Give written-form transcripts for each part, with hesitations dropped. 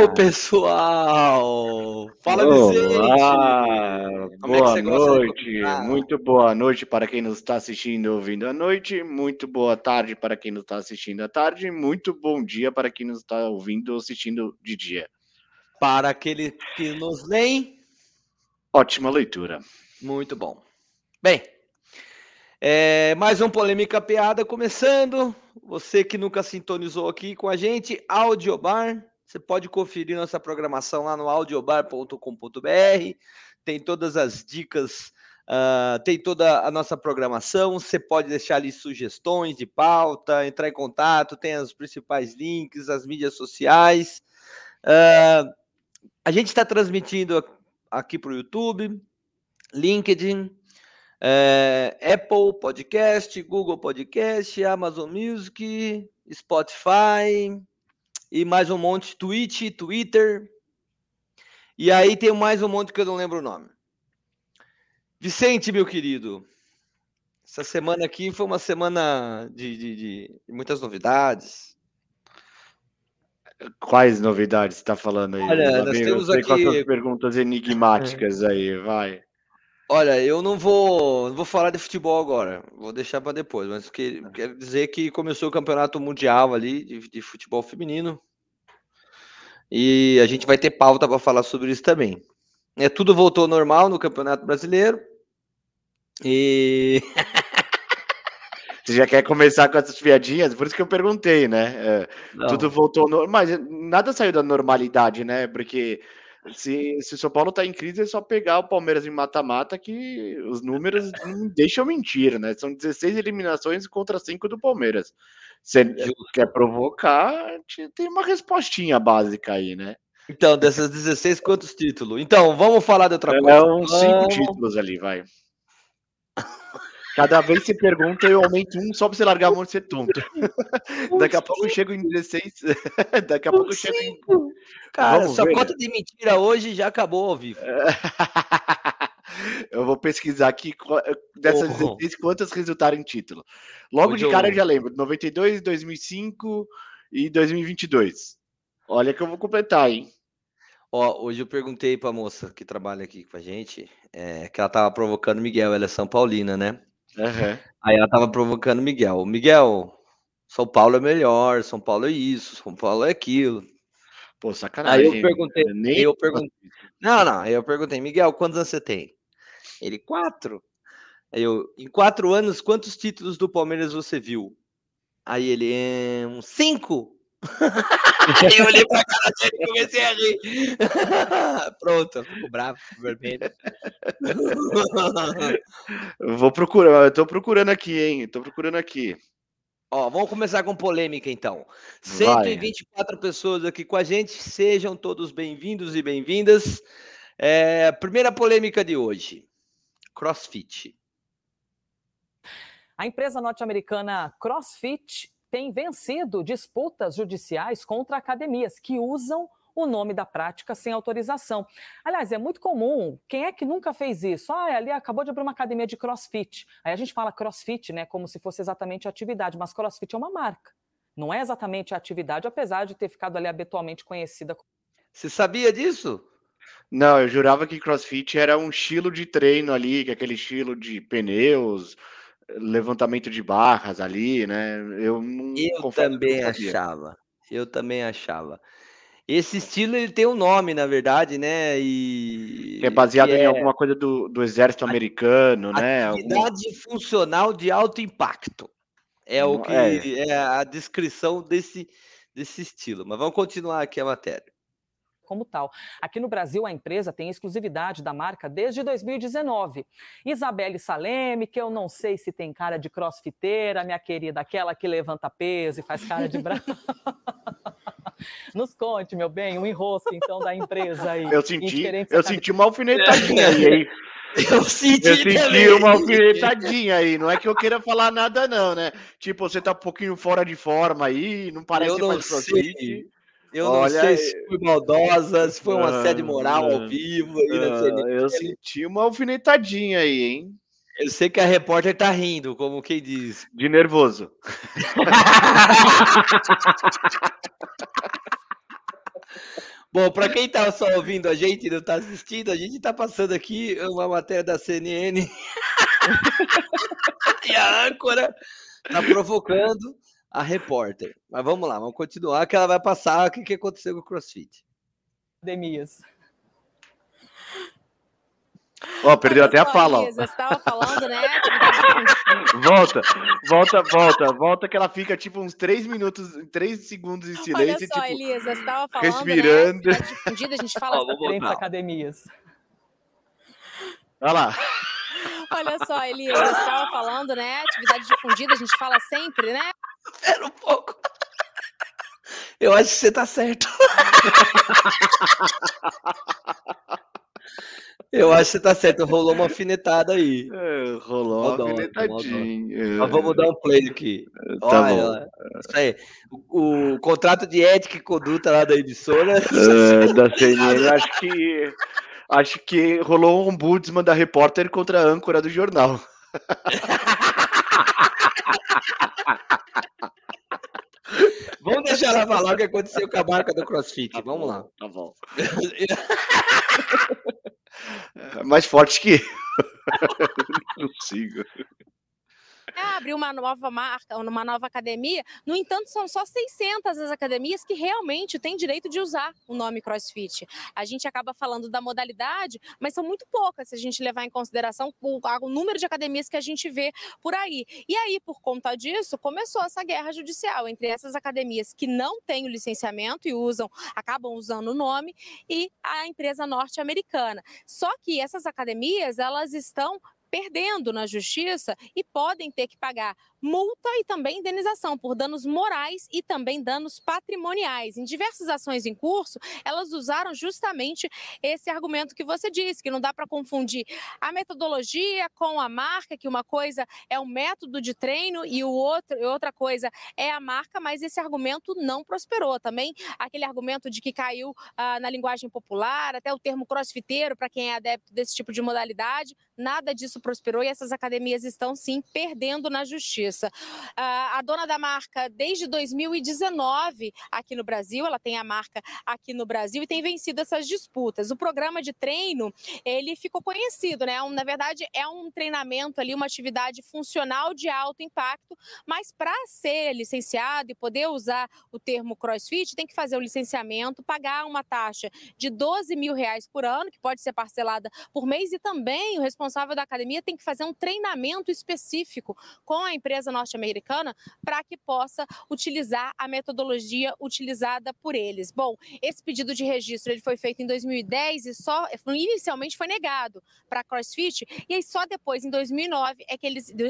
Ô, pessoal! Fala, Vicente! Olá, Como é que boa você gosta de noite, começar? muito boa noite para quem nos está assistindo e ouvindo à noite, muito boa tarde para quem nos está assistindo à tarde, muito bom dia para quem nos está ouvindo ou assistindo de dia. Para aquele que nos leem, Ótima leitura. muito bom. Bem, mais um Polêmica Piada começando. Você que nunca sintonizou aqui com a gente, Audiobar. Você pode conferir nossa programação lá no audiobar.com.br. Tem todas as dicas, tem toda a nossa programação. Você pode deixar ali sugestões de pauta, entrar em contato, tem os principais links, as mídias sociais. A gente está transmitindo aqui para o YouTube, LinkedIn, Apple Podcast, Google Podcast, Amazon Music, Spotify e mais um monte, Twitch, Twitter. E aí tem mais um monte que eu não lembro o nome. Vicente, meu querido, essa semana aqui foi uma semana de muitas novidades. Quais novidades você está falando aí? Olha, Lá nós vem temos você com as suas aqui. perguntas enigmáticas aí, vai. Olha, eu não vou falar de futebol agora, vou deixar para depois, mas quero dizer que começou o campeonato mundial ali de futebol feminino e a gente vai ter pauta para falar sobre isso também. Tudo voltou ao normal no Campeonato Brasileiro e Você já quer começar com essas piadinhas? Por isso que eu perguntei, né? Tudo não, voltou, mas nada saiu da normalidade, né? Porque se o São Paulo tá em crise, é só pegar o Palmeiras em mata-mata que os números não deixam mentir, né? São 16 eliminações contra 5 do Palmeiras. Você quer justo. provocar, tem uma respostinha básica aí, né? Então, dessas 16, quantos títulos? Então, vamos falar de outra É coisa. uns 5 títulos ali, vai. Cada vez que você pergunta, eu aumento um só pra você largar a mão de ser tonto. Daqui a pouco eu chego em 16. Daqui a pouco eu Uns chego em. 5. Cara, Vamos sua ver, cota né? de mentira hoje já acabou ao vivo. Eu vou pesquisar aqui dessas Oh, 16, quantas resultaram em título. Logo hoje de cara eu eu, já lembro: 92, 2005 e 2022. Olha que eu vou completar, hein? hoje eu perguntei pra moça que trabalha aqui com a gente, que ela tava provocando o Miguel, ela é São Paulina, né? Aham. Aí ela tava provocando o Miguel. Miguel, São Paulo é melhor, São Paulo é isso, São Paulo é aquilo. Pô, Aí eu sacanagem. perguntei, Nem. aí eu perguntei, não, aí eu perguntei, Miguel, quantos anos você tem? Ele, 4. Aí eu, em 4 anos, quantos títulos do Palmeiras você viu? Aí ele, uns 5. Aí eu olhei pra cara dele e comecei a rir. Pronto, ficou bravo, ficou vermelho. Eu vou procurar, eu tô procurando aqui, hein? Tô procurando aqui. Ó, vamos começar com polêmica então. Vai. 124 pessoas aqui com a gente, sejam todos bem-vindos e bem-vindas. Primeira polêmica de hoje: CrossFit. A empresa norte-americana CrossFit tem vencido disputas judiciais contra academias que usam o nome da prática sem autorização. Aliás, é muito comum. Quem é que nunca fez isso? Ali acabou de abrir uma academia de CrossFit. Aí a gente fala CrossFit, né, como se fosse exatamente a atividade, mas CrossFit é uma marca. Não é exatamente a atividade, apesar de ter ficado ali habitualmente conhecida. Você sabia disso? Não, eu jurava que CrossFit era um estilo de treino ali, que é aquele estilo de pneus, levantamento de barras ali, né? Eu não Eu confesso que eu não também sabia. achava. Eu também achava. Esse estilo ele tem um nome, na verdade, né? Que é E que baseado em é alguma coisa do exército americano, né? Alguma. atividade funcional de alto impacto. É o É, que é a descrição desse estilo. Mas vamos continuar aqui a matéria. Como tal. Aqui no Brasil, a empresa tem exclusividade da marca desde 2019. Isabelle Saleme, que eu não sei se tem cara de crossfiteira, minha querida, aquela que levanta peso e faz cara de brava. Nos conte, meu bem, o enrosco, então, da empresa aí. eu senti uma alfinetadinha aí, hein? Eu Eu senti senti também. uma alfinetadinha aí. Não é que eu queira falar nada, não, né? Tipo, você tá um pouquinho fora de forma aí, não parece Eu que você não faz sei. CrossFit. Eu não Olha, sei se foi maldosa, se foi um assédio moral ao aham, vivo aí na eu CNN. senti uma alfinetadinha aí, hein? Eu sei que a repórter tá rindo, como quem diz. De nervoso. Bom, para quem tá só ouvindo a gente e não tá assistindo, a gente tá passando aqui uma matéria da CNN e a âncora tá provocando a repórter. Mas vamos lá, vamos continuar que ela vai passar o que aconteceu com o CrossFit. Academias. Ó, perdeu até a fala, ó. Elisa, você estava falando, né? Volta que ela fica tipo uns 3 segundos em silêncio. Olha só, tipo, Elisa, você estava falando, respirando. né? Atividade difundida, a gente fala Diferentes academias. Olha lá. Olha só, Elisa, você estava falando, né? Atividade difundida, a gente fala sempre, né? Espera um pouco. Eu acho que você tá certo. Eu acho que você tá certo. Rolou uma alfinetada aí. Rolou uma alfinetadinha. Mas vamos dar um play aqui. Tá Olha, bom. Isso aí. O contrato de ética e conduta lá da emissora. Da CNN, acho que rolou um ombudsman da repórter contra a âncora do jornal. Vamos deixar ela falar o que aconteceu com a marca do CrossFit. Vamos lá. Tá bom. Mais forte que não consigo. Abrir uma nova marca, uma nova academia. No entanto, são só 600 as academias que realmente têm direito de usar o nome CrossFit. A gente acaba falando da modalidade, mas são muito poucas se a gente levar em consideração o número de academias que a gente vê por aí. E aí, por conta disso, começou essa guerra judicial entre essas academias que não têm o licenciamento e acabam usando o nome, e a empresa norte-americana. Só que essas academias, elas estão perdendo na justiça e podem ter que pagar multa e também indenização por danos morais e também danos patrimoniais. Em diversas ações em curso, elas usaram justamente esse argumento que você disse, que não dá para confundir a metodologia com a marca, que uma coisa é o método de treino e outra coisa é a marca, mas esse argumento não prosperou. Também aquele argumento de que caiu na linguagem popular, até o termo crossfiteiro, para quem é adepto desse tipo de modalidade, nada disso prosperou e essas academias estão, sim, perdendo na justiça. A dona da marca, desde 2019, aqui no Brasil, ela tem a marca aqui no Brasil e tem vencido essas disputas. O programa de treino, ele ficou conhecido, né? Na verdade, é um treinamento ali, uma atividade funcional de alto impacto, mas para ser licenciado e poder usar o termo CrossFit, tem que fazer o licenciamento, pagar uma taxa de R$12 mil por ano, que pode ser parcelada por mês, e também o responsável da academia tem que fazer um treinamento específico com a empresa norte-americana para que possa utilizar a metodologia utilizada por eles. Bom, esse pedido de registro ele foi feito em 2010 e inicialmente foi negado para a CrossFit, e aí só depois, em 2019, é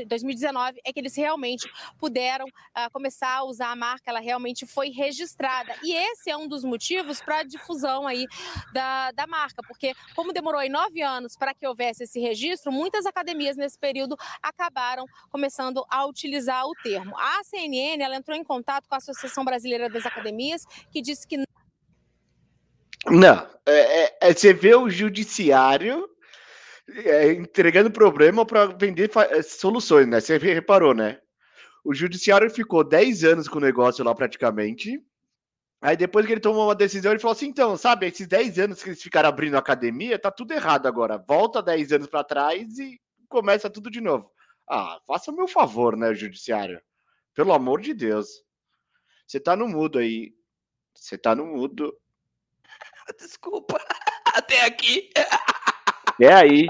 que eles realmente puderam começar a usar a marca, ela realmente foi registrada. E esse é um dos motivos para a difusão aí da marca, porque como demorou aí 9 anos para que houvesse esse registro, muitas academias nesse período acabaram começando a utilizar o termo. A CNN, ela entrou em contato com a Associação Brasileira das Academias, que disse que não, você vê o judiciário entregando problema para vender soluções, né? Você reparou, né? O judiciário ficou 10 anos com o negócio lá praticamente. Aí depois que ele tomou uma decisão, ele falou assim, então, sabe, esses 10 anos que eles ficaram abrindo a academia, tá tudo errado agora. Volta 10 anos para trás e começa tudo de novo. Ah, faça o meu favor, né, judiciário? Pelo amor de Deus. Você tá no mudo aí. Você tá no mudo. Desculpa. Até aqui. É aí.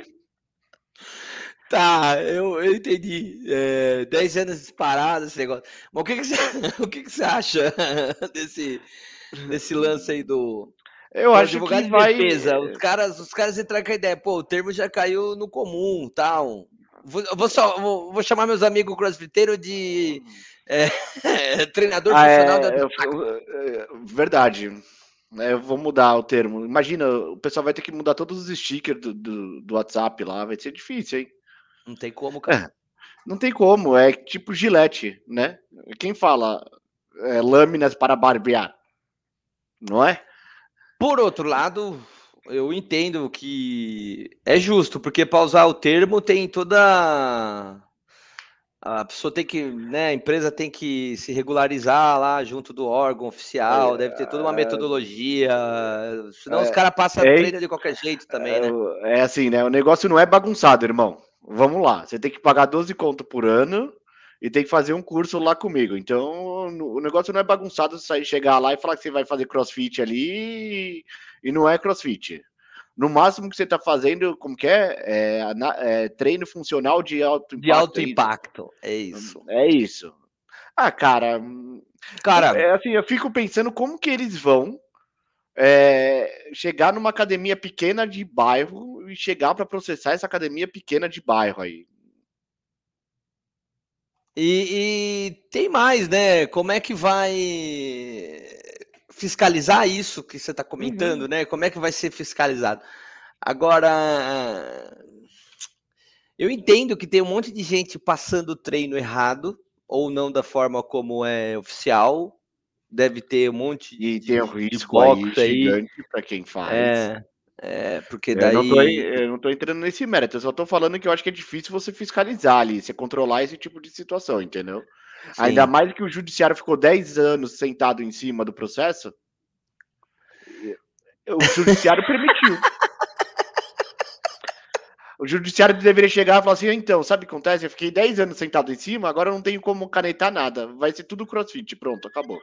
Tá, eu entendi. 10 anos disparado esse negócio. Mas o que você acha desse lance aí do... Eu acho advogado que de vai... defesa? Os caras entraram com a ideia, pô, o termo já caiu no comum, tal. Vou chamar meus amigos crossfiteiros de treinador funcional da... Verdade. Eu vou mudar o termo. Imagina, o pessoal vai ter que mudar todos os stickers do WhatsApp lá. Vai ser difícil, hein? Não tem como, cara. Não tem como. É tipo Gillette, né? Quem fala lâminas para barbear? Não é? Por outro lado, eu entendo que é justo, porque para usar o termo tem toda A pessoa tem que, né, a empresa tem que se regularizar lá junto do órgão oficial, deve ter toda uma metodologia, senão os caras passam é, treino de qualquer jeito também, né? É assim, né? O negócio não é bagunçado, irmão. Vamos lá. Você tem que pagar 12 conto por ano e tem que fazer um curso lá comigo. Então, o negócio não é bagunçado você chegar lá e falar que você vai fazer crossfit ali e não é crossfit. No máximo que você está fazendo, como que é treino funcional de alto impacto. De alto impacto, é isso. É isso. Ah, cara, Cara, assim, eu fico pensando como que eles vão chegar numa academia pequena de bairro e chegar para processar essa academia pequena de bairro aí. e tem mais, né? Como é que vai fiscalizar isso que você está comentando, né? Como é que vai ser fiscalizado? Agora, eu entendo que tem um monte de gente passando o treino errado, ou não da forma como é oficial. Deve ter um monte E de tem um risco box aí. gigante para quem faz. Porque Eu daí. não tô entrando nesse mérito, eu só tô falando que eu acho que é difícil você fiscalizar ali, você controlar esse tipo de situação, entendeu? Ainda Sim. mais que o judiciário ficou 10 anos sentado em cima do processo. O judiciário permitiu. O judiciário deveria chegar e falar assim: então, sabe o que acontece? Eu fiquei 10 anos sentado em cima, agora eu não tenho como canetar nada. Vai ser tudo crossfit. Pronto, acabou.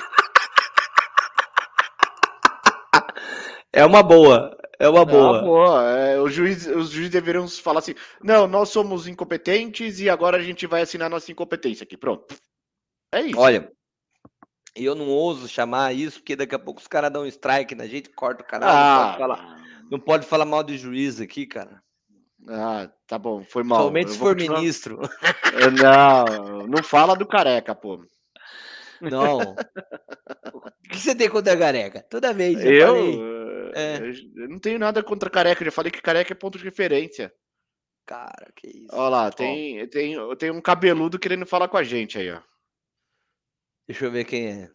É uma boa. É uma boa. Boa. Os juízes deveriam falar assim: não, nós somos incompetentes e agora a gente vai assinar nossa incompetência aqui. Pronto. É isso. Olha, eu não ouso chamar isso, porque daqui a pouco os caras dão um strike na gente, corta o canal, não pode falar mal de juiz aqui, cara. Tá bom, foi mal. Somente se for ministro. Não fala do Careca, pô. Não. O que você tem contra a Careca? Toda vez, já Eu falei. não tenho nada contra Careca, já falei que Careca é ponto de referência. Cara, que isso. Olha lá, tem um cabeludo querendo falar com a gente aí, ó. Deixa eu ver quem é.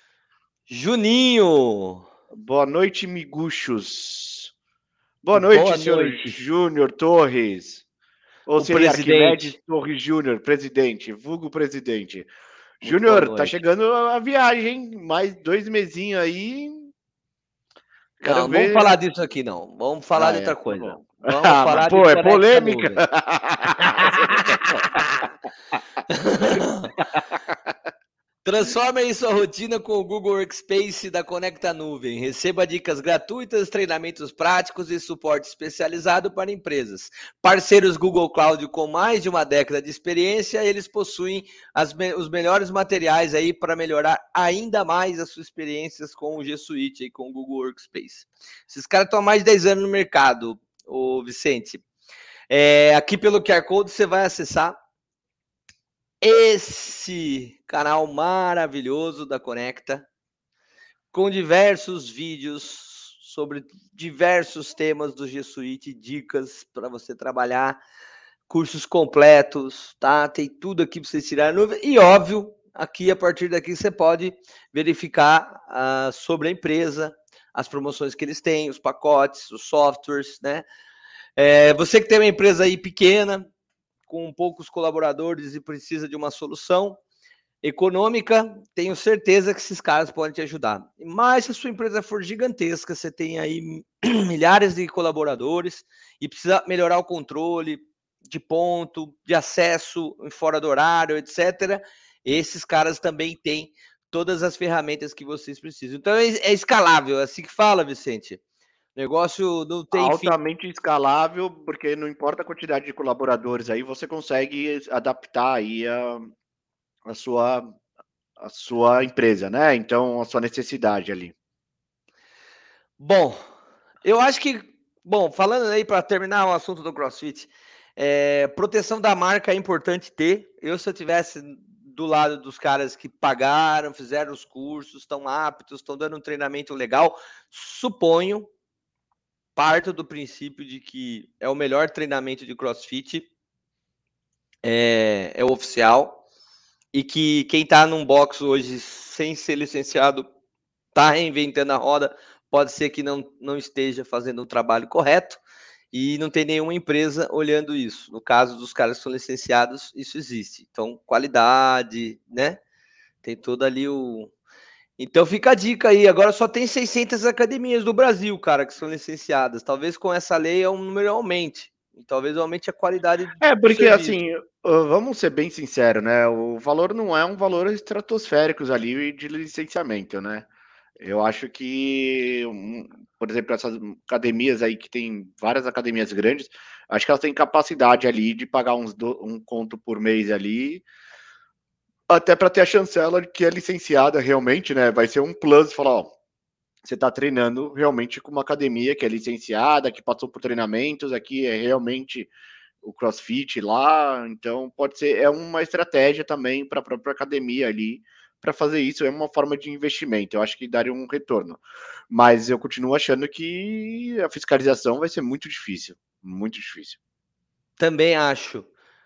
Juninho! Boa noite, miguxos. Boa noite, senhor Júnior Torres. Ou seria Arquimedes Torres Júnior, presidente, vulgo presidente. Júnior, tá chegando a viagem, hein? Mais 2 mesinhos aí. Não vamos falar disso aqui, não. Vamos falar de outra coisa. Tá vamos falar pô, é polêmica. Transforme aí sua rotina com o Google Workspace da Conecta Nuvem. Receba dicas gratuitas, treinamentos práticos e suporte especializado para empresas. Parceiros Google Cloud com mais de uma década de experiência, eles possuem os melhores materiais aí para melhorar ainda mais as suas experiências com o G Suite e com o Google Workspace. Esses caras estão há mais de 10 anos no mercado, ô Vicente. Aqui pelo QR Code você vai acessar esse canal maravilhoso da Conecta, com diversos vídeos sobre diversos temas do G Suite, dicas para você trabalhar, cursos completos, tá? Tem tudo aqui para você tirar a nuvem. E óbvio, aqui a partir daqui você pode verificar sobre a empresa, as promoções que eles têm, os pacotes, os softwares, né? Você que tem uma empresa aí pequena, com poucos colaboradores e precisa de uma solução econômica, tenho certeza que esses caras podem te ajudar. Mas se a sua empresa for gigantesca, você tem aí milhares de colaboradores e precisa melhorar o controle de ponto, de acesso fora do horário, etc. Esses caras também têm todas as ferramentas que vocês precisam. Então é escalável, é assim que fala, Vicente. O negócio não tem altamente escalável, porque não importa a quantidade de colaboradores aí, você consegue adaptar aí a sua empresa, né? Então, a sua necessidade ali. Bom, eu acho que, falando aí para terminar o assunto do CrossFit, proteção da marca é importante ter. Se eu tivesse do lado dos caras que pagaram, fizeram os cursos, estão aptos, estão dando um treinamento legal, suponho, parto do princípio de que é o melhor treinamento de CrossFit, é o oficial, e que quem está num box hoje sem ser licenciado está reinventando a roda, pode ser que não esteja fazendo um trabalho correto, e não tem nenhuma empresa olhando isso. No caso dos caras que são licenciados, isso existe. Então, qualidade, né? Tem todo ali o... Então fica a dica aí. Agora só tem 600 academias no Brasil, cara, que são licenciadas. Talvez com essa lei o número aumente. E talvez aumente a qualidade do Porque serviço. assim, vamos ser bem sinceros, né? O valor não é um valor estratosférico ali de licenciamento, né? Eu acho que, por exemplo, essas academias aí que tem várias academias grandes, acho que elas têm capacidade ali de pagar um conto por mês ali, até para ter a chancela que é licenciada realmente, né? Vai ser um plus, falar, ó, você está treinando realmente com uma academia que é licenciada, que passou por treinamentos, aqui é realmente o CrossFit lá, então pode ser, é uma estratégia também para a própria academia ali, para fazer isso, é uma forma de investimento, eu acho que daria um retorno, mas eu continuo achando que a fiscalização vai ser muito difícil, muito difícil. Também acho.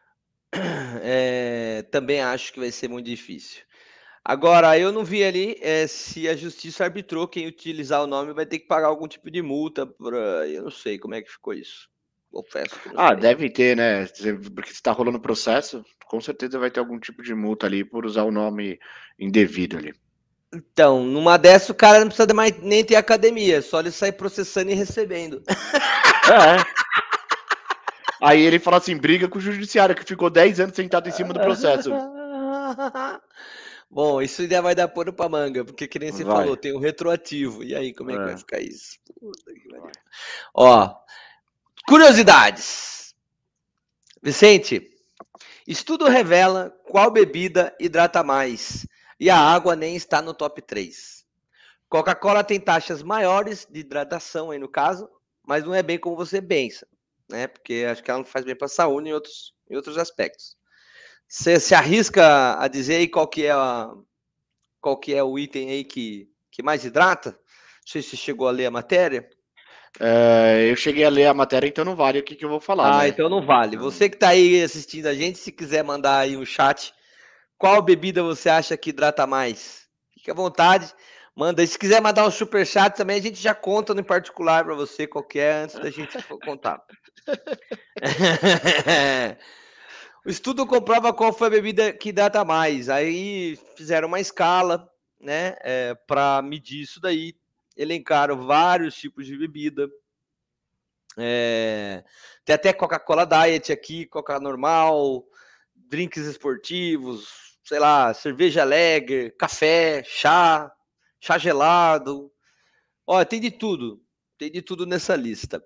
Também acho que vai ser muito difícil. Agora, eu não vi ali se a justiça arbitrou quem utilizar o nome vai ter que pagar algum tipo de multa. Eu não sei como é que ficou isso. Confesso que não sei. Deve ter, né? Porque se está rolando processo, com certeza vai ter algum tipo de multa ali por usar o nome indevido ali. Então, numa dessas, o cara não precisa mais nem ter academia, só ele sair processando e recebendo. Aí ele fala assim, briga com o judiciário, que ficou 10 anos sentado em cima do processo. Bom, isso já vai dar pano pra manga, porque que nem você falou, tem um retroativo. E aí, como é que vai ficar isso? Ó, curiosidades. Vicente, estudo revela qual bebida hidrata mais e a água nem está no top 3. Coca-Cola tem taxas maiores de hidratação aí no caso, mas não é bem como você pensa, né? Porque acho que ela não faz bem para a saúde em outros aspectos. Você se arrisca a dizer aí qual que é o item aí que mais hidrata? Não sei se você chegou a ler a matéria. Eu cheguei a ler a matéria, então não vale o que eu vou falar, né? Então não vale. Você que está aí assistindo a gente, se quiser mandar aí um chat, qual bebida você acha que hidrata mais? Fique à vontade, manda aí. Se quiser mandar um superchat também, a gente já conta no particular para você qual que é, antes da gente contar. O estudo comprova qual foi a bebida que hidrata mais. Aí fizeram uma escala, né, para medir isso daí. Elencaram vários tipos de bebida. Tem até Coca-Cola Diet aqui, Coca normal, drinks esportivos, sei lá, cerveja Lager, café, chá gelado. Ó, tem de tudo nessa lista.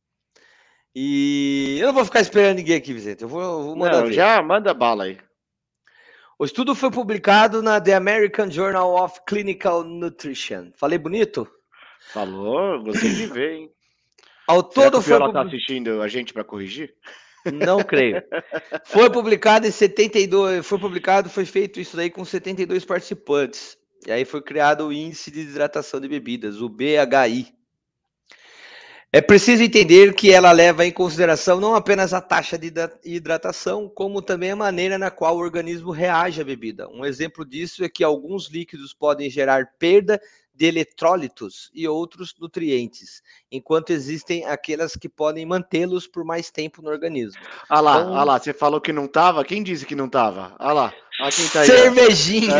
E eu não vou ficar esperando ninguém aqui, Vicente, eu vou mandar ver. Já manda bala aí. O estudo foi publicado na The American Journal of Clinical Nutrition. Falei bonito? Falou, gostei de ver, hein? Ao Será todo que o Viola tá assistindo a gente para corrigir? Não creio. Foi publicado em 72, foi feito isso daí com 72 participantes. E aí foi criado o Índice de Hidratação de Bebidas, o BHI. É preciso entender que ela leva em consideração não apenas a taxa de hidratação, como também a maneira na qual o organismo reage à bebida. Um exemplo disso é que alguns líquidos podem gerar perda de eletrólitos e outros nutrientes, enquanto existem aquelas que podem mantê-los por mais tempo no organismo. Olha lá, você falou que não tava? Quem disse que não tava? Olha lá, quem tá aí. Cervejinha!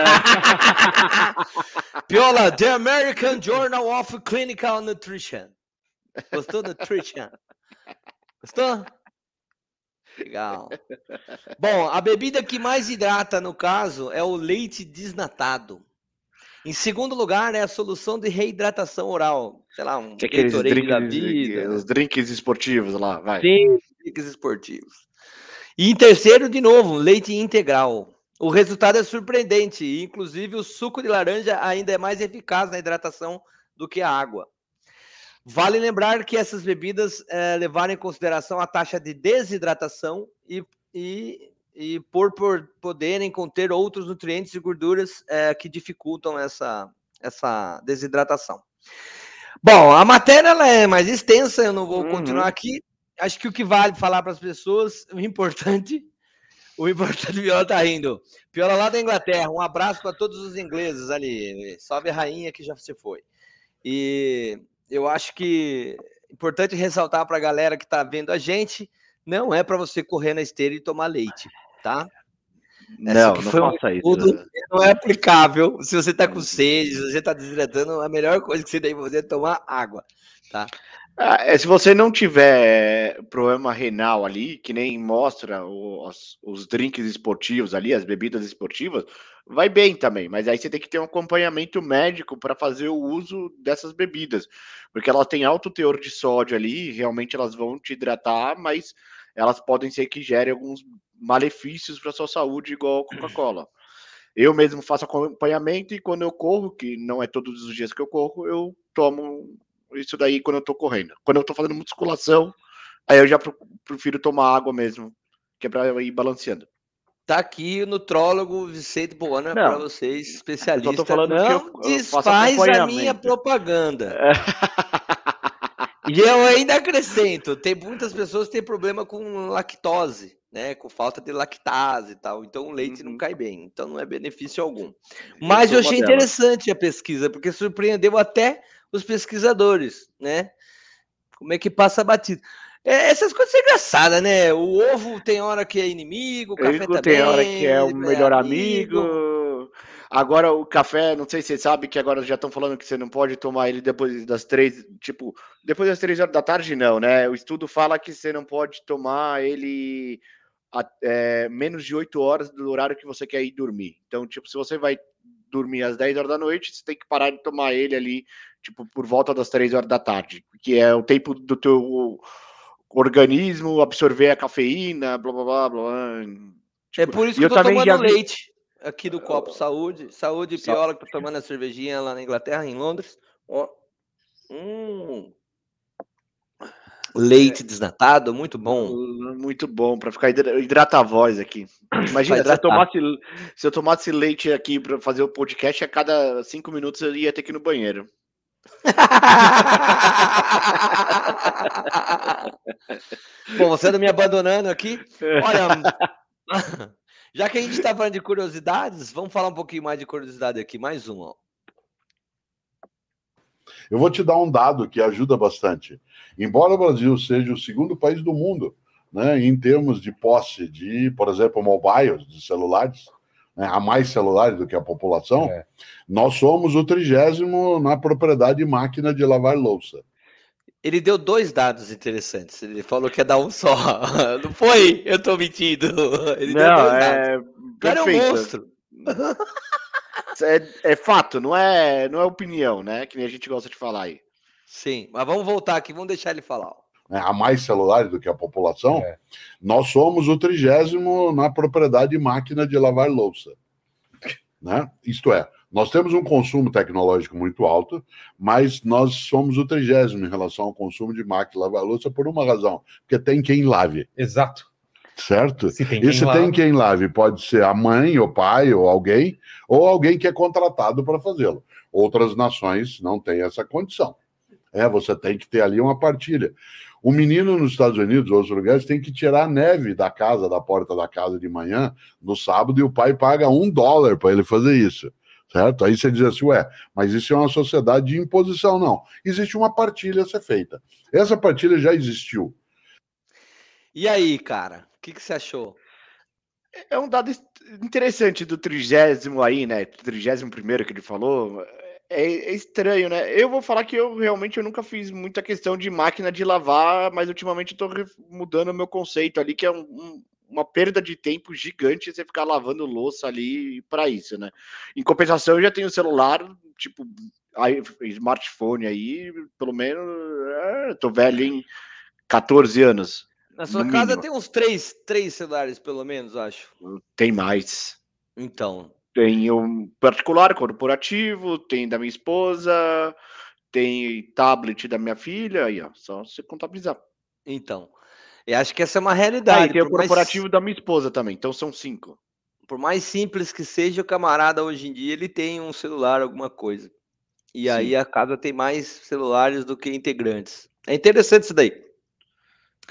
Piola, The American Journal of Clinical Nutrition. Gostou do Nutrition? Gostou? Legal. Bom, a bebida que mais hidrata, no caso, é o leite desnatado. Em segundo lugar, é a solução de reidratação oral. Sei lá, um Gatorade da vida. Os drinks esportivos lá, vai. Sim, drinks esportivos. E em terceiro, de novo, leite integral. O resultado é surpreendente. Inclusive, o suco de laranja ainda é mais eficaz na hidratação do que a água. Vale lembrar que essas bebidas levaram em consideração a taxa de desidratação e por poderem conter outros nutrientes e gorduras que dificultam essa desidratação. Bom, a matéria ela é mais extensa, eu não vou continuar aqui. Acho que o que vale falar para as pessoas, o importante, Viola tá rindo. Viola lá da Inglaterra, um abraço para todos os ingleses ali. Salve a rainha que já se foi. E eu acho que importante ressaltar para a galera que está vendo a gente, não é para você correr na esteira e tomar leite, tá? Não faça isso. Não é aplicável. Se você está com sede, se você está desidratando, a melhor coisa que você deve fazer é tomar água, tá? Se você não tiver problema renal ali, que nem mostra os drinks esportivos ali, as bebidas esportivas, vai bem também, mas aí você tem que ter um acompanhamento médico para fazer o uso dessas bebidas, porque elas têm alto teor de sódio ali, realmente elas vão te hidratar, mas elas podem ser que gerem alguns malefícios para sua saúde, igual a Coca-Cola. Eu mesmo faço acompanhamento e quando eu corro, que não é todos os dias que eu corro, eu tomo isso daí quando eu tô correndo. Quando eu tô fazendo musculação, aí eu já prefiro tomar água mesmo, que é pra eu ir balanceando. Tá aqui o nutrólogo Vicente Boana para vocês, especialista. Eu tô falando não que eu faço desfaz a minha propaganda. E eu ainda acrescento, tem muitas pessoas que têm problema com lactose, né? Com falta de lactase e tal. Então o leite não cai bem. Então não é benefício algum. Mas eu achei interessante a pesquisa, porque surpreendeu até os pesquisadores, né? Como é que passa batido. Essas coisas são engraçadas, né? O ovo tem hora que é inimigo, o café também. Tem hora que é o melhor amigo. Agora o café, não sei se você sabe que agora já estão falando que você não pode tomar ele depois das 3, tipo, depois das 3 horas da tarde não, né? O estudo fala que você não pode tomar ele menos de 8 horas do horário que você quer ir dormir. Então, tipo, se você vai dormir às 10 horas da noite, você tem que parar de tomar ele ali, tipo, por volta das 3 horas da tarde, que é o tempo do teu organismo absorver a cafeína, blá, blá, blá, blá. Tipo, é por isso que eu tô tomando leite aqui do copo. Saúde Piola, que tô tomando a cervejinha lá na Inglaterra, em Londres. Ó. Leite desnatado, muito bom. Muito bom, para ficar hidratar a voz aqui. Imagina, se eu tomasse leite aqui para fazer o podcast, a cada 5 minutos eu ia ter que ir no banheiro. Bom, você anda me abandonando aqui. Olha, já que a gente está falando de curiosidades, vamos falar um pouquinho mais de curiosidade aqui. Mais um, ó. Eu vou te dar um dado que ajuda bastante. Embora o Brasil seja o segundo país do mundo, né, em termos de posse de, por exemplo, mobiles, de celulares, né, há mais celulares do que a população, nós somos o 30º na propriedade de máquina de lavar louça. Ele deu 2 dados interessantes. Ele falou que ia dar um só. Não foi? Eu tô mentindo. Ele deu 2 dados. O cara é um monstro. É fato, não é opinião, né? Que nem a gente gosta de falar aí. Sim, mas vamos voltar aqui, vamos deixar ele falar. Há mais celulares do que a população, nós somos o 30º na propriedade de máquina de lavar louça. Né? Isto é, nós temos um consumo tecnológico muito alto, mas nós somos o 30º em relação ao consumo de máquina de lavar louça por uma razão, porque tem quem lave. Exato. Certo? Tem quem lave, pode ser a mãe, o pai, ou alguém que é contratado para fazê-lo. Outras nações não têm essa condição. Você tem que ter ali uma partilha. O menino nos Estados Unidos, ou outros lugares, tem que tirar a neve da porta da casa de manhã, no sábado, e o pai paga $1 para ele fazer isso. Certo? Aí você diz assim, mas isso é uma sociedade de imposição. Não. Existe uma partilha a ser feita. Essa partilha já existiu. E aí, cara? O que você achou? É um dado interessante do 30º aí, né? 31º que ele falou. É estranho, né? Eu vou falar que eu nunca fiz muita questão de máquina de lavar, mas ultimamente eu tô mudando o meu conceito ali, que é uma perda de tempo gigante você ficar lavando louça ali para isso, né? Em compensação, eu já tenho celular, tipo, smartphone aí, pelo menos, tô velho em 14 anos. Na sua casa tem uns 3 celulares, pelo menos, acho. Tem mais. Então. Tem um particular, corporativo, tem da minha esposa, tem tablet da minha filha, aí, ó, só você contabilizar. Então, eu acho que essa é uma realidade. Tem o corporativo da minha esposa também, então são 5. Por mais simples que seja, o camarada hoje em dia, ele tem um celular, alguma coisa. E aí a casa tem mais celulares do que integrantes. É interessante isso daí.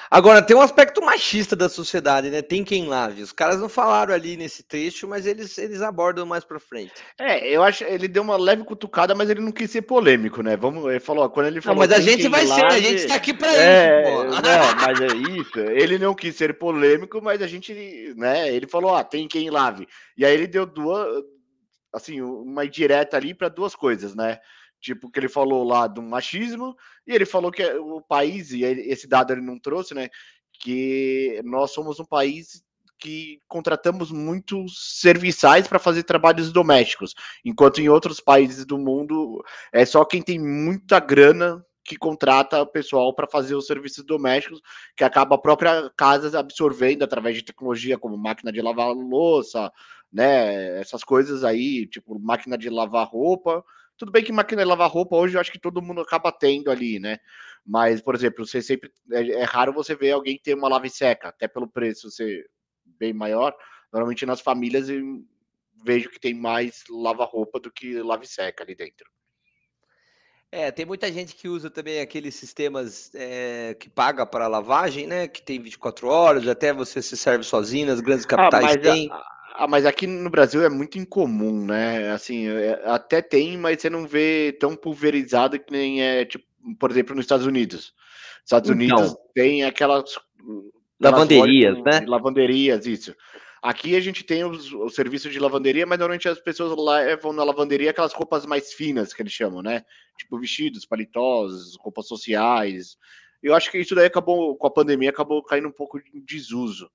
Agora, tem um aspecto machista da sociedade, né? Tem quem lave. Os caras não falaram ali nesse trecho, mas eles abordam mais pra frente. Eu acho ele deu uma leve cutucada, mas ele não quis ser polêmico, né? Ele falou, quando ele falou. Não, mas a gente vai ser, a gente tá aqui pra isso, pô. Não, mas é isso. Ele não quis ser polêmico, mas a gente, né? Ele falou, tem quem lave. E aí ele deu uma indireta ali para duas coisas, né? Tipo, que ele falou lá do machismo, e ele falou que o país, e esse dado ele não trouxe, né? Que nós somos um país que contratamos muitos serviçais para fazer trabalhos domésticos, enquanto em outros países do mundo é só quem tem muita grana que contrata o pessoal para fazer os serviços domésticos, que acaba a própria casa absorvendo através de tecnologia como máquina de lavar louça, né? Essas coisas aí, tipo máquina de lavar roupa. Tudo bem que máquina de lavar roupa hoje eu acho que todo mundo acaba tendo ali, né? Mas, por exemplo, você sempre é raro você ver alguém ter uma lava e seca, até pelo preço ser bem maior. Normalmente nas famílias eu vejo que tem mais lava-roupa do que lava e seca ali dentro. Tem muita gente que usa também aqueles sistemas que paga para lavagem, né? Que tem 24 horas, até você se serve sozinho, nas grandes capitais tem. Mas aqui no Brasil é muito incomum, né? Assim, até tem, mas você não vê tão pulverizado que nem tipo, por exemplo, nos Estados Unidos. Estados Unidos tem aquelas lavanderias, né? Lavanderias, isso. Aqui a gente tem o serviço de lavanderia, mas normalmente as pessoas levam na lavanderia aquelas roupas mais finas, que eles chamam, né? Tipo vestidos, paletós, roupas sociais. Eu acho que isso daí com a pandemia, acabou caindo um pouco em desuso.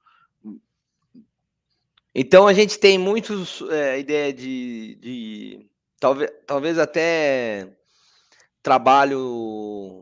Então a gente tem muitos ideia de talvez até trabalho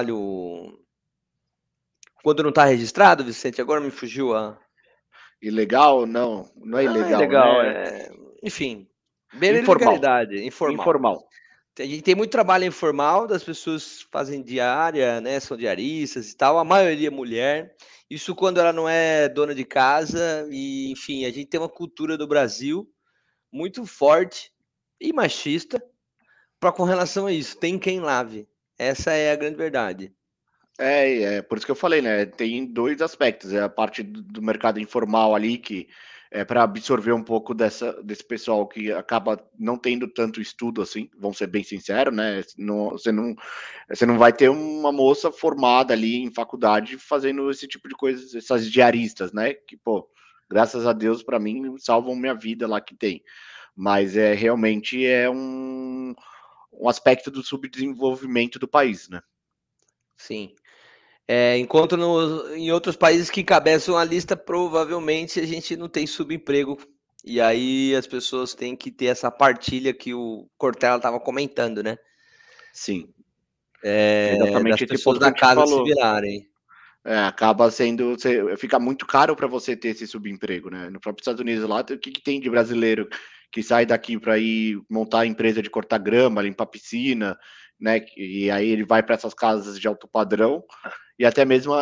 quando não está registrado, Vicente. Agora me fugiu a ilegal? Não é ilegal. É legal, né? Enfim, ilegalidade, informal. A gente tem muito trabalho informal, das pessoas fazem diária, né? São diaristas e tal. A maioria é mulher. Isso quando ela não é dona de casa. E, enfim, a gente tem uma cultura do Brasil muito forte e machista com relação a isso. Tem quem lave. Essa é a grande verdade. Por isso que eu falei, né? Tem dois aspectos. É a parte do mercado informal ali, que é para absorver um pouco desse pessoal que acaba não tendo tanto estudo assim, vamos ser bem sinceros, né? Você não vai ter uma moça formada ali em faculdade fazendo esse tipo de coisas, essas diaristas, né? Que, pô, graças a Deus, para mim, salvam minha vida lá que tem. Mas realmente é um aspecto do subdesenvolvimento do país, né? Sim. Enquanto em outros países que encabeçam a lista, provavelmente a gente não tem subemprego. E aí as pessoas têm que ter essa partilha que o Cortella estava comentando, né? Sim. Exatamente das pessoas da casa se virarem. Acaba sendo. Fica muito caro para você ter esse subemprego, né? No próprio Estados Unidos lá, o que tem de brasileiro que sai daqui para ir montar a empresa de cortar grama, limpar piscina, né? E aí ele vai para essas casas de alto padrão. E até mesmo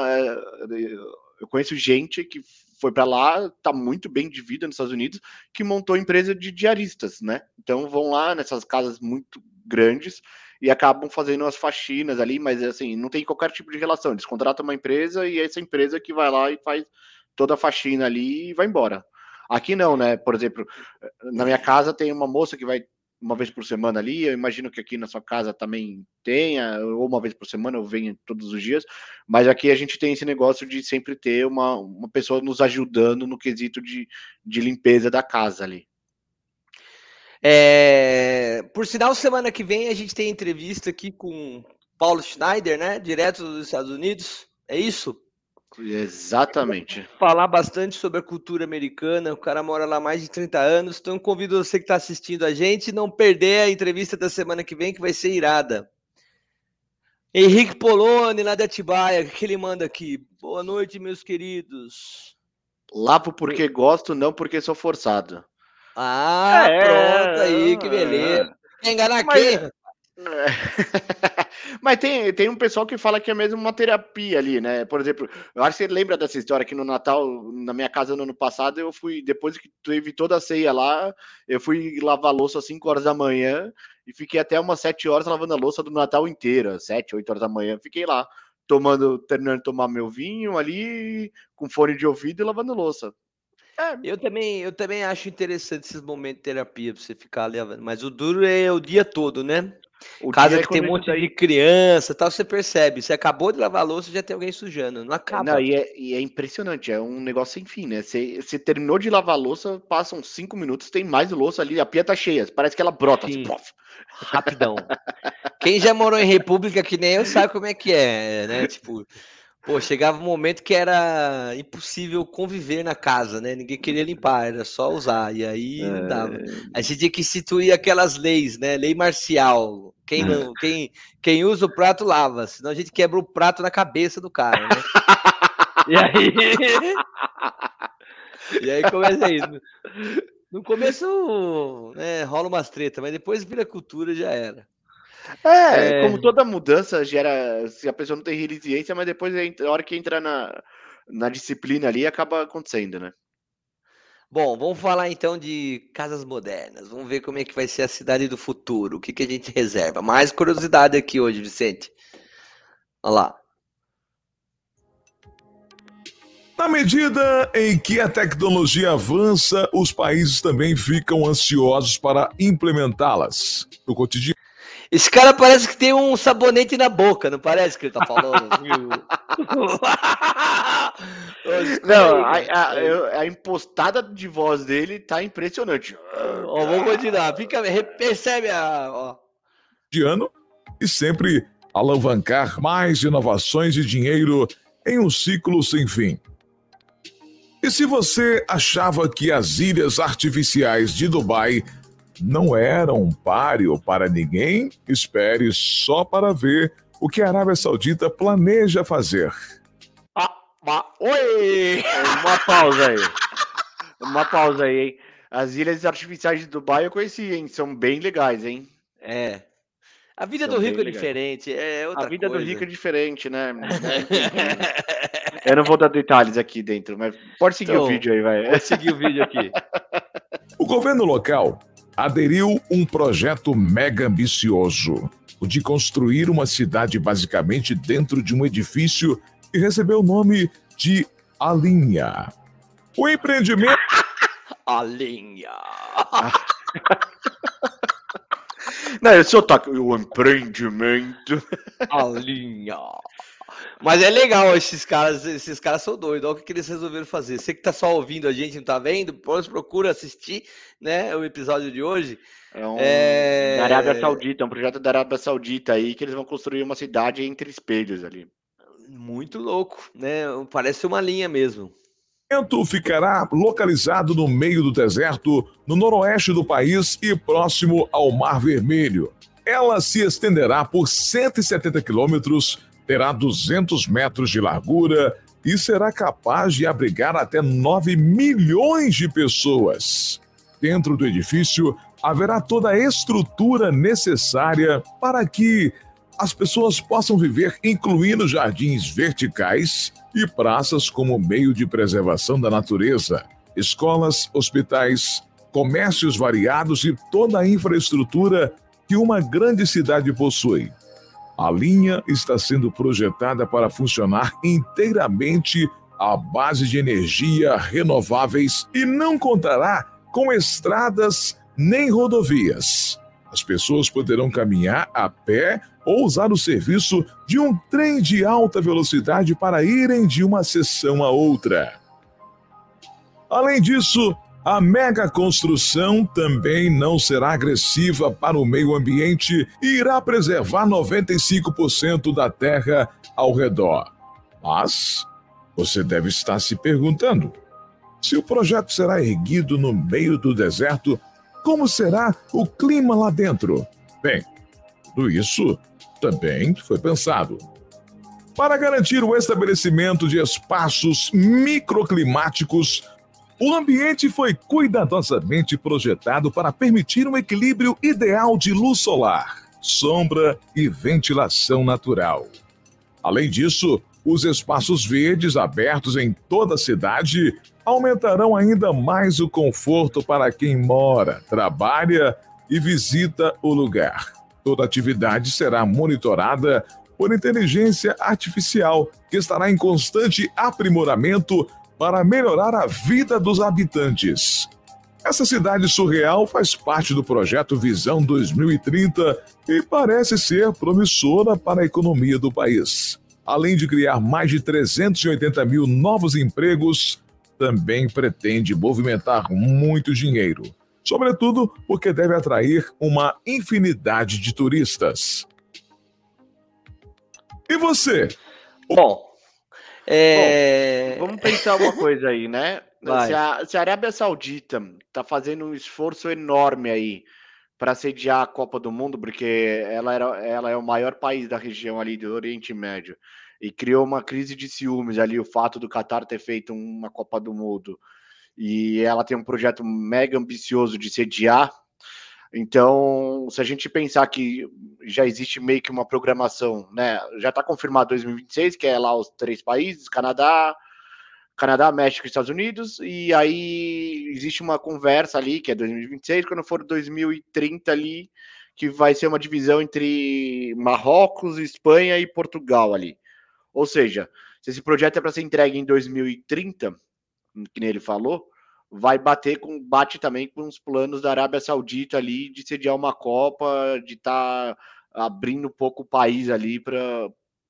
eu conheço gente que foi para lá, tá muito bem de vida nos Estados Unidos, que montou empresa de diaristas, né? Então vão lá nessas casas muito grandes e acabam fazendo as faxinas ali, mas assim, não tem qualquer tipo de relação. Eles contratam uma empresa e é essa empresa que vai lá e faz toda a faxina ali e vai embora. Aqui não, né? Por exemplo, na minha casa tem uma moça que vai uma vez por semana ali, eu imagino que aqui na sua casa também tenha, ou uma vez por semana, eu venho todos os dias, mas aqui a gente tem esse negócio de sempre ter uma pessoa nos ajudando no quesito de limpeza da casa ali. Por sinal, semana que vem a gente tem entrevista aqui com Paulo Schneider, né? Direto dos Estados Unidos. É isso? Exatamente. Falar bastante sobre a cultura americana. O cara mora lá há mais de 30 anos. Então convido você que está assistindo a gente não perder a entrevista da semana que vem, que vai ser irada. Henrique Poloni, lá de Atibaia, o que ele manda aqui? Boa noite, meus queridos. Lavo porque gosto, não porque sou forçado. Pronto aí, que beleza. Quer enganar quem? Mas tem um pessoal que fala que é mesmo uma terapia ali, né? Por exemplo, eu acho que você lembra dessa história que no Natal, na minha casa no ano passado, eu fui, depois que teve toda a ceia lá, eu fui lavar a louça às 5 horas da manhã e fiquei até umas 7 horas lavando a louça do Natal inteira, 7, 8 horas da manhã, fiquei lá. terminando de tomar meu vinho ali, com fone de ouvido e lavando louça. Eu também acho interessante esses momentos de terapia pra você ficar levando, mas o duro é o dia todo, né? Casa que tem um monte de criança, tal, você percebe. Você acabou de lavar a louça, já tem alguém sujando, não acaba. Não, e é impressionante, é um negócio sem fim, né? Você terminou de lavar a louça, passam 5 minutos, tem mais louça ali, a pia tá cheia, parece que ela brota, assim, rapidão. Quem já morou em república que nem eu sabe como é que é, né? Tipo, pô, chegava um momento que era impossível conviver na casa, né? Ninguém queria limpar, era só usar, e aí não dava. Aí você tinha que instituir aquelas leis, né? Lei marcial. Quem usa o prato lava, senão a gente quebra o prato na cabeça do cara, né? E aí começa isso. No começo, né, rola umas tretas, mas depois vira cultura, já era. Como toda mudança gera, se a pessoa não tem resiliência, mas depois a hora que entra na disciplina ali, acaba acontecendo, né? Bom, vamos falar então de casas modernas. Vamos ver como é que vai ser a cidade do futuro. O que a gente reserva? Mais curiosidade aqui hoje, Vicente. Olha lá. Na medida em que a tecnologia avança, os países também ficam ansiosos para implementá-las no cotidiano. Esse cara parece que tem um sabonete na boca, não parece que ele tá falando? Não, a impostada de voz dele tá impressionante. Vamos continuar. Percebe de ano e sempre alavancar mais inovações e dinheiro em um ciclo sem fim. E se você achava que as ilhas artificiais de Dubai não eram um páreo para ninguém, espere só para ver o que a Arábia Saudita planeja fazer. Oi! Uma pausa aí, hein? As ilhas artificiais de Dubai eu conheci, hein? São bem legais, hein? A vida do rico é diferente, é outra coisa. A vida do rico é diferente, né? Eu não vou dar detalhes aqui dentro, mas pode seguir o vídeo aí, vai. Pode seguir o vídeo aqui. O governo local aderiu um projeto mega ambicioso, o de construir uma cidade basicamente dentro de um edifício e recebeu o nome de Alinha. O empreendimento... Alinha. Não, eu só toco o empreendimento. Alinha. Mas é legal, esses caras são doidos. Olha o que eles resolveram fazer. Você que tá só ouvindo a gente, não tá vendo, procura assistir, né, o episódio de hoje. Da Arábia Saudita, um projeto da Arábia Saudita aí, que eles vão construir uma cidade entre espelhos ali. Muito louco, né? Parece uma linha mesmo. O ficará localizado no meio do deserto, no noroeste do país e próximo ao Mar Vermelho. Ela se estenderá por 170 quilômetros, terá 200 metros de largura e será capaz de abrigar até 9 milhões de pessoas. Dentro do edifício, haverá toda a estrutura necessária para que as pessoas possam viver, incluindo jardins verticais e praças como meio de preservação da natureza, escolas, hospitais, comércios variados e toda a infraestrutura que uma grande cidade possui. A linha está sendo projetada para funcionar inteiramente à base de energia renováveis e não contará com estradas nem rodovias. As pessoas poderão caminhar a pé ou usar o serviço de um trem de alta velocidade para irem de uma seção a outra. Além disso, a mega construção também não será agressiva para o meio ambiente e irá preservar 95% da terra ao redor. Mas você deve estar se perguntando, se o projeto será erguido no meio do deserto, como será o clima lá dentro? Bem, tudo isso também foi pensado. Para garantir o estabelecimento de espaços microclimáticos, o ambiente foi cuidadosamente projetado para permitir um equilíbrio ideal de luz solar, sombra e ventilação natural. Além disso, os espaços verdes abertos em toda a cidade aumentarão ainda mais o conforto para quem mora, trabalha e visita o lugar. Toda atividade será monitorada por inteligência artificial, que estará em constante aprimoramento para melhorar a vida dos habitantes. Essa cidade surreal faz parte do projeto Visão 2030 e parece ser promissora para a economia do país. Além de criar mais de 380 mil novos empregos, também pretende movimentar muito dinheiro. Sobretudo porque deve atrair uma infinidade de turistas. E você? Bom, vamos pensar uma coisa aí, né? Se a Arábia Saudita está fazendo um esforço enorme aí para sediar a Copa do Mundo, porque ela é o maior país da região ali do Oriente Médio, e criou uma crise de ciúmes ali, o fato do Qatar ter feito uma Copa do Mundo, e ela tem um projeto mega ambicioso de sediar. Então, se a gente pensar que já existe meio que uma programação, né? Já está confirmado 2026, que é lá os 3 países, Canadá, México e Estados Unidos, e aí existe uma conversa ali, que é 2026, quando for 2030 ali, que vai ser uma divisão entre Marrocos, Espanha e Portugal ali. Ou seja, se esse projeto é para ser entregue em 2030, que nem ele falou, bate também com os planos da Arábia Saudita ali de sediar uma Copa, de estar abrindo um pouco o país ali para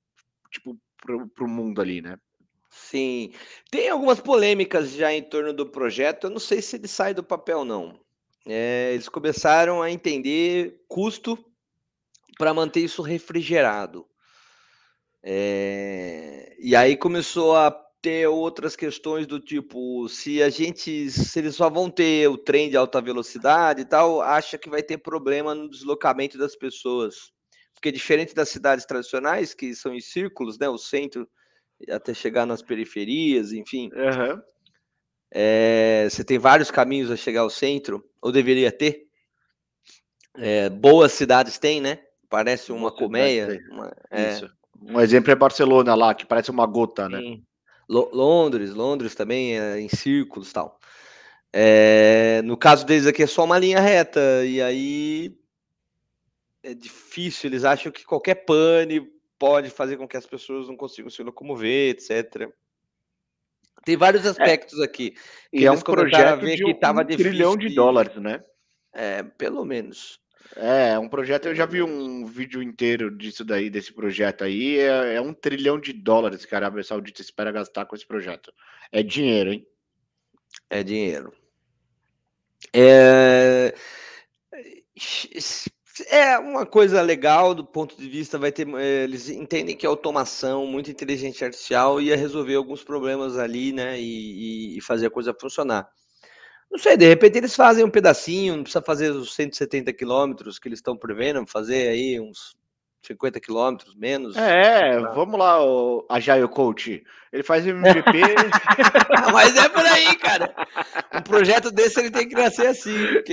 o mundo ali, né? Sim, tem algumas polêmicas já em torno do projeto, eu não sei se ele sai do papel, não. Eles começaram a entender custo para manter isso refrigerado. E aí começou a ter outras questões do tipo, se eles só vão ter o trem de alta velocidade e tal, acha que vai ter problema no deslocamento das pessoas. Porque diferente das cidades tradicionais, que são em círculos, né, o centro até chegar nas periferias, enfim. Uhum. Você tem vários caminhos a chegar ao centro, ou deveria ter. Boas cidades têm, né? Parece uma colmeia. Isso. Um exemplo é Barcelona lá, que parece uma gota, né? Londres também é em círculos e tal. No caso deles aqui é só uma linha reta, e aí é difícil, eles acham que qualquer pane pode fazer com que as pessoas não consigam se locomover, etc. Tem vários aspectos aqui. E é um projeto de $1 trilhão, né? Pelo menos. Um projeto, eu já vi um vídeo inteiro disso daí, desse projeto aí, é $1 trilhão que a Arábia Saudita espera gastar com esse projeto. É dinheiro, hein? É dinheiro. Uma coisa legal do ponto de vista, eles entendem que a automação, muita inteligência artificial ia resolver alguns problemas ali, né, e fazer a coisa funcionar. Não sei, de repente eles fazem um pedacinho, não precisa fazer os 170 quilômetros que eles estão prevendo, fazer aí uns 50 quilômetros menos. Vamos lá, o Agile Coach. Ele faz MVP. Mas é por aí, cara. Um projeto desse ele tem que nascer assim, porque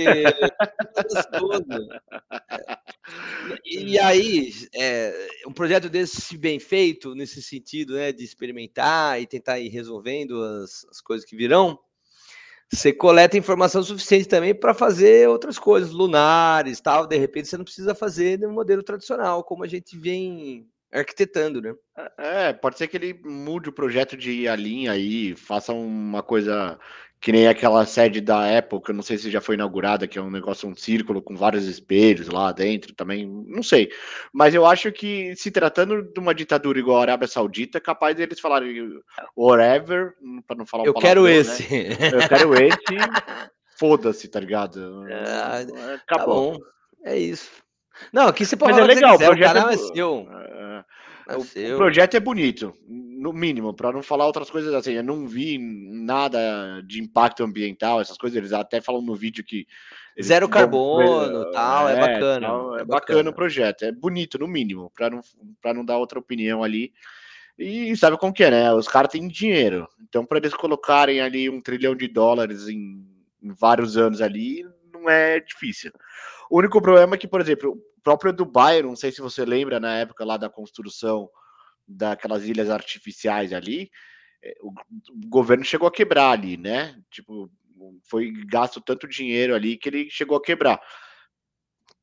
e aí, um projeto desse, se bem feito, nesse sentido, né, de experimentar e tentar ir resolvendo as coisas que virão, você coleta informação suficiente também para fazer outras coisas, lunares, tal. De repente, você não precisa fazer no modelo tradicional, como a gente vem arquitetando, né? Pode ser que ele mude o projeto de linha aí, faça uma coisa que nem aquela sede da Apple, que eu não sei se já foi inaugurada, que é um negócio, um círculo com vários espelhos lá dentro também, não sei. Mas eu acho que, se tratando de uma ditadura igual a Arábia Saudita, é capaz deles falarem whatever, para não falar eu quero esse. Né? Eu quero esse, foda-se, tá ligado? Acabou. Tá bom, é isso. Não, aqui você pode falar legal, o canal é seu. O projeto é bonito, no mínimo, para não falar outras coisas assim. Eu não vi nada de impacto ambiental, essas coisas. Eles até falam no vídeo que zero carbono, tal, é bacana. É bacana o projeto, é bonito no mínimo, para não dar outra opinião ali. E sabe como que é, né? Os caras têm dinheiro, então para eles colocarem ali $1 trilhão em vários anos ali, não é difícil. O único problema é que, por exemplo, o próprio Dubai, não sei se você lembra, na época lá da construção daquelas ilhas artificiais ali, o governo chegou a quebrar ali, né? Tipo, foi gasto tanto dinheiro ali que ele chegou a quebrar.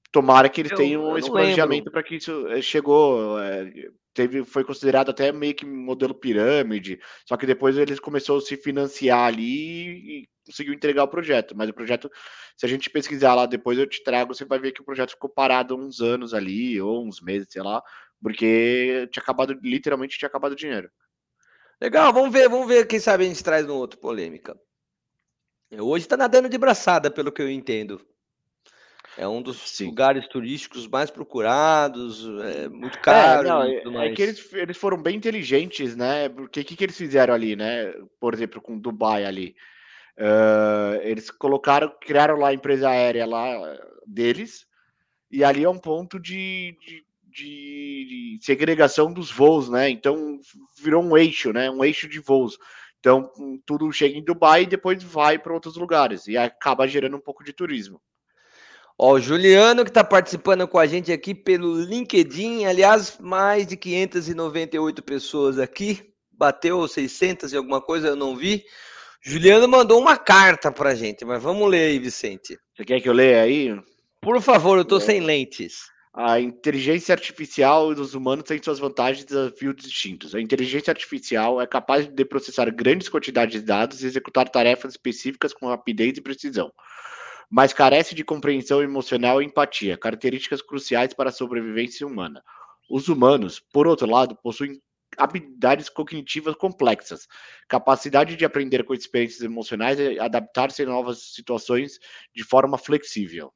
Tomara que eles tenham esse planejamento para que isso chegou. Foi considerado até meio que modelo pirâmide, só que depois eles começaram a se financiar ali e conseguiu entregar o projeto. Mas o projeto, se a gente pesquisar lá depois, eu te trago, você vai ver que o projeto ficou parado uns anos ali, ou uns meses, sei lá, porque literalmente tinha acabado o dinheiro. Legal, vamos ver, quem sabe a gente traz no outro polêmica. Hoje está nadando de braçada, pelo que eu entendo. É um dos lugares turísticos mais procurados, muito caro. Que eles foram bem inteligentes, né? Porque o que eles fizeram ali, né? Por exemplo, com Dubai ali. Eles criaram lá a empresa aérea lá deles, e ali é um ponto de segregação dos voos, né? Então virou um eixo, né? Um eixo de voos. Então tudo chega em Dubai e depois vai para outros lugares e acaba gerando um pouco de turismo. Ó, o Juliano que está participando com a gente aqui pelo LinkedIn, aliás, mais de 598 pessoas aqui, bateu 600 e alguma coisa, eu não vi. Juliano mandou uma carta para a gente, mas vamos ler aí, Vicente. Você quer que eu leia aí? Por favor, eu estou sem lentes. A inteligência artificial dos humanos tem suas vantagens e desafios distintos. A inteligência artificial é capaz de processar grandes quantidades de dados e executar tarefas específicas com rapidez e precisão, mas carece de compreensão emocional e empatia, características cruciais para a sobrevivência humana. Os humanos, por outro lado, possuem habilidades cognitivas complexas, capacidade de aprender com experiências emocionais e adaptar-se a novas situações de forma flexível.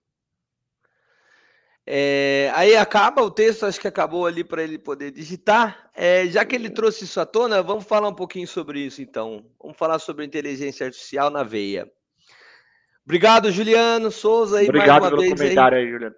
Aí acaba o texto, acho que acabou ali para ele poder digitar. Já que ele trouxe isso à tona, vamos falar um pouquinho sobre isso então. Vamos falar sobre inteligência artificial na veia. Obrigado, Juliano Souza. Aí, obrigado mais uma pelo vez, comentário aí, Juliano.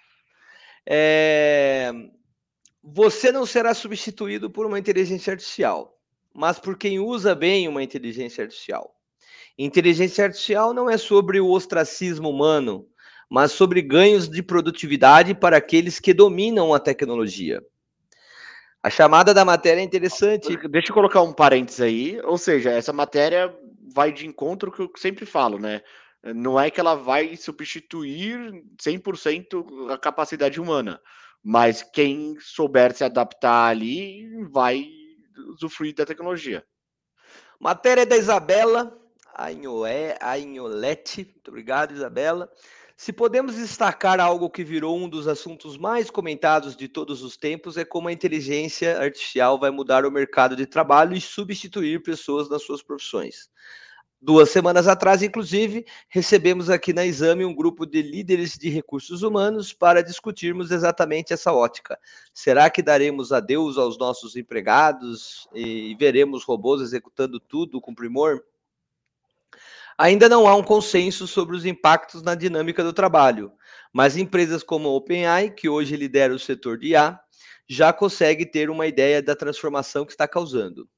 Você não será substituído por uma inteligência artificial, mas por quem usa bem uma inteligência artificial. Inteligência artificial não é sobre o ostracismo humano, mas sobre ganhos de produtividade para aqueles que dominam a tecnologia. A chamada da matéria é interessante. Deixa eu colocar um parênteses aí, ou seja, essa matéria vai de encontro que eu sempre falo, né? Não é que ela vai substituir 100% a capacidade humana, mas quem souber se adaptar ali vai usufruir da tecnologia. Matéria da Isabela Agnolete. Muito obrigado, Isabela. Se podemos destacar algo que virou um dos assuntos mais comentados de todos os tempos, é como a inteligência artificial vai mudar o mercado de trabalho e substituir pessoas nas suas profissões. 2 semanas atrás, inclusive, recebemos aqui na Exame um grupo de líderes de recursos humanos para discutirmos exatamente essa ótica. Será que daremos adeus aos nossos empregados e veremos robôs executando tudo com primor? Ainda não há um consenso sobre os impactos na dinâmica do trabalho, mas empresas como a OpenAI, que hoje lidera o setor de IA, já consegue ter uma ideia da transformação que está causando.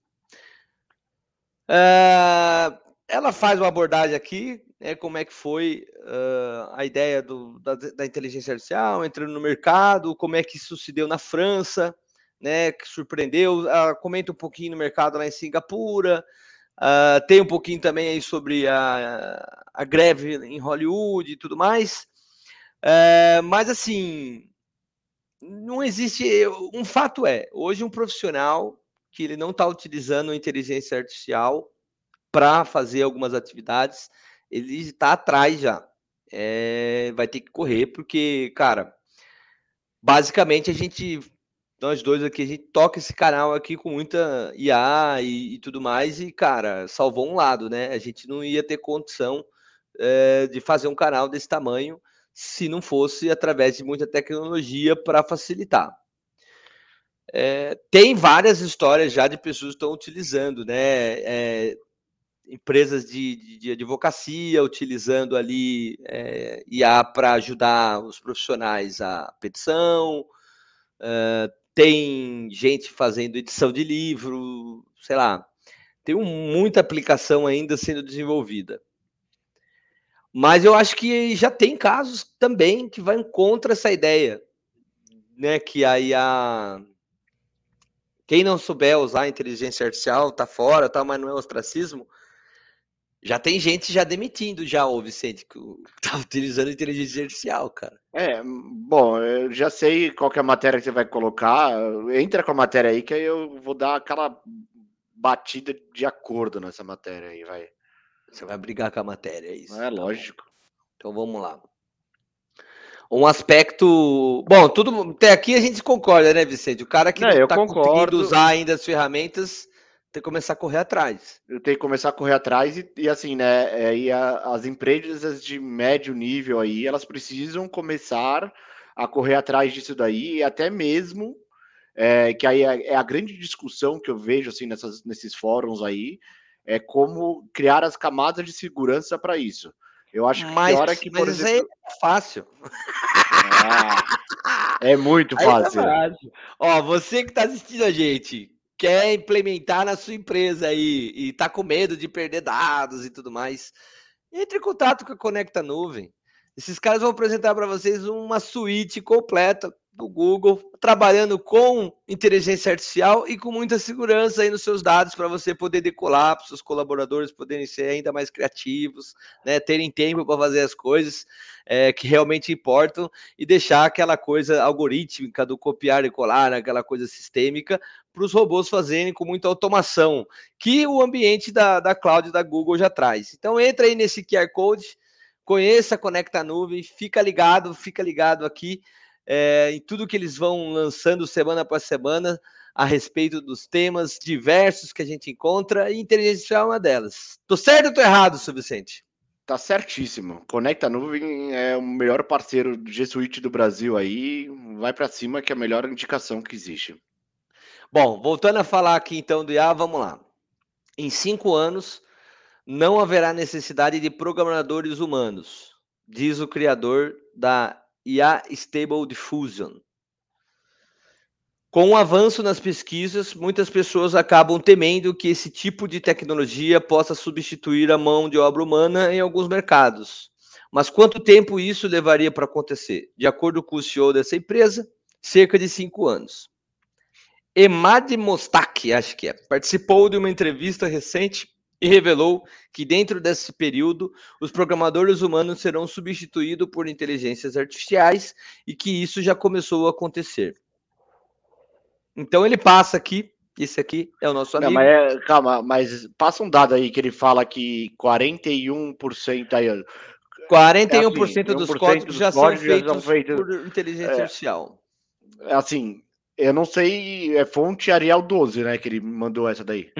Ela faz uma abordagem aqui, como é que foi a ideia da inteligência artificial entrando no mercado, como é que isso se deu na França, né, que surpreendeu. Comenta um pouquinho no mercado lá em Singapura, tem um pouquinho também aí sobre a greve em Hollywood e tudo mais. Mas assim, não existe. Um fato hoje um profissional que ele não está utilizando a inteligência artificial para fazer algumas atividades, ele está atrás já. Vai ter que correr, porque, cara, basicamente nós dois aqui, a gente toca esse canal aqui com muita IA e tudo mais, e, cara, salvou um lado, né? A gente não ia ter condição de fazer um canal desse tamanho se não fosse através de muita tecnologia para facilitar. Tem várias histórias já de pessoas que estão utilizando, né? Empresas de advocacia utilizando ali IA para ajudar os profissionais a petição, tem gente fazendo edição de livro, sei lá, tem muita aplicação ainda sendo desenvolvida. Mas eu acho que já tem casos também que vai contra essa ideia, né? Que aí quem não souber usar a inteligência artificial tá fora, tá, mas não é ostracismo. Já tem gente já demitindo, já, ô Vicente, que tá utilizando inteligência artificial, cara. Bom, eu já sei qual que é a matéria que você vai colocar. Entra com a matéria aí que aí eu vou dar aquela batida de acordo nessa matéria aí, vai. Você vai brigar com a matéria, é isso? É lógico. Então vamos lá. Um aspecto... Bom, tudo até aqui a gente concorda, né, Vicente? O cara que não tá conseguindo usar ainda as ferramentas tem que começar a correr atrás. Eu tenho que começar a correr atrás e assim, né? As empresas de médio nível aí, elas precisam começar a correr atrás disso daí, e até mesmo que aí é a grande discussão que eu vejo assim nesses fóruns aí, é como criar as camadas de segurança para isso. Eu acho que a hora que, por exemplo, é fácil. É muito fácil. Ó, você que está assistindo a gente, quer implementar na sua empresa aí e tá com medo de perder dados e tudo mais, entre em contato com a Conecta Nuvem. Esses caras vão apresentar para vocês uma suíte completa do Google, trabalhando com inteligência artificial e com muita segurança aí nos seus dados para você poder decolar, para os seus colaboradores poderem ser ainda mais criativos, né, terem tempo para fazer as coisas que realmente importam e deixar aquela coisa algorítmica do copiar e colar, aquela coisa sistêmica, para os robôs fazerem com muita automação, que o ambiente da cloud da Google já traz. Então entra aí nesse QR Code, conheça a Conecta Nuvem, fica ligado aqui em tudo que eles vão lançando semana após semana a respeito dos temas diversos que a gente encontra, e inteligência artificial é uma delas. Tô certo ou tô errado, Sr. Vicente? Tá certíssimo. Conecta Nuvem é o melhor parceiro do G Suite do Brasil aí. Vai para cima que é a melhor indicação que existe. Bom, voltando a falar aqui então do IA, vamos lá. Em 5 anos, não haverá necessidade de programadores humanos, diz o criador da IA Stable Diffusion. Com o avanço nas pesquisas, muitas pessoas acabam temendo que esse tipo de tecnologia possa substituir a mão de obra humana em alguns mercados. Mas quanto tempo isso levaria para acontecer? De acordo com o CEO dessa empresa, cerca de 5 anos. Emad Mostak, acho que participou de uma entrevista recente e revelou que dentro desse período, os programadores humanos serão substituídos por inteligências artificiais e que isso já começou a acontecer. Então ele passa aqui, esse aqui é o nosso amigo. Não, calma, mas passa um dado aí que ele fala que 41% aí... 41% dos códigos já são feitos por inteligência artificial. Assim, eu não sei, é fonte Arial 12, né, que ele mandou essa daí.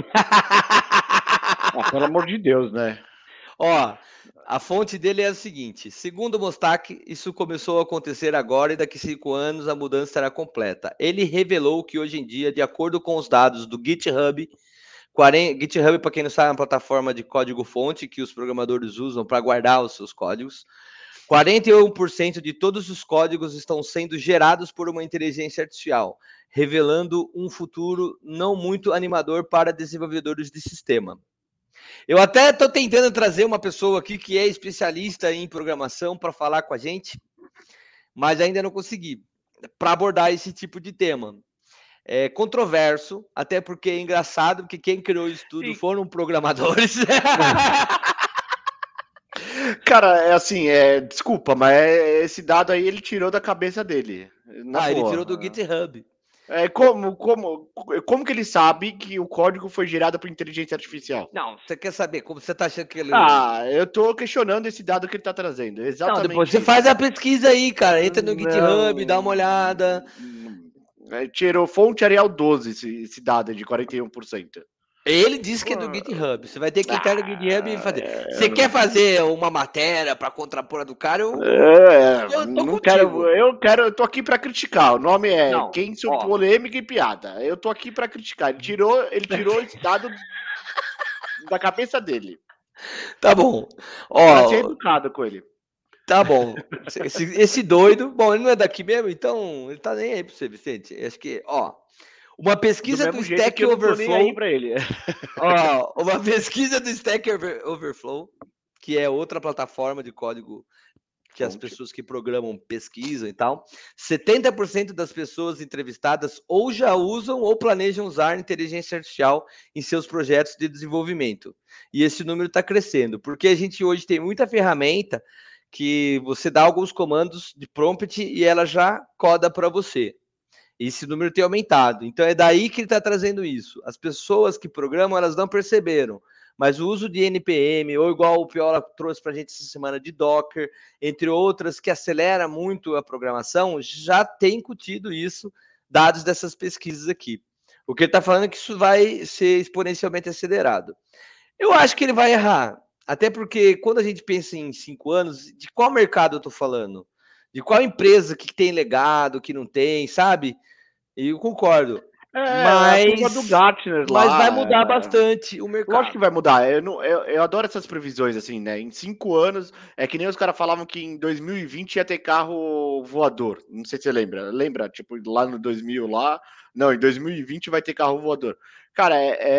Pelo amor de Deus, né? Ó, a fonte dele é a seguinte: segundo Mostak, isso começou a acontecer agora e daqui 5 anos a mudança será completa. Ele revelou que hoje em dia, de acordo com os dados do GitHub, GitHub, para quem não sabe, é uma plataforma de código-fonte que os programadores usam para guardar os seus códigos. 41% de todos os códigos estão sendo gerados por uma inteligência artificial, revelando um futuro não muito animador para desenvolvedores de sistema. Eu até estou tentando trazer uma pessoa aqui que é especialista em programação para falar com a gente, mas ainda não consegui, para abordar esse tipo de tema. É controverso, até porque é engraçado, porque quem criou isso tudo foram programadores. Cara, desculpa, mas esse dado aí ele tirou da cabeça dele. Ele tirou do GitHub. Como que ele sabe que o código foi gerado por inteligência artificial? Não, você quer saber como você tá achando que ele... eu tô questionando esse dado que ele tá trazendo. Exatamente. Não, depois você faz a pesquisa aí, cara. Entra no GitHub, dá uma olhada. Tirou fonte Arial 12 esse dado de 41%. Ele disse que é do GitHub. Você vai ter que entrar no GitHub e fazer. Você quer fazer uma matéria para contrapor a do cara? Eu não quero. Eu tô aqui para criticar. O nome é Quem Sou Polêmica e Piada. Eu tô aqui para criticar. Ele tirou esse dado da cabeça dele. Tá bom. Pra ser educado com ele. Tá bom. Esse doido. Bom, ele não é daqui mesmo, então ele tá nem aí pra você, Vicente. Acho que, uma pesquisa do Stack Overflow. Uma pesquisa do Stack Overflow, que é outra plataforma de código que as pessoas que programam pesquisam e tal, 70% das pessoas entrevistadas ou já usam ou planejam usar inteligência artificial em seus projetos de desenvolvimento. E esse número está crescendo, porque a gente hoje tem muita ferramenta que você dá alguns comandos de prompt e ela já coda para você. Esse número tem aumentado. Então é daí que ele está trazendo isso. As pessoas que programam, elas não perceberam. Mas o uso de NPM, ou igual o Piola trouxe para a gente essa semana de Docker, entre outras, que acelera muito a programação, já tem incutido isso, dados dessas pesquisas aqui. O que ele está falando é que isso vai ser exponencialmente acelerado. Eu acho que ele vai errar, até porque quando a gente pensa em 5 anos, de qual mercado eu estou falando? De qual empresa que tem legado, que não tem, sabe? E eu concordo. A curva do Gartner lá. Mas vai mudar bastante o mercado. Lógico que vai mudar. Eu adoro essas previsões, assim, né? Em 5 anos, é que nem os caras falavam que em 2020 ia ter carro voador. Não sei se você lembra. Lembra? Tipo, lá no 2000 lá. Não, em 2020 vai ter carro voador. Cara,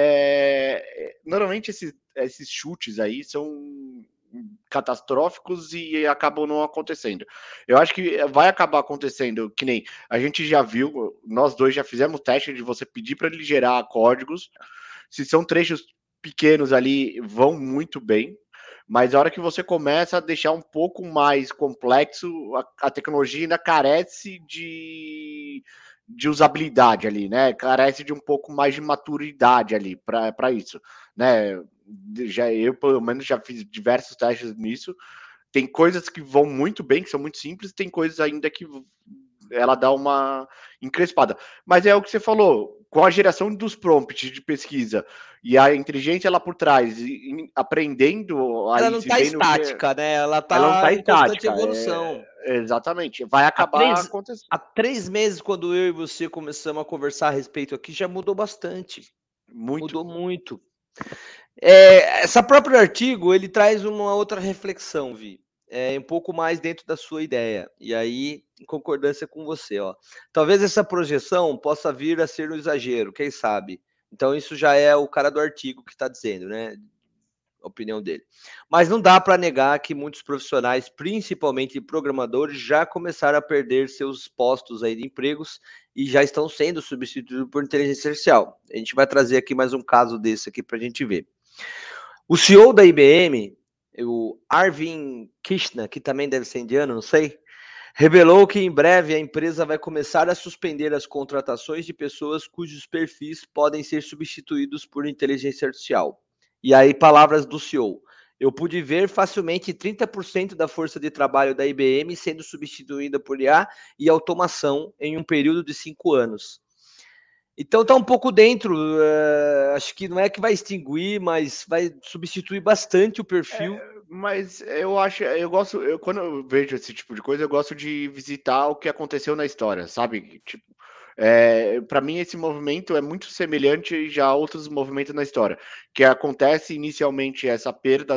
normalmente esses chutes aí são catastróficos e acabam não acontecendo. Eu acho que vai acabar acontecendo, que nem a gente já viu, nós dois já fizemos teste de você pedir para ele gerar códigos. Se são trechos pequenos ali, vão muito bem. Mas a hora que você começa a deixar um pouco mais complexo, a tecnologia ainda carece de usabilidade ali, né? Carece de um pouco mais de maturidade ali para isso, né? Eu, pelo menos, já fiz diversos testes nisso. Tem coisas que vão muito bem, que são muito simples, tem coisas ainda que ela dá uma encrespada. Mas é o que você falou, com a geração dos prompts de pesquisa e a inteligência lá por trás, aprendendo... Ela não está estática, né? Ela não tá em constante evolução. Exatamente. Vai acabar acontecendo. Há 3 meses, quando eu e você começamos a conversar a respeito aqui, já mudou bastante. Mudou muito. Esse próprio artigo, ele traz uma outra reflexão, Vi. Um pouco mais dentro da sua ideia. E aí, em concordância com você, ó. Talvez essa projeção possa vir a ser um exagero, quem sabe? Então, isso já é o cara do artigo que está dizendo, né? A opinião dele. Mas não dá para negar que muitos profissionais, principalmente programadores, já começaram a perder seus postos aí de empregos e já estão sendo substituídos por inteligência artificial. A gente vai trazer aqui mais um caso desse aqui para a gente ver. O CEO da IBM, o Arvind Krishna, que também deve ser indiano, não sei, revelou que em breve a empresa vai começar a suspender as contratações de pessoas cujos perfis podem ser substituídos por inteligência artificial. E aí, palavras do CEO. Eu pude ver facilmente 30% da força de trabalho da IBM sendo substituída por IA e automação em um período de 5 anos. Então está um pouco dentro, acho que não é que vai extinguir, mas vai substituir bastante o perfil. Mas quando eu vejo esse tipo de coisa, eu gosto de visitar o que aconteceu na história, sabe? Tipo, para mim esse movimento é muito semelhante já a outros movimentos na história, que acontece inicialmente essa perda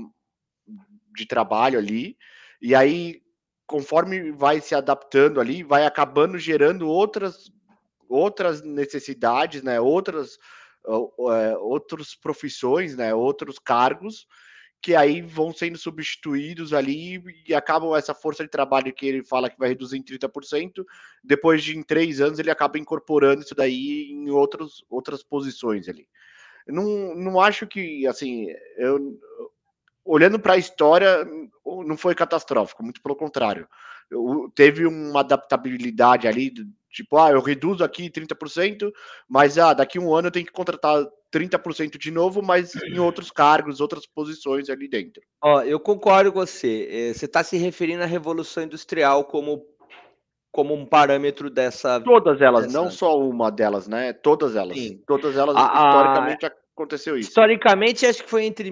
de trabalho ali, e aí conforme vai se adaptando ali, vai acabando gerando outras necessidades, né? Outras profissões, né? Outros cargos que aí vão sendo substituídos ali e acabam essa força de trabalho que ele fala que vai reduzir em 30%, depois de em 3 anos ele acaba incorporando isso daí em outras posições ali. Não acho que, assim, olhando para a história, não foi catastrófico, muito pelo contrário. Teve uma adaptabilidade ali, tipo, eu reduzo aqui 30%, mas daqui a um ano eu tenho que contratar 30% de novo, mas em outros cargos, outras posições ali dentro. Eu concordo com você. Você está se referindo à Revolução Industrial como um parâmetro dessa... Todas elas, não só uma delas, né? Todas elas. Sim. Todas elas, historicamente, aconteceu isso. Historicamente, acho que foi entre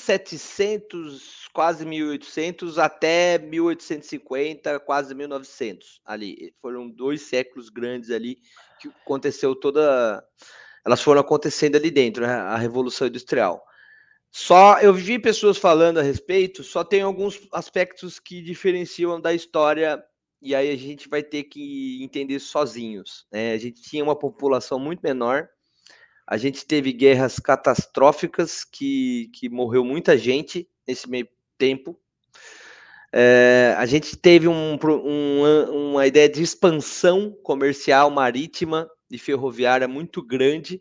1700, quase 1800, até 1850, quase 1900, ali. Foram 2 séculos grandes ali que aconteceu elas foram acontecendo ali dentro, né? A Revolução Industrial. Eu vi pessoas falando a respeito, só tem alguns aspectos que diferenciam da história e aí a gente vai ter que entender sozinhos, né? A gente tinha uma população muito menor, a gente teve guerras catastróficas que morreu muita gente nesse meio tempo. A gente teve uma ideia de expansão comercial marítima e ferroviária muito grande,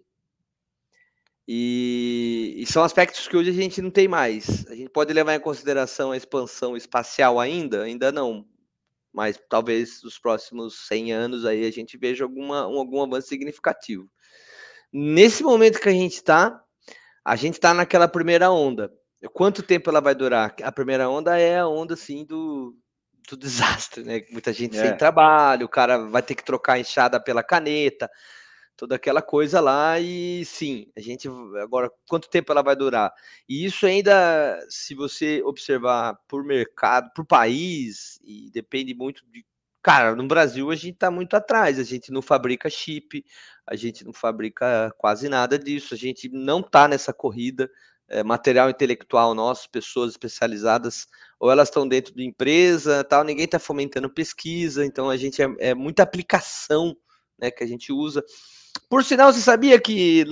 e são aspectos que hoje a gente não tem mais. A gente pode levar em consideração a expansão espacial ainda não, mas talvez nos próximos 100 anos aí a gente veja algum avanço significativo. Nesse momento que a gente está naquela primeira onda. Quanto tempo ela vai durar? A primeira onda é a onda, assim, do desastre, né? Muita gente sem trabalho, o cara vai ter que trocar a enxada pela caneta, toda aquela coisa lá, e sim, agora, quanto tempo ela vai durar? E isso ainda, se você observar por mercado, por país, e depende muito de... Cara, no Brasil a gente está muito atrás, a gente não fabrica chip, a gente não fabrica quase nada disso, a gente não está nessa corrida. Material intelectual nosso, pessoas especializadas, ou elas estão dentro de empresa, tal, ninguém está fomentando pesquisa, então a gente é muita aplicação, né, que a gente usa. Por sinal, você sabia que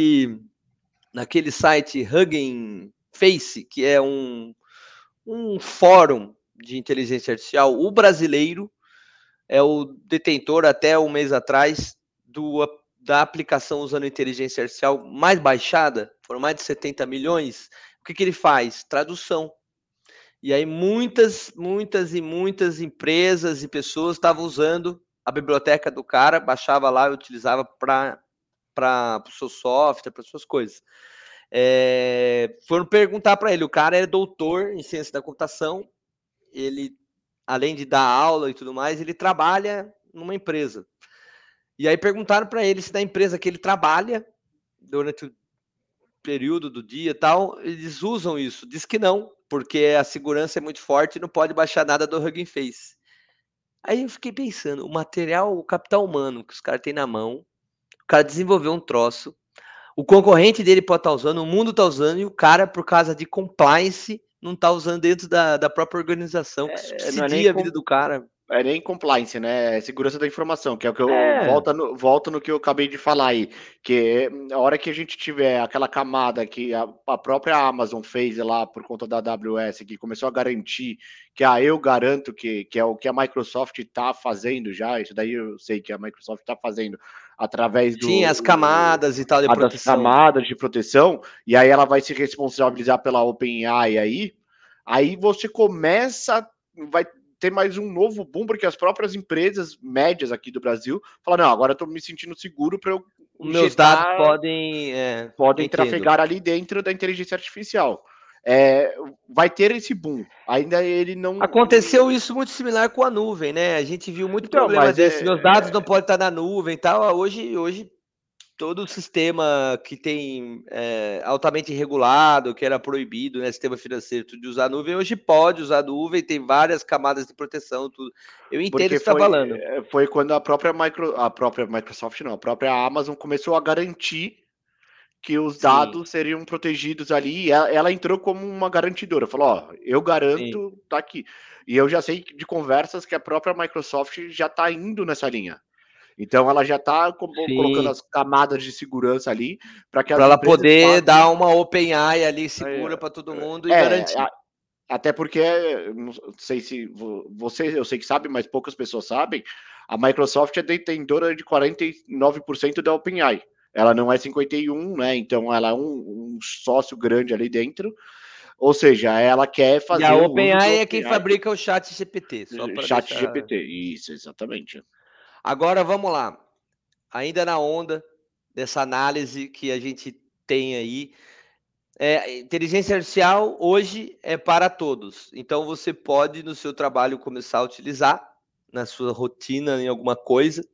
naquele site Hugging Face, que é um fórum de inteligência artificial, o brasileiro é o detentor até um mês atrás da aplicação usando inteligência artificial mais baixada, foram mais de 70 milhões. O que ele faz? Tradução. E aí muitas empresas e pessoas estavam usando a biblioteca do cara, baixava lá e utilizava para o seu software, para suas coisas. Foram perguntar para ele, o cara é doutor em ciência da computação, ele, além de dar aula e tudo mais, ele trabalha numa empresa. E aí perguntaram para ele se na empresa que ele trabalha, durante o período do dia e tal, eles usam isso. Diz que não, porque a segurança é muito forte e não pode baixar nada do Hugging Face. Aí eu fiquei pensando, o capital humano que os caras têm na mão, o cara desenvolveu um troço, o concorrente dele pode estar usando, o mundo está usando, e o cara, por causa de compliance, não está usando dentro da própria organização, que subsidia a vida do cara. É nem compliance, né? É segurança da informação, que é o que eu volto no que eu acabei de falar aí. Que a hora que a gente tiver aquela camada que a própria Amazon fez lá por conta da AWS, que começou a garantir que eu garanto que é o que a Microsoft está fazendo já, isso daí eu sei que a Microsoft está fazendo através Sim, as camadas e tal de proteção. As camadas de proteção, e aí ela vai se responsabilizar pela OpenAI aí você vai ter mais um novo boom, porque as próprias empresas médias aqui do Brasil falam, não, agora eu tô me sentindo seguro para eu meus dados podem trafegar ali dentro da inteligência artificial. Vai ter esse boom. Ainda ele não... Aconteceu isso muito similar com a nuvem, né? A gente viu muito problema desse. Meus dados não podem estar na nuvem e tal. Hoje todo o sistema que tem altamente regulado, que era proibido, né, sistema financeiro, tudo de usar nuvem, hoje pode usar nuvem, tem várias camadas de proteção, tudo. Eu entendo o que você está falando. Foi quando a própria Microsoft, não, a própria Amazon começou a garantir que os dados seriam protegidos ali, e ela entrou como uma garantidora, falou, eu garanto, tá aqui. E eu já sei de conversas que a própria Microsoft já está indo nessa linha. Então ela já está colocando as camadas de segurança ali para ela poder dar uma OpenAI ali segura para todo mundo e garantir. Até porque, não sei se eu sei que sabe, mas poucas pessoas sabem, a Microsoft é detentora de 49% da OpenAI. Ela não é 51%, né? Então ela é um sócio grande ali dentro. Ou seja, ela quer fazer. E a OpenAI é quem fabrica o ChatGPT. ChatGPT, isso, exatamente. Agora vamos lá, ainda na onda dessa análise que a gente tem aí, inteligência artificial hoje é para todos, então você pode no seu trabalho começar a utilizar na sua rotina em alguma coisa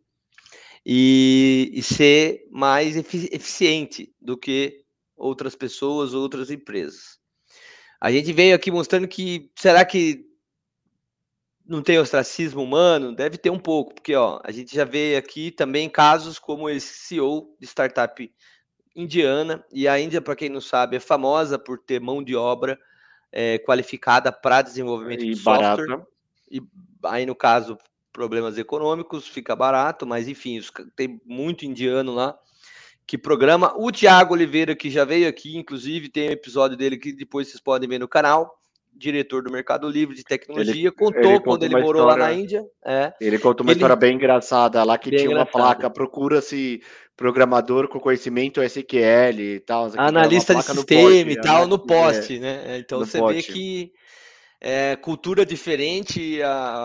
e ser mais eficiente do que outras pessoas, outras empresas. A gente veio aqui mostrando que, será que não tem ostracismo humano? Deve ter um pouco, porque a gente já vê aqui também casos como esse CEO de startup indiana, e a Índia, para quem não sabe, é famosa por ter mão de obra qualificada para desenvolvimento de software. E aí, no caso, problemas econômicos, fica barato, mas enfim, tem muito indiano lá que programa. O Thiago Oliveira, que já veio aqui, inclusive, tem um episódio dele que depois vocês podem ver no canal, diretor do Mercado Livre de tecnologia, contou quando ele morou lá na Índia. Ele contou uma história bem engraçada lá, que tinha uma placa, procura-se programador com conhecimento SQL e tal. Analista de sistema e tal, no poste, né? Então você vê que cultura diferente,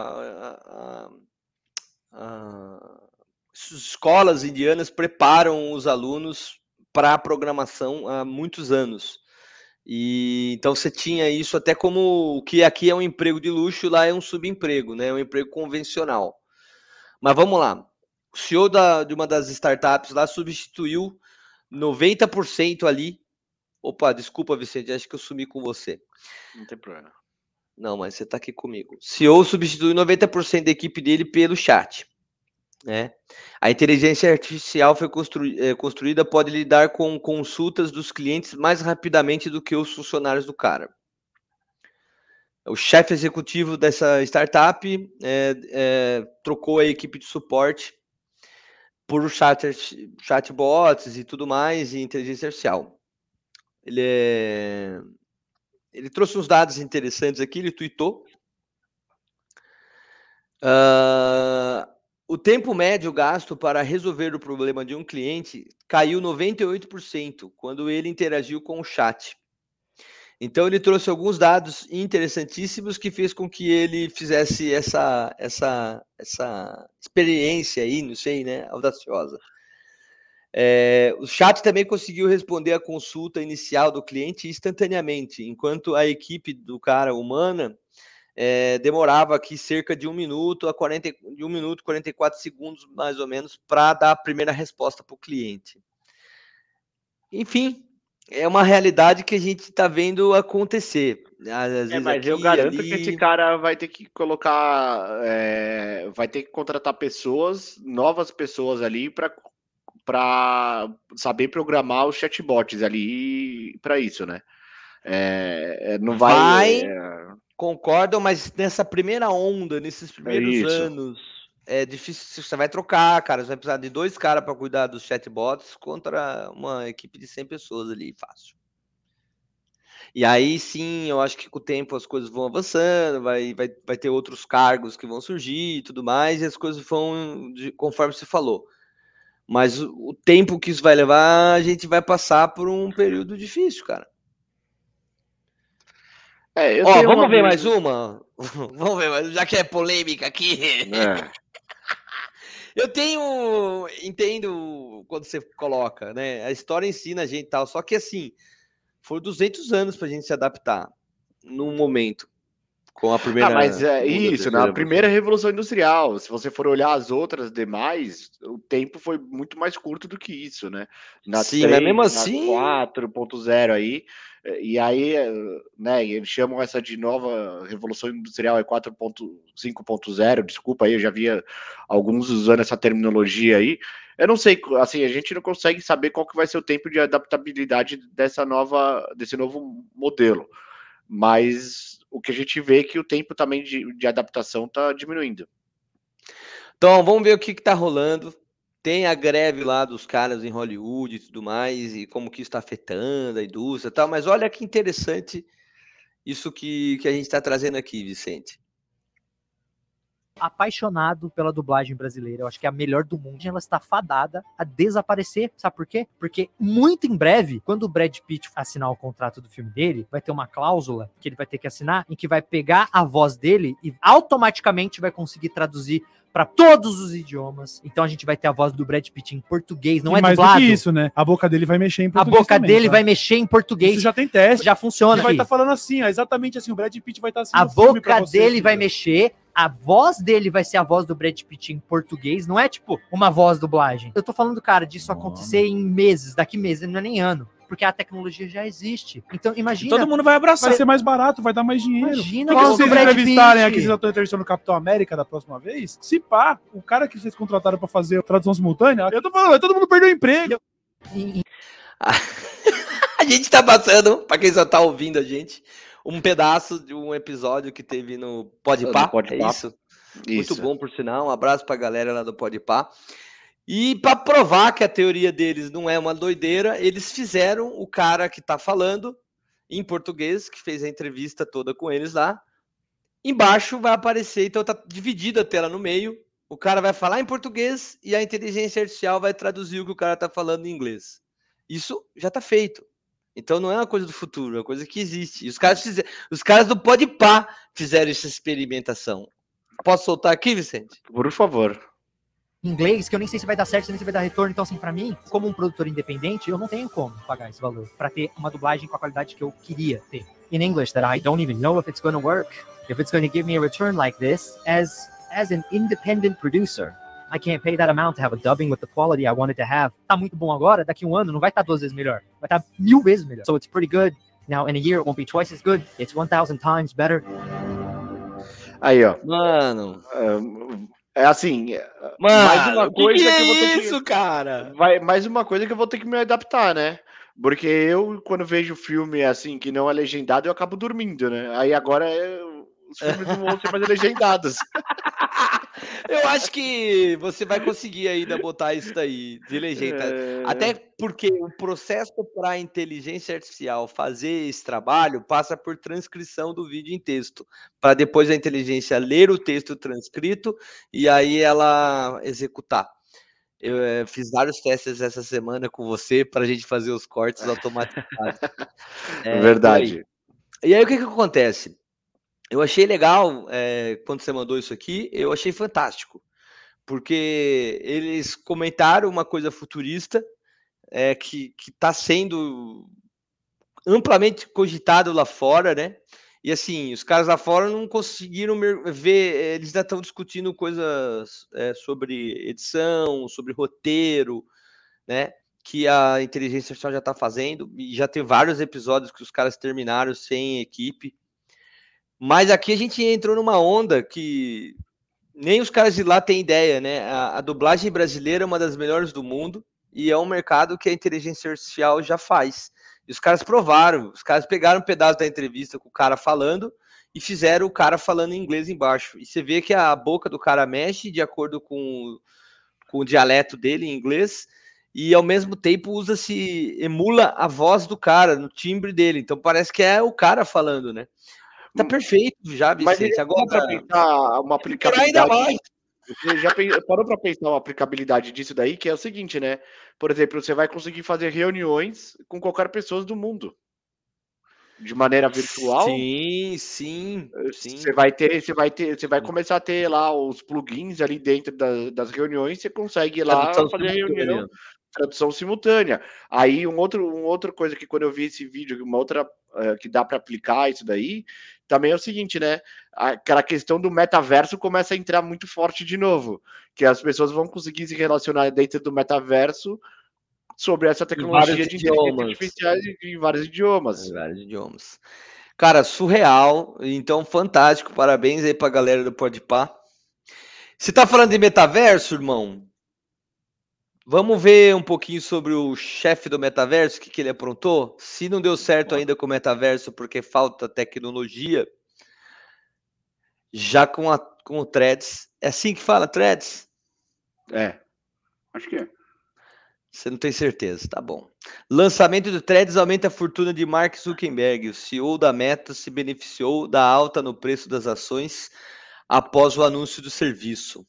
escolas indianas preparam os alunos para a programação há muitos anos. E então você tinha isso até como o que aqui é um emprego de luxo, lá é um subemprego, né? É um emprego convencional. Mas vamos lá. O CEO de uma das startups lá substituiu 90% ali. Opa, desculpa, Vicente, acho que eu sumi com você. Não tem problema. Não, mas você está aqui comigo. O CEO substituiu 90% da equipe dele pelo chat. Né? A inteligência artificial foi construída, pode lidar com consultas dos clientes mais rapidamente do que os funcionários do cara. O chefe executivo dessa startup trocou a equipe de suporte por chatbots e tudo mais, e inteligência artificial. Ele trouxe uns dados interessantes aqui, ele tweetou. O tempo médio gasto para resolver o problema de um cliente caiu 98% quando ele interagiu com o chat. Então, ele trouxe alguns dados interessantíssimos que fez com que ele fizesse essa experiência aí, não sei, né, audaciosa. O chat também conseguiu responder a consulta inicial do cliente instantaneamente, enquanto a equipe do cara humana demorava aqui cerca de 1 minuto a 44 segundos, mais ou menos, para dar a primeira resposta para o cliente. Enfim, é uma realidade que a gente está vendo acontecer. Às vezes mas aqui, eu garanto ali... que esse cara vai ter que colocar, vai ter que contratar novas pessoas ali para saber programar os chatbots ali para isso, né? Não vai... Concordo, mas nessa primeira onda, nesses primeiros anos, é difícil. Você vai trocar, cara. Você vai precisar de 2 caras para cuidar dos chatbots contra uma equipe de 100 pessoas ali, fácil. E aí sim, eu acho que com o tempo as coisas vão avançando, vai ter outros cargos que vão surgir e tudo mais, e as coisas vão conforme você falou. Mas o tempo que isso vai levar, a gente vai passar por um período difícil, cara. Vamos ver mais uma? Vamos ver, mas já que é polêmica aqui. Eu entendo quando você coloca, né? A história ensina a gente e tal, só que assim, foram 200 anos pra gente se adaptar num momento. Com a primeira... mas isso, na primeira Revolução Industrial. Se você for olhar as outras demais, o tempo foi muito mais curto do que isso, né? Sim, 3, mas mesmo assim... 4.0 aí, e aí, né, eles chamam essa de nova Revolução Industrial 4.5.0, desculpa aí, eu já via alguns usando essa terminologia aí. Eu não sei, assim, a gente não consegue saber qual que vai ser o tempo de adaptabilidade desse novo modelo. Mas o que a gente vê é que o tempo também de adaptação está diminuindo. Então, vamos ver o que está rolando. Tem a greve lá dos caras em Hollywood e tudo mais, e como que isso está afetando a indústria e tal, mas olha que interessante isso que a gente está trazendo aqui, Vicente. Apaixonado pela dublagem brasileira, eu acho que é a melhor do mundo. Ela está fadada a desaparecer, sabe por quê? Porque muito em breve, quando o Brad Pitt assinar o contrato do filme dele, vai ter uma cláusula que ele vai ter que assinar, em que vai pegar a voz dele e automaticamente vai conseguir traduzir para todos os idiomas. Então a gente vai ter a voz do Brad Pitt em português, não é dublado. Mais do que isso, né? A boca dele vai mexer em português. A boca dele vai mexer em português. Isso já tem teste. Já funciona. Ele vai estar falando assim, exatamente assim, o Brad Pitt vai estar assim. A boca dele vai mexer, a voz dele vai ser a voz do Brad Pitt em português, não é tipo uma voz dublagem. Eu tô falando, cara, disso acontecer em meses, daqui meses, não é nem ano. Porque a tecnologia já existe. Então, imagina... Todo mundo vai abraçar. Vai ser mais barato, vai dar mais dinheiro. Imagina... Por que vocês entrevistarem aqui, vocês já estão entrevistando o Capitão América da próxima vez? Se pá, o cara que vocês contrataram pra fazer a tradução simultânea, eu tô falando, todo mundo perdeu o emprego. A gente tá passando, pra quem só tá ouvindo a gente, um pedaço de um episódio que teve no Podpah. É isso? Muito bom, por sinal. Um abraço pra galera lá do Podpah. E para provar que a teoria deles não é uma doideira, eles fizeram o cara que está falando em português, que fez a entrevista toda com eles lá. Embaixo vai aparecer, então tá dividida a tela no meio. O cara vai falar em português e a inteligência artificial vai traduzir o que o cara tá falando em inglês. Isso já tá feito. Então não é uma coisa do futuro, é uma coisa que existe. E os caras do Podpah fizeram essa experimentação. Posso soltar aqui, Vicente? Por favor. Inglês, que eu nem sei se vai dar certo, nem se vai dar retorno. Então, assim, pra mim, como um produtor independente, eu não tenho como pagar esse valor pra ter uma dublagem com a qualidade que eu queria ter. In English, that I don't even know if it's going to work, if it's going to give me a return like this, as an independent producer. I can't pay that amount to have a dubbing with the quality I wanted to have. Tá muito bom agora, daqui um ano não vai estar 2 vezes melhor. Vai estar 1000 vezes melhor. So it's pretty good. Now, in a year, it won't be twice as good. It's 1,000 times better. Aí, ó. Mano. É assim. Mano, mais uma coisa que eu vou ter isso, cara? Mais uma coisa que eu vou ter que me adaptar, né? Porque eu, quando vejo filme assim, que não é legendado, eu acabo dormindo, né? Aí agora os filmes não vão ser mais legendados. Eu acho que você vai conseguir ainda botar isso daí de legenda. Até porque o processo para a inteligência artificial fazer esse trabalho passa por transcrição do vídeo em texto, para depois a inteligência ler o texto transcrito e aí ela executar. Eu fiz vários testes essa semana com você para a gente fazer os cortes automatizados. Verdade. E aí o que acontece? Eu achei legal, quando você mandou isso aqui, eu achei fantástico, porque eles comentaram uma coisa futurista que está sendo amplamente cogitado lá fora, né? E assim, os caras lá fora não conseguiram ver, eles ainda estão discutindo coisas sobre edição, sobre roteiro, né? Que a inteligência artificial já está fazendo, e já tem vários episódios que os caras terminaram sem equipe. Mas aqui a gente entrou numa onda que nem os caras de lá têm ideia, né? A dublagem brasileira é uma das melhores do mundo e é um mercado que a inteligência artificial já faz. E os caras provaram, os caras pegaram um pedaço da entrevista com o cara falando e fizeram o cara falando em inglês embaixo. E você vê que a boca do cara mexe de acordo com o dialeto dele em inglês e ao mesmo tempo emula a voz do cara no timbre dele. Então parece que é o cara falando, né? Tá perfeito já, Vicente. Mas agora para pensar uma aplicabilidade. Você já parou para pensar uma aplicabilidade disso daí, que é o seguinte, né? Por exemplo, você vai conseguir fazer reuniões com qualquer pessoa do mundo. De maneira virtual. Sim. Você vai começar a ter lá os plugins ali dentro das reuniões, você consegue ir lá fazer reunião. Tradução simultânea. Aí outra coisa que quando eu vi esse vídeo, uma outra que dá para aplicar isso daí, também é o seguinte, né? Aquela questão do metaverso começa a entrar muito forte de novo, que as pessoas vão conseguir se relacionar dentro do metaverso sobre essa tecnologia de inteligência artificial em vários idiomas. Cara, surreal. Então, fantástico. Parabéns aí pra galera do Podpah. Você tá falando de metaverso, irmão? Vamos ver um pouquinho sobre o chefe do metaverso, o que ele aprontou? Se não deu certo ainda com o metaverso porque falta tecnologia, já com o Threads. É assim que fala, Threads? Acho que é. Você não tem certeza, tá bom. Lançamento do Threads aumenta a fortuna de Mark Zuckerberg. O CEO da Meta se beneficiou da alta no preço das ações após o anúncio do serviço.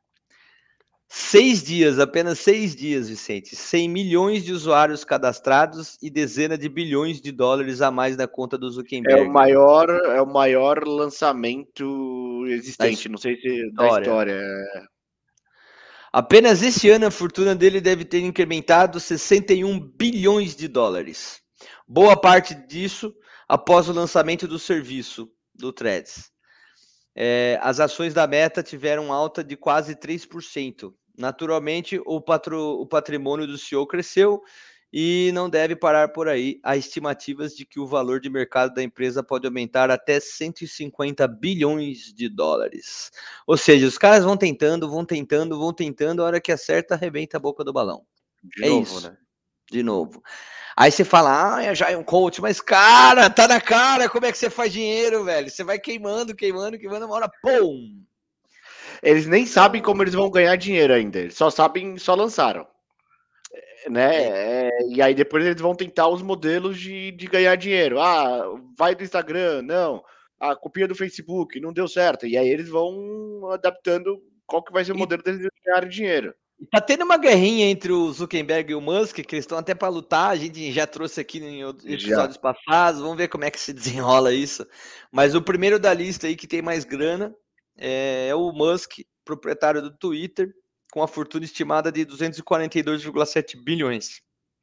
6 dias, apenas 6 dias, Vicente. 100 milhões de usuários cadastrados e dezenas de bilhões de dólares a mais na conta do Zuckerberg. É o maior lançamento existente, não sei se da história. Apenas este ano a fortuna dele deve ter incrementado 61 bilhões de dólares. Boa parte disso após o lançamento do serviço do Threads. As ações da Meta tiveram alta de quase 3%. Naturalmente, o patrimônio do CEO cresceu e não deve parar por aí. Há estimativas de que o valor de mercado da empresa pode aumentar até 150 bilhões de dólares. Ou seja, os caras vão tentando, a hora que acerta, arrebenta a boca do balão. De novo, isso, né? De novo. Aí você fala, já é um coach, mas cara, tá na cara, como é que você faz dinheiro, velho? Você vai queimando, uma hora, pum! Eles nem sabem como eles vão ganhar dinheiro ainda, eles só lançaram. né? E aí depois eles vão tentar os modelos de ganhar dinheiro. Vai do Instagram, não. Copia do Facebook, não deu certo. E aí eles vão adaptando qual que vai ser o modelo deles de ganhar dinheiro. Tá tendo uma guerrinha entre o Zuckerberg e o Musk, que eles estão até para lutar. A gente já trouxe aqui em episódios passados. Vamos ver como é que se desenrola isso. Mas o primeiro da lista aí que tem mais grana é o Musk, proprietário do Twitter, com a fortuna estimada de 242,7 bilhões.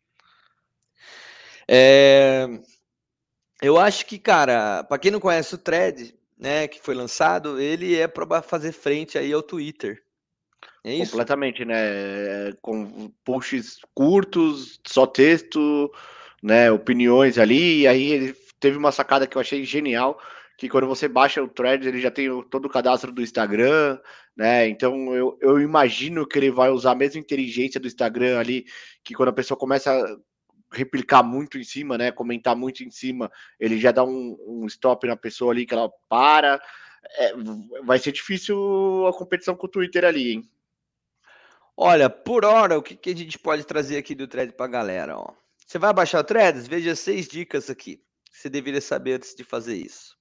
Eu acho que, cara, para quem não conhece o Thread, né, que foi lançado, ele é para fazer frente aí ao Twitter. É isso? Completamente, né? Com posts curtos, só texto, né? Opiniões ali. E aí ele teve uma sacada que eu achei genial, que quando você baixa o Threads, ele já tem todo o cadastro do Instagram, né? Então eu imagino que ele vai usar a mesma inteligência do Instagram ali, que quando a pessoa começa a replicar muito em cima, né? Comentar muito em cima, ele já dá um stop na pessoa ali que ela para. Vai ser difícil a competição com o Twitter ali, hein? Olha, por hora, o que a gente pode trazer aqui do Thread para a galera? Ó? Você vai baixar o Threads? Veja 6 dicas aqui que você deveria saber antes de fazer isso.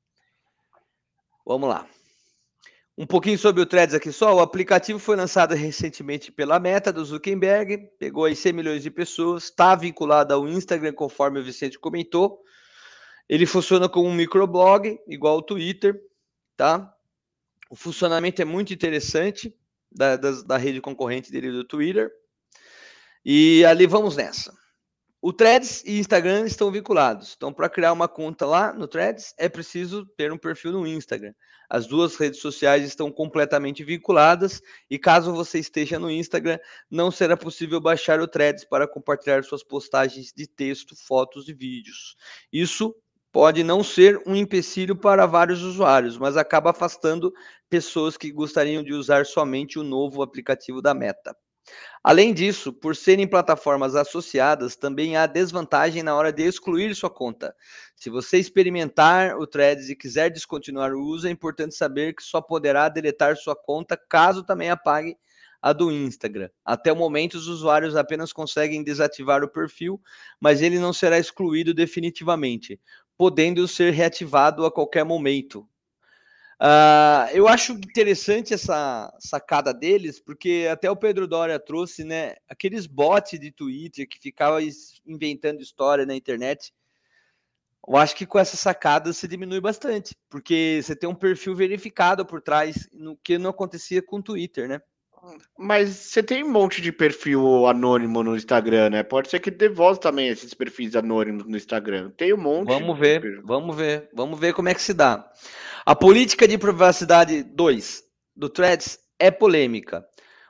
Vamos lá. Um pouquinho sobre o Threads aqui só. O aplicativo foi lançado recentemente pela Meta do Zuckerberg, pegou aí 100 milhões de pessoas, está vinculado ao Instagram, conforme o Vicente comentou. Ele funciona como um microblog, igual ao Twitter, tá? O funcionamento é muito interessante da rede concorrente dele do Twitter. E ali vamos nessa. O Threads e Instagram estão vinculados. Então, para criar uma conta lá no Threads, é preciso ter um perfil no Instagram. As duas redes sociais estão completamente vinculadas e caso você esteja no Instagram, não será possível baixar o Threads para compartilhar suas postagens de texto, fotos e vídeos. Isso pode não ser um empecilho para vários usuários, mas acaba afastando pessoas que gostariam de usar somente o novo aplicativo da Meta. Além disso, por serem plataformas associadas, também há desvantagem na hora de excluir sua conta. Se você experimentar o Threads e quiser descontinuar o uso, é importante saber que só poderá deletar sua conta caso também apague a do Instagram. Até o momento, os usuários apenas conseguem desativar o perfil, mas ele não será excluído definitivamente, podendo ser reativado a qualquer momento. Eu acho interessante essa sacada deles, porque até o Pedro Doria trouxe, né, aqueles bots de Twitter que ficavam inventando história na internet. Eu acho que com essa sacada se diminui bastante, porque você tem um perfil verificado por trás, no que não acontecia com o Twitter, né? Mas você tem um monte de perfil anônimo no Instagram, né? Pode ser que devolva também esses perfis anônimos no Instagram. Tem um monte. Vamos ver como é que se dá. A política de privacidade 2 do Threads é polêmica.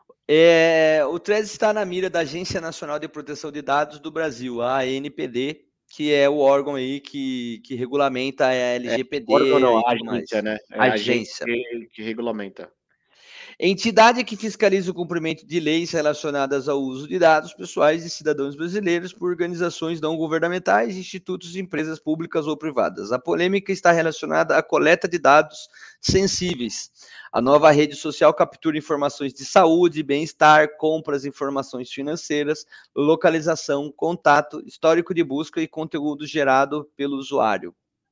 O Threads está na mira da Agência Nacional de Proteção de Dados do Brasil, a ANPD, que é o órgão aí que regulamenta a LGPD. Órgão não, a agência, né? A agência que regulamenta. Entidade que fiscaliza o cumprimento de leis relacionadas ao uso de dados pessoais de cidadãos brasileiros por organizações não governamentais, institutos e empresas públicas ou privadas. A polêmica está relacionada à coleta de dados sensíveis. A nova rede social captura informações de saúde, bem-estar, compras, informações financeiras, localização, contato, histórico de busca e conteúdo gerado pelo usuário.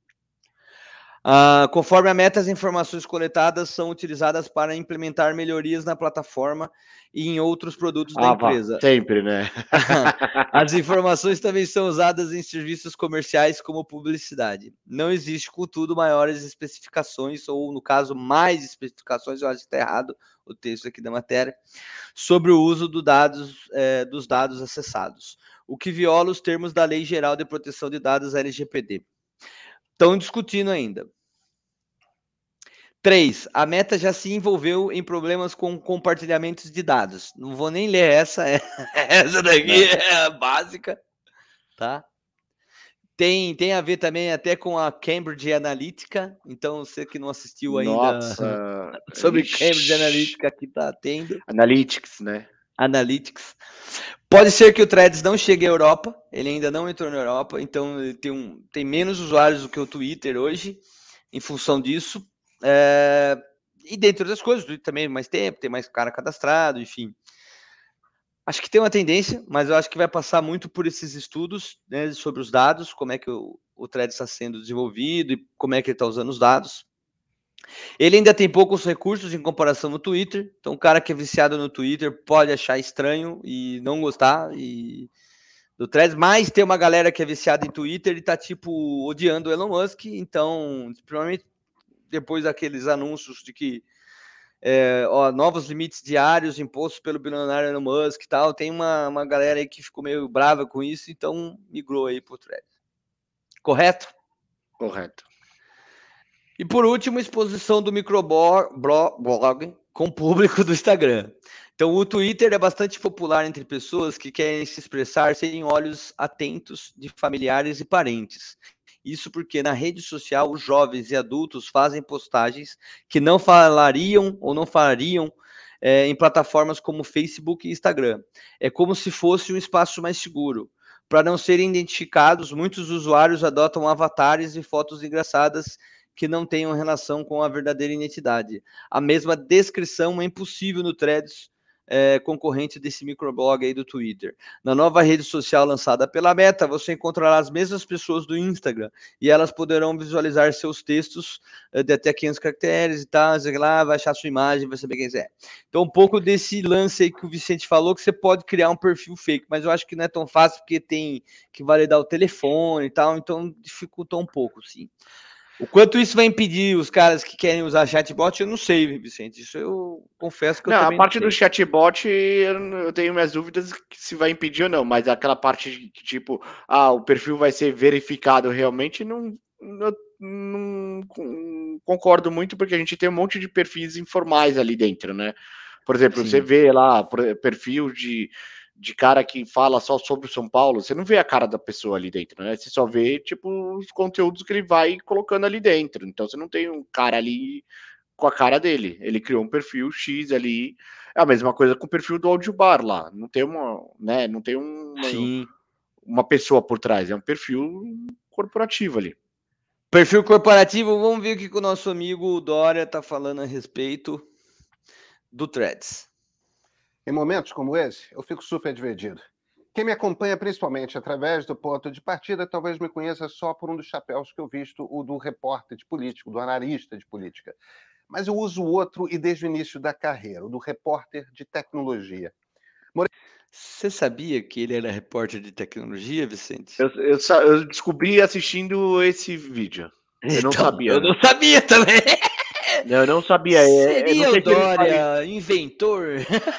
Conforme a Meta, as informações coletadas são utilizadas para implementar melhorias na plataforma e em outros produtos da empresa. Sempre, né? As informações também são usadas em serviços comerciais como publicidade. Não existe, contudo, maiores especificações, ou no caso, mais especificações, eu acho que está errado o texto aqui da matéria, sobre o uso dos dados acessados, o que viola os termos da Lei Geral de Proteção de Dados LGPD. Estão discutindo ainda. 3. A Meta já se envolveu em problemas com compartilhamentos de dados. Não vou nem ler essa. Essa daqui é a básica. Tá? Tem a ver também até com a Cambridge Analytica. Então, você que não assistiu ainda sobre Cambridge Analytica, aqui está tendo. Analytics, né? Analytics. Pode ser que o Threads não chegue à Europa, ele ainda não entrou na Europa, então ele tem menos usuários do que o Twitter hoje, em função disso. E dentre outras coisas, o Twitter também mais tempo, tem mais cara cadastrado, enfim. Acho que tem uma tendência, mas eu acho que vai passar muito por esses estudos, né, sobre os dados, como é que o Threads está sendo desenvolvido e como é que ele está usando os dados. Ele ainda tem poucos recursos em comparação no Twitter, então o cara que é viciado no Twitter pode achar estranho e não gostar do Threads, mas tem uma galera que é viciada em Twitter e tá, tipo, odiando o Elon Musk, então, provavelmente depois daqueles anúncios de que novos limites diários impostos pelo bilionário Elon Musk e tal, tem uma galera aí que ficou meio brava com isso, então migrou aí pro Threads. Correto? Correto. E por último, exposição do microblog com o público do Instagram. Então, o Twitter é bastante popular entre pessoas que querem se expressar sem olhos atentos de familiares e parentes. Isso porque na rede social os jovens e adultos fazem postagens que não falariam ou não fariam em plataformas como Facebook e Instagram. É como se fosse um espaço mais seguro. Para não serem identificados, muitos usuários adotam avatares e fotos engraçadas que não tenham relação com a verdadeira identidade. A mesma descrição é impossível no Threads, concorrente desse microblog aí do Twitter. Na nova rede social lançada pela Meta, você encontrará as mesmas pessoas do Instagram e elas poderão visualizar seus textos de até 500 caracteres e tal, vai achar sua imagem, vai saber quem é. Então, um pouco desse lance aí que o Vicente falou, que você pode criar um perfil fake, mas eu acho que não é tão fácil porque tem que validar o telefone e tal, então dificultou um pouco, sim. O quanto isso vai impedir os caras que querem usar chatbot, eu não sei, Vicente. Isso eu confesso que eu também não sei. A parte do chatbot, eu tenho minhas dúvidas se vai impedir ou não, mas aquela parte que, tipo, o perfil vai ser verificado realmente, não concordo muito, porque a gente tem um monte de perfis informais ali dentro, né? Por exemplo, você vê lá perfil de cara que fala só sobre o São Paulo, você não vê a cara da pessoa ali dentro, né? Você só vê, tipo, os conteúdos que ele vai colocando ali dentro. Então, você não tem um cara ali com a cara dele. Ele criou um perfil X ali. É a mesma coisa com o perfil do Audiobar lá. Não tem uma pessoa por trás. É um perfil corporativo ali. Perfil corporativo, vamos ver o que o nosso amigo Dória tá falando a respeito do Threads. Em momentos como esse, eu fico super dividido. Quem me acompanha principalmente através do ponto de partida talvez me conheça só por um dos chapéus que eu visto, o do repórter de político, do analista de política. Mas eu uso o outro e desde o início da carreira, o do repórter de tecnologia. Você sabia que ele era repórter de tecnologia, Vicente? Eu descobri assistindo esse vídeo. Eu não sabia. Eu não sabia também. Eu não sabia. Seria o Dória inventor?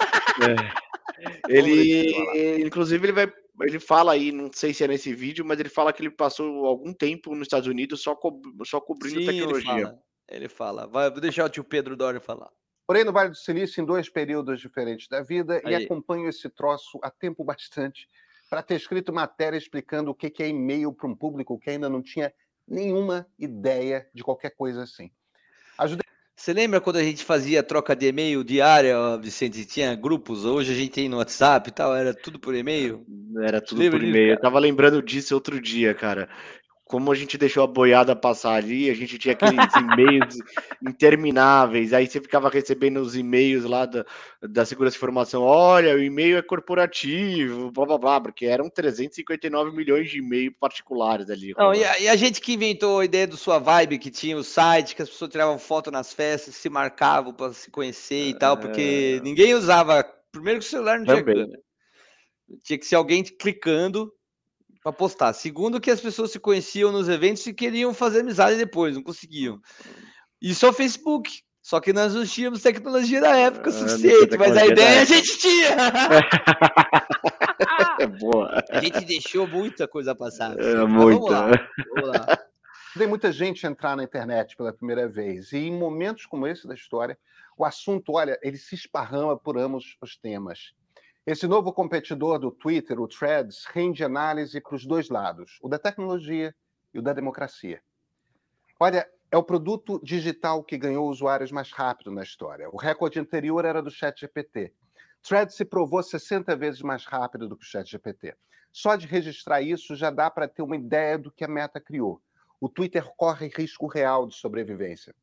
Inclusive, ele fala aí, não sei se é nesse vídeo, mas ele fala que ele passou algum tempo nos Estados Unidos só cobrindo tecnologia. Ele fala. Vou deixar o tio Pedro Dória falar. Morei no Vale do Silício em 2 períodos diferentes da vida e acompanho esse troço há tempo bastante para ter escrito matéria explicando o que é e-mail para um público que ainda não tinha nenhuma ideia de qualquer coisa assim. Você lembra quando a gente fazia troca de e-mail diária, Vicente? Tinha grupos, hoje a gente tem no WhatsApp e tal, era tudo por e-mail? Era tudo por e-mail. Eu tava lembrando disso outro dia, cara. Como a gente deixou a boiada passar ali, a gente tinha aqueles e-mails intermináveis, aí você ficava recebendo os e-mails lá da segurança de informação, olha, o e-mail é corporativo, blá blá blá, porque eram 359 milhões de e-mails particulares ali. Não, e a gente que inventou a ideia do Sua Vibe, que tinha o site, que as pessoas tiravam foto nas festas, se marcavam para se conhecer e tal, porque ninguém usava, primeiro que o celular não tinha câmera, tinha que ser alguém clicando para postar. Segundo, que as pessoas se conheciam nos eventos e queriam fazer amizade depois, não conseguiam. E só o Facebook. Só que nós não tínhamos tecnologia na época suficiente, mas a ideia a gente tinha. É boa. A gente deixou muita coisa passar. Vamos lá. Tem muita gente entrar na internet pela primeira vez e em momentos como esse da história, o assunto, olha, ele se esparrama por ambos os temas. Esse novo competidor do Twitter, o Threads, rende análise para os dois lados, o da tecnologia e o da democracia. Olha, é o produto digital que ganhou usuários mais rápido na história. O recorde anterior era do ChatGPT. Threads se provou 60 vezes mais rápido do que o ChatGPT. Só de registrar isso já dá para ter uma ideia do que a Meta criou. O Twitter corre risco real de sobrevivência.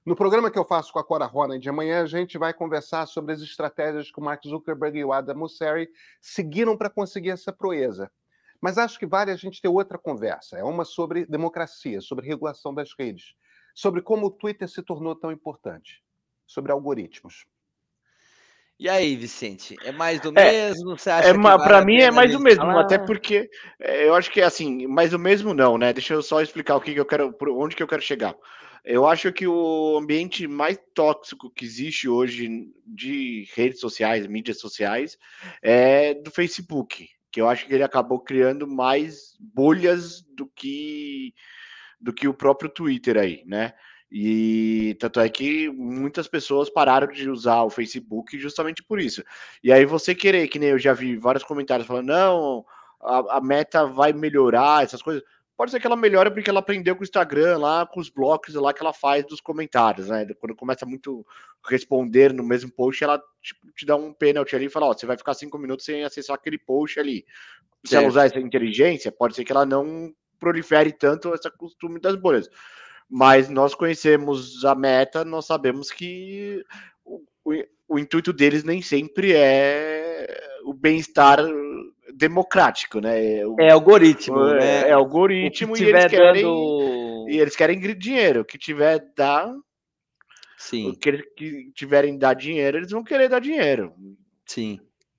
No programa que eu faço com a Cora Ronald de amanhã, a gente vai conversar sobre as estratégias que o Mark Zuckerberg e o Adam Mosseri seguiram para conseguir essa proeza. Mas acho que vale a gente ter outra conversa. É uma sobre democracia, sobre regulação das redes, sobre como o Twitter se tornou tão importante, sobre algoritmos. E aí, Vicente, é mais do mesmo? Você acha que para mim é mais do mesmo, falar? até porque eu acho que assim, mais do mesmo não, né? Deixa eu só explicar o que eu quero, onde que eu quero chegar. Eu acho que o ambiente mais tóxico que existe hoje de redes sociais, mídias sociais, é do Facebook, que eu acho que ele acabou criando mais bolhas do que o próprio Twitter aí, né? E tanto é que muitas pessoas pararam de usar o Facebook justamente por isso. E aí você querer, que nem eu já vi vários comentários falando, não, a Meta vai melhorar, essas coisas. Pode ser que ela melhore porque ela aprendeu com o Instagram lá, com os blocos lá que ela faz dos comentários, né? Quando começa muito responder no mesmo post, ela tipo, te dá um pênalti ali e fala, ó, você vai ficar 5 minutos sem acessar aquele post ali. Se ela usar essa inteligência, pode ser que ela não prolifere tanto esse costume das bolhas. Mas nós conhecemos a Meta, nós sabemos que o intuito deles nem sempre é o bem-estar democrático, né? É algoritmo, né? É algoritmo e eles querem dinheiro. O que tiver dar, sim. O que tiverem dar dinheiro, eles vão querer dar dinheiro. Sim.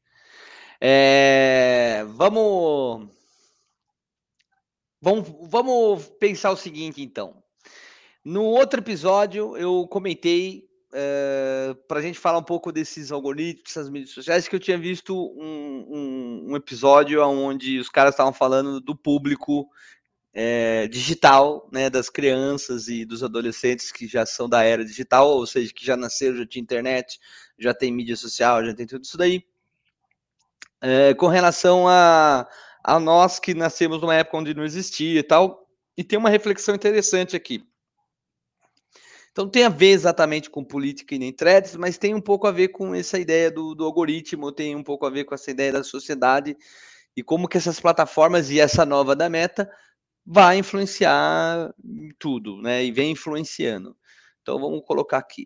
Vamos pensar o seguinte, então. No outro episódio, eu comentei para a gente falar um pouco desses algoritmos, essas mídias sociais, que eu tinha visto um episódio onde os caras estavam falando do público digital, né, das crianças e dos adolescentes que já são da era digital, ou seja, que já nasceram, já tinha internet, já tem mídia social, já tem tudo isso daí. Com relação a nós que nascemos numa época onde não existia e tal, e tem uma reflexão interessante aqui. Então, tem a ver exatamente com política e nem threads, mas tem um pouco a ver com essa ideia do algoritmo, tem um pouco a ver com essa ideia da sociedade e como que essas plataformas e essa nova da Meta vai influenciar em tudo, né? E vem influenciando. Então, vamos colocar aqui.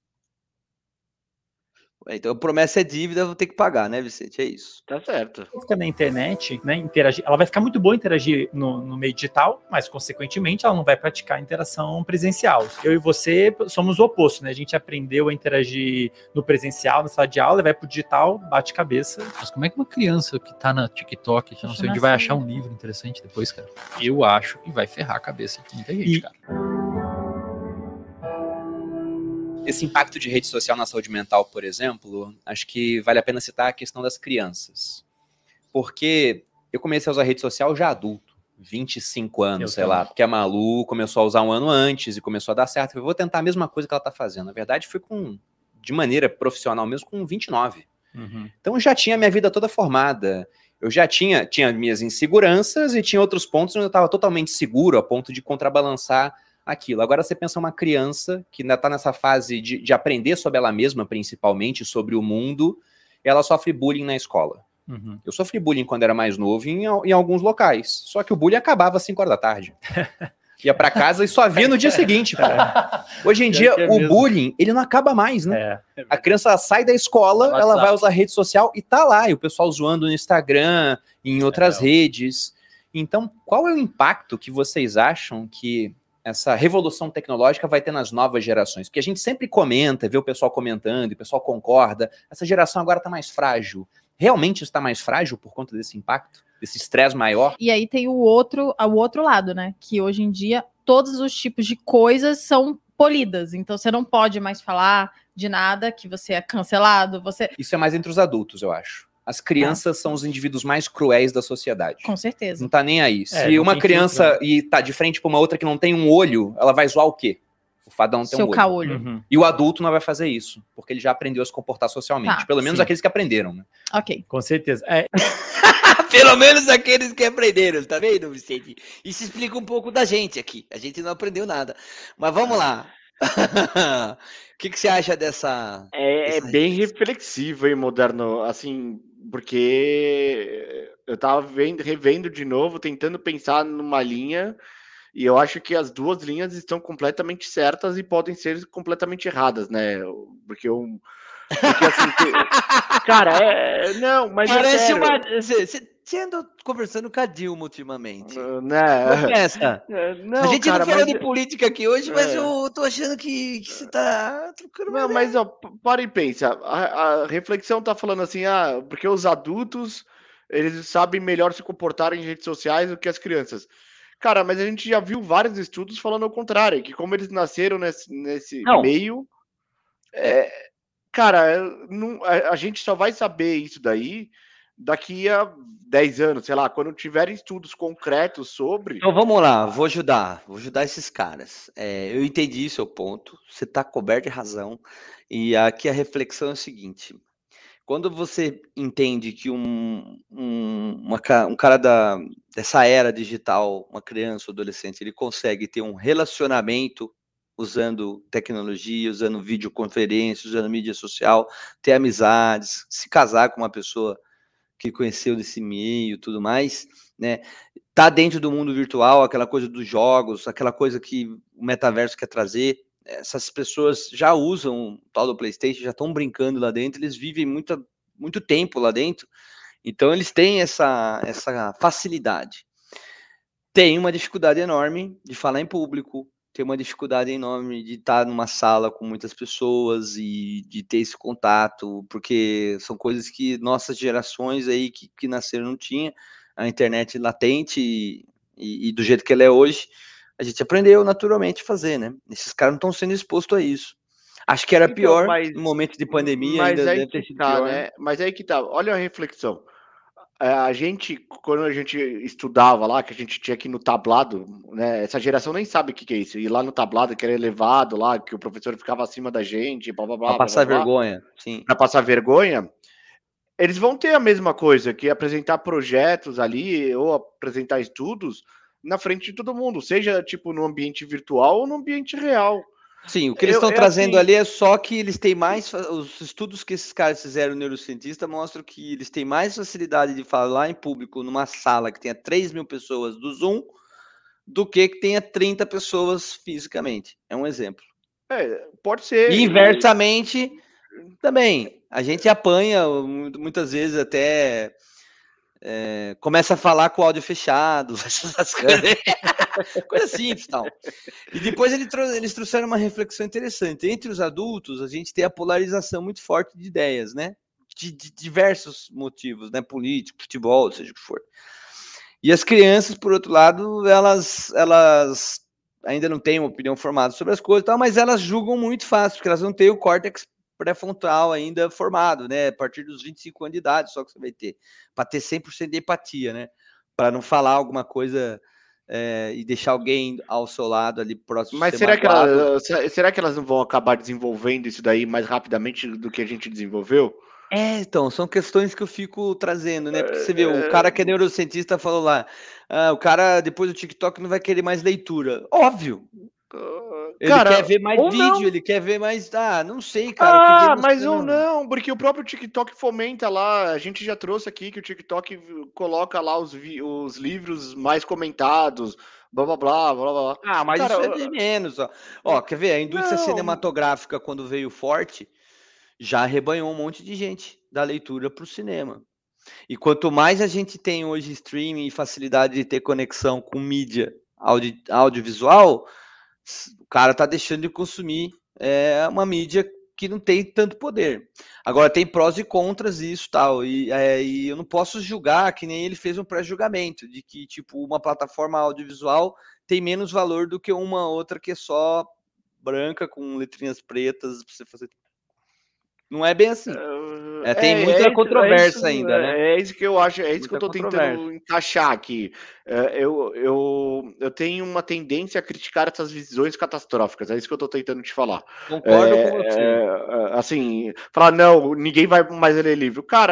Então, promessa é dívida, vou ter que pagar, né, Vicente? É isso. Tá certo. Fica na internet, né, interagir. Ela vai ficar muito boa interagir no meio digital, mas, consequentemente, ela não vai praticar interação presencial. Eu e você somos o oposto, né? A gente aprendeu a interagir no presencial, na sala de aula, e vai pro digital, bate cabeça. Mas como é que uma criança que tá na TikTok, que não sei onde, vai achar um livro interessante depois, cara? Eu acho que vai ferrar a cabeça de muita gente, cara. Esse impacto de rede social na saúde mental, por exemplo, acho que vale a pena citar a questão das crianças. Porque eu comecei a usar rede social já adulto, 25 anos, sei lá, porque a Malu começou a usar um ano antes e começou a dar certo. Eu vou tentar a mesma coisa que ela tá fazendo. Na verdade, foi de maneira profissional mesmo, com 29. Então eu já tinha a minha vida toda formada. Eu já tinha minhas inseguranças e tinha outros pontos onde eu estava totalmente seguro, a ponto de contrabalançar aquilo. Agora você pensa uma criança que ainda está nessa fase de aprender sobre ela mesma, principalmente, sobre o mundo, e ela sofre bullying na escola. Eu sofri bullying quando era mais novo em alguns locais, só que o bullying acabava às 5 horas da tarde. Ia para casa e só via no dia seguinte. Hoje em dia, o bullying, ele não acaba mais, né? A criança sai da escola, ela vai usar rede social e tá lá, e o pessoal zoando no Instagram, em outras redes. Então, qual é o impacto que vocês acham que essa revolução tecnológica vai ter nas novas gerações? Porque a gente sempre comenta, vê o pessoal comentando, e o pessoal concorda, essa geração agora está mais frágil. Realmente está mais frágil por conta desse impacto, desse estresse maior? E aí tem o outro lado, né? Que hoje em dia todos os tipos de coisas são polidas, então você não pode mais falar de nada, que você é cancelado, Isso é mais entre os adultos, eu acho. As crianças são os indivíduos mais cruéis da sociedade. Com certeza. Não tá nem aí. Se uma criança e tá de frente pra uma outra que não tem um olho, ela vai zoar o quê? O fato dela não ter um olho. Seu caolho. E o adulto não vai fazer isso, porque ele já aprendeu a se comportar socialmente. Pelo menos aqueles que aprenderam, né? Ok. Com certeza. Pelo menos aqueles que aprenderam, tá vendo, Vicente? Isso explica um pouco da gente aqui. A gente não aprendeu nada. Mas vamos lá. O que você acha dessa... É bem reflexivo, hein, Moderno? Assim, porque eu tava revendo de novo, tentando pensar numa linha, E eu acho que as duas linhas estão completamente certas e podem ser completamente erradas, né? Porque assim, cara, não, mas parece uma. Você andou conversando com a Dilma ultimamente. Começa. Não, a gente cara, não falou de política aqui hoje, mas eu tô achando que você tá trocando uma Não, mas ó, para e pensa. A reflexão tá falando assim, porque os adultos eles sabem melhor se comportar em redes sociais do que as crianças. Cara, mas a gente já viu vários estudos falando ao contrário, que como eles nasceram nesse meio, cara, a gente só vai saber isso daí daqui a 10 anos, sei lá, quando tiverem estudos concretos sobre. Então vamos lá, vou ajudar esses caras. Eu entendi seu ponto, você está coberto de razão, e aqui a reflexão é o seguinte: quando você entende que um cara dessa era digital, uma criança ou adolescente, ele consegue ter um relacionamento usando tecnologia, usando videoconferência, usando mídia social, ter amizades, se casar com uma pessoa que conheceu desse meio, tudo mais, né? Tá dentro do mundo virtual, aquela coisa dos jogos, aquela coisa que o metaverso quer trazer. Essas pessoas já usam o tal do PlayStation, já estão brincando lá dentro, eles vivem muito tempo lá dentro, então eles têm essa facilidade. Tem uma dificuldade enorme de falar em público, tem uma dificuldade enorme de estar numa sala com muitas pessoas e de ter esse contato, porque são coisas que nossas gerações aí que nasceram não tinha, a internet latente e do jeito que ela é hoje, a gente aprendeu naturalmente a fazer, né? Esses caras não estão sendo expostos a isso. Acho que era pior no momento de pandemia, ainda deve ter sido pior. Né? Mas aí que tá, olha a reflexão. A gente, quando a gente estudava lá, que a gente tinha que ir no tablado, né? Essa geração nem sabe o que é isso. Ir lá no tablado, que era elevado lá, que o professor ficava acima da gente, blá blá blá. Pra passar vergonha, sim. Pra passar vergonha. Eles vão ter a mesma coisa, que apresentar projetos ali, ou apresentar estudos na frente de todo mundo, seja tipo no ambiente virtual ou no ambiente real. Sim, o que eles estão trazendo ali é só que eles têm mais. Os estudos que esses caras fizeram, neurocientistas, mostram que eles têm mais facilidade de falar em público numa sala que tenha 3 mil pessoas do Zoom do que tenha 30 pessoas fisicamente. É um exemplo. Pode ser. E inversamente, também. A gente apanha muitas vezes até. Começa a falar com o áudio fechado, essas coisas. Coisa simples e tal. E depois eles trouxeram uma reflexão interessante. Entre os adultos, a gente tem a polarização muito forte de ideias, né? De diversos motivos, né? Político, futebol, seja o que for. E as crianças, por outro lado, elas ainda não têm uma opinião formada sobre as coisas, tal, mas elas julgam muito fácil, porque elas não têm o córtex pré-frontal ainda formado, né? A partir dos 25 anos de idade, só que você vai ter, para ter 100% de empatia, né? Para não falar alguma coisa e deixar alguém ao seu lado ali próximo. Mas será que elas não vão acabar desenvolvendo isso daí mais rapidamente do que a gente desenvolveu? Então, são questões que eu fico trazendo, né? Porque você vê, o cara que é neurocientista falou lá, o cara depois do TikTok não vai querer mais leitura. Óbvio. Ele quer ver mais vídeo, não. Ele quer ver mais. Não sei, cara. Mas ou não, porque o próprio TikTok fomenta lá. A gente já trouxe aqui que o TikTok coloca lá os livros mais comentados, blá blá blá blá blá. Mas cara, isso é de menos. Ó, quer ver? A indústria cinematográfica, quando veio forte, já arrebanhou um monte de gente da leitura para o cinema. E quanto mais a gente tem hoje streaming e facilidade de ter conexão com mídia audiovisual, o cara tá deixando de consumir uma mídia que não tem tanto poder. Agora, tem prós e contras isso tal, e eu não posso julgar, que nem ele fez um pré-julgamento, de que tipo uma plataforma audiovisual tem menos valor do que uma outra que é só branca, com letrinhas pretas, para você fazer. Não é bem assim. Tem muita controvérsia ainda, né? É isso que eu acho, é isso que eu tô tentando encaixar aqui. Eu tenho uma tendência a criticar essas visões catastróficas, é isso que eu tô tentando te falar. Concordo com você. Assim, falar, não, ninguém vai mais ler livro. Cara,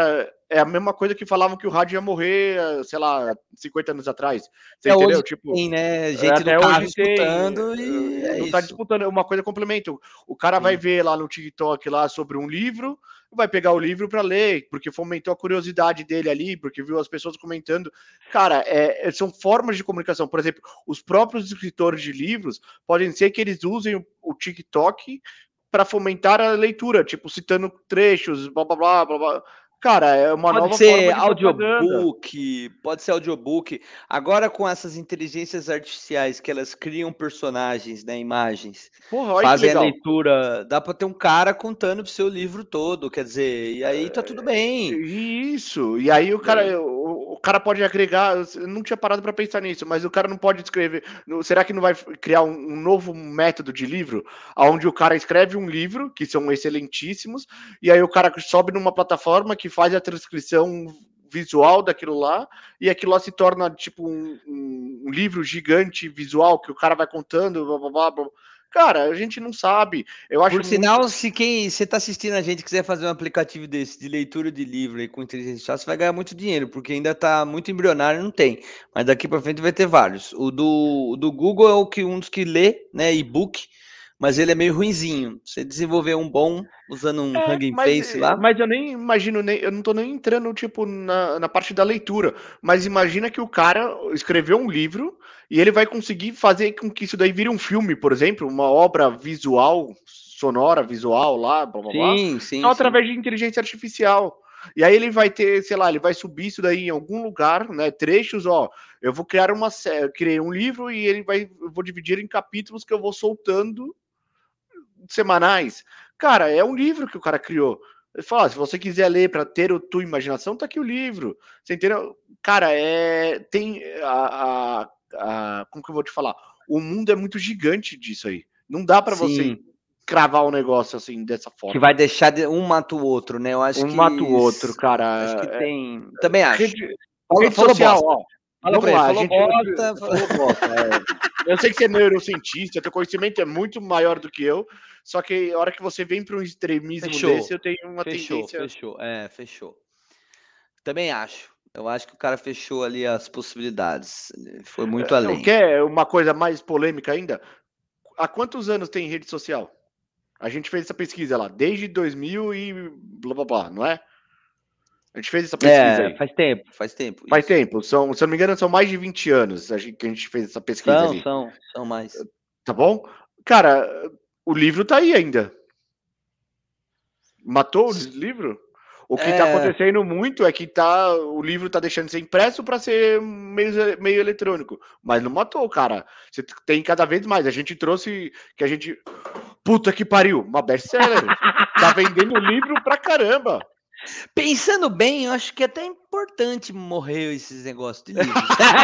é a mesma coisa que falavam que o rádio ia morrer, sei lá, 50 anos atrás. Você entendeu? Hoje Tipo, tem, né? Gente até no carro hoje tem, disputando e é não tá isso. disputando, é uma coisa complementa. O cara vai ver lá no TikTok lá sobre um livro, vai pegar o livro para ler, porque fomentou a curiosidade dele ali, porque viu as pessoas comentando. Cara, são formas de comunicação. Por exemplo, os próprios escritores de livros podem ser que eles usem o TikTok para fomentar a leitura, tipo, citando trechos, blá, blá, blá, blá, blá. Cara, é uma nova forma de audiobook, pode ser audiobook. Agora com essas inteligências artificiais que elas criam personagens, né, imagens, fazem a leitura, dá para ter um cara contando pro seu livro todo, quer dizer, e aí tá tudo bem. Isso, e aí o cara pode agregar, eu não tinha parado para pensar nisso, mas o cara não pode escrever, será que não vai criar um novo método de livro, onde o cara escreve um livro, que são excelentíssimos, e aí o cara sobe numa plataforma que faz a transcrição visual daquilo lá, e aquilo lá se torna tipo um livro gigante visual, que o cara vai contando, blá, blá, blá, blá. Cara, a gente não sabe. Eu acho Por sinal, se você está assistindo a gente quiser fazer um aplicativo desse de leitura de livro aí com inteligência artificial, você vai ganhar muito dinheiro, porque ainda está muito embrionário, não tem. Mas daqui para frente vai ter vários. O do Google é um dos que lê, né, e-book, mas ele é meio ruinzinho. Você desenvolver um bom usando um Hugging Face lá. Mas eu nem imagino, eu não tô nem entrando tipo na parte da leitura, mas imagina que o cara escreveu um livro e ele vai conseguir fazer com que isso daí vire um filme, por exemplo, uma obra visual, sonora, visual lá, blá blá blá, só através de inteligência artificial. E aí ele vai ter, sei lá, ele vai subir isso daí em algum lugar, né? Trechos, ó. Eu vou criar uma série, eu criei um livro e eu vou dividir em capítulos que eu vou soltando semanais. Cara, é um livro que o cara criou. Ele fala, se você quiser ler para ter a tua imaginação, tá aqui o livro. Você entendeu? Cara, tem como que eu vou te falar? O mundo é muito gigante disso aí. Não dá para você cravar um negócio assim dessa forma. Que vai deixar um mata o outro, né? Eu acho que mata o outro, cara. Acho que tem. Também acho. Rede social, ó. Fala pra ele, falou bosta. Eu sei que você é neurocientista, teu conhecimento é muito maior do que eu, só que a hora que você vem para um extremismo desse, eu tenho uma tendência... Fechou. Também acho. Eu acho que o cara fechou ali as possibilidades. Foi muito além. Quer uma coisa mais polêmica ainda? Há quantos anos tem rede social? A gente fez essa pesquisa lá, desde 2000 e blá blá blá, não é? A gente fez essa pesquisa aí. Faz tempo. Faz tempo. Se eu não me engano, são mais de 20 anos que a gente fez essa pesquisa ali. São mais. Tá bom? Cara, o livro tá aí ainda. Matou o livro? O que tá acontecendo muito é que o livro tá deixando de ser impresso para ser meio eletrônico. Mas não matou, cara. Você tem cada vez mais. A gente trouxe Puta que pariu! Uma best-seller. Tá vendendo livro pra caramba. Pensando bem, eu acho que é até importante morrer esses negócios de livro.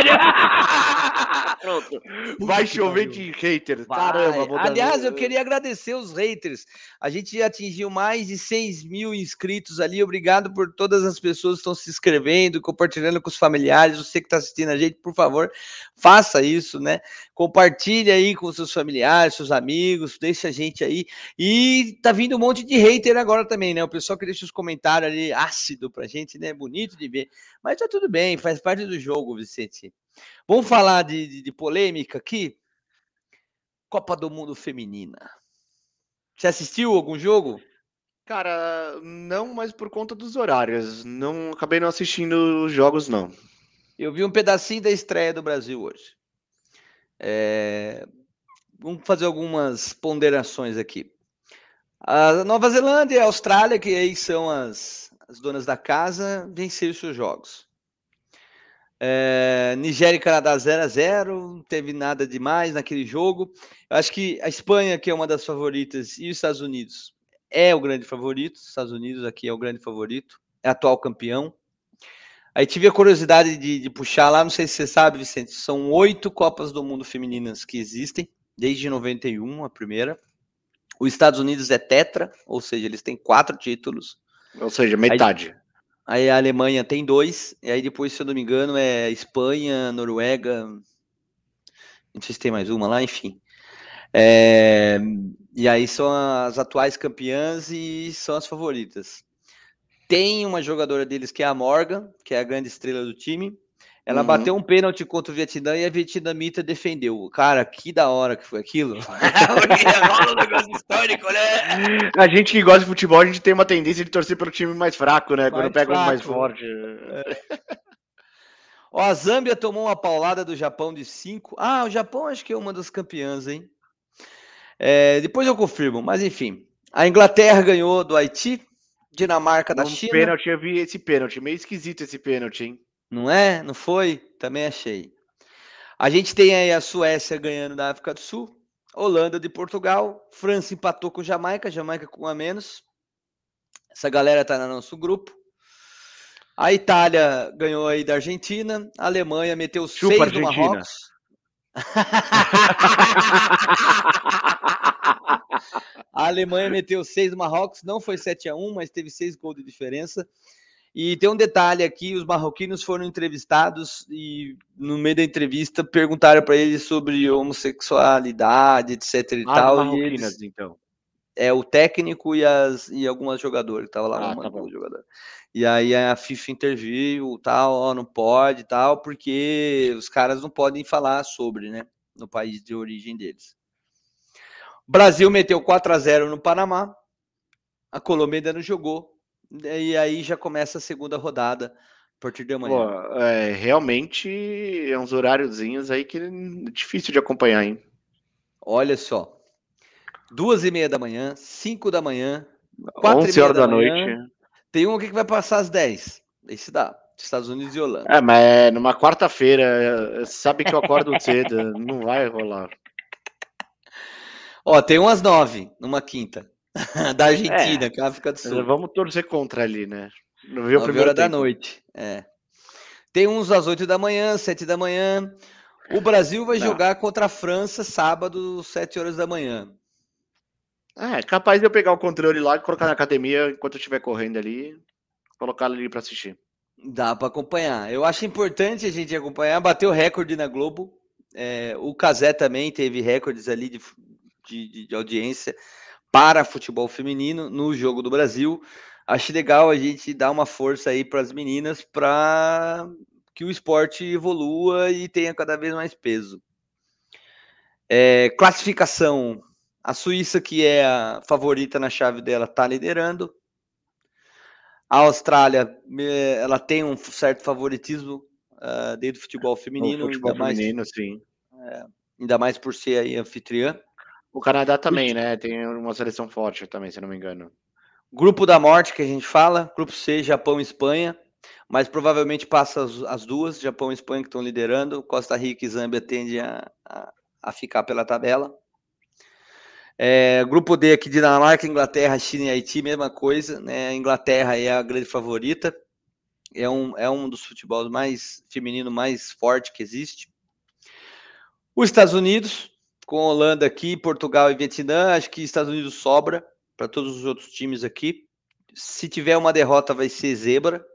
Pronto. Vai chover de haters. Caramba. Aliás, eu queria agradecer os haters. A gente já atingiu mais de 6.000 inscritos ali. Obrigado por todas as pessoas que estão se inscrevendo, compartilhando com os familiares. Você que está assistindo a gente, por favor, faça isso, né? Compartilhe aí com seus familiares, seus amigos, deixa a gente aí. E tá vindo um monte de hater agora também, né? O pessoal que deixa os comentários ali ácido pra gente, né? Bonito de ver. Mas tá tudo bem, faz parte do jogo, Vicente. Vamos falar de polêmica aqui? Copa do Mundo Feminina. Você assistiu algum jogo? Cara, não, mas por conta dos horários. Acabei não assistindo os jogos, não. Eu vi um pedacinho da estreia do Brasil hoje. Vamos fazer algumas ponderações aqui. A Nova Zelândia e a Austrália, que aí são as donas da casa, venceram os seus jogos. Nigéria e Canadá 0-0, não teve nada demais naquele jogo. Eu acho que a Espanha, que é uma das favoritas, e os Estados Unidos é o grande favorito. Os Estados Unidos aqui é o grande favorito, é atual campeão. Aí tive a curiosidade de puxar lá, não sei se você sabe, Vicente, são 8 Copas do Mundo femininas que existem, desde 91, a primeira. Os Estados Unidos é tetra, ou seja, eles têm 4 títulos. Ou seja, metade. Aí a Alemanha tem 2, e aí depois, se eu não me engano, é Espanha, Noruega, não sei se tem mais uma lá, enfim. E aí são as atuais campeãs e são as favoritas. Tem uma jogadora deles que é a Morgan, que é a grande estrela do time. Ela bateu um pênalti contra o Vietnã e a vietnamita defendeu. Cara, que da hora que foi aquilo. Porque rola um negócio histórico, né? A gente que gosta de futebol, a gente tem uma tendência de torcer pelo time mais fraco, né? Quando pega um mais forte. Ó, a Zâmbia tomou uma paulada do Japão de 5. Ah, o Japão acho que é uma das campeãs, hein? Depois eu confirmo, mas enfim. A Inglaterra ganhou do Haiti, Dinamarca da China. Pênalti, eu vi esse pênalti. Meio esquisito esse pênalti, hein? Não é? Não foi? Também achei. A gente tem aí a Suécia ganhando da África do Sul, Holanda de Portugal, França empatou com Jamaica com 1 a menos. Essa galera tá no nosso grupo. A Itália ganhou aí da Argentina, a Alemanha meteu 6 do Marrocos. A Alemanha meteu 6 do Marrocos, não foi 7-1, mas teve 6 gols de diferença. E tem um detalhe aqui, os marroquinos foram entrevistados e no meio da entrevista perguntaram para eles sobre homossexualidade, etc e tal. Marroquinas, e eles, então. O técnico e algumas jogadoras, que tava lá no jogador. E aí a FIFA interviu, tal, não pode, tal, porque os caras não podem falar sobre, né, no país de origem deles. O Brasil meteu 4-0 no Panamá, a Colômbia ainda não jogou. E aí já começa a segunda rodada a partir de amanhã. Pô, realmente é uns horáriozinhos aí que é difícil de acompanhar, hein? Olha só. 2h30 da manhã, 5 da manhã, 11 horas da noite. Tem um aqui que vai passar às 10. Esse dá. Estados Unidos e Holanda. Mas numa quarta-feira, sabe que eu acordo cedo, não vai rolar. Ó, tem umas 9 numa quinta. Da Argentina, que é a África do Sul. Vamos torcer contra ali, né? Não viu 9 horas da noite. Tem uns às 8 da manhã, 7 da manhã. O Brasil vai jogar contra a França sábado, 7 horas da manhã. É capaz de eu pegar o controle lá e colocar na academia enquanto eu estiver correndo ali, colocar ali para assistir. Dá para acompanhar. Eu acho importante a gente acompanhar. Bateu recorde na Globo. O Cazé também teve recordes ali de audiência para futebol feminino no Jogo do Brasil. Acho legal a gente dar uma força aí para as meninas para que o esporte evolua e tenha cada vez mais peso. Classificação. A Suíça, que é a favorita na chave dela, está liderando. A Austrália, ela tem um certo favoritismo dentro do futebol feminino. Sim. Ainda mais por ser aí anfitriã. O Canadá também, né? Tem uma seleção forte também, se não me engano. Grupo da morte que a gente fala, grupo C, Japão e Espanha, mas provavelmente passa as duas, Japão e Espanha que estão liderando, Costa Rica e Zâmbia tendem a ficar pela tabela. Grupo D aqui, Dinamarca, Inglaterra, China e Haiti, mesma coisa, né? A Inglaterra é a grande favorita, é um dos futebols mais feminino mais forte que existe. Os Estados Unidos, com Holanda aqui, Portugal e Vietnã, acho que Estados Unidos sobra para todos os outros times aqui. Se tiver uma derrota, vai ser zebra.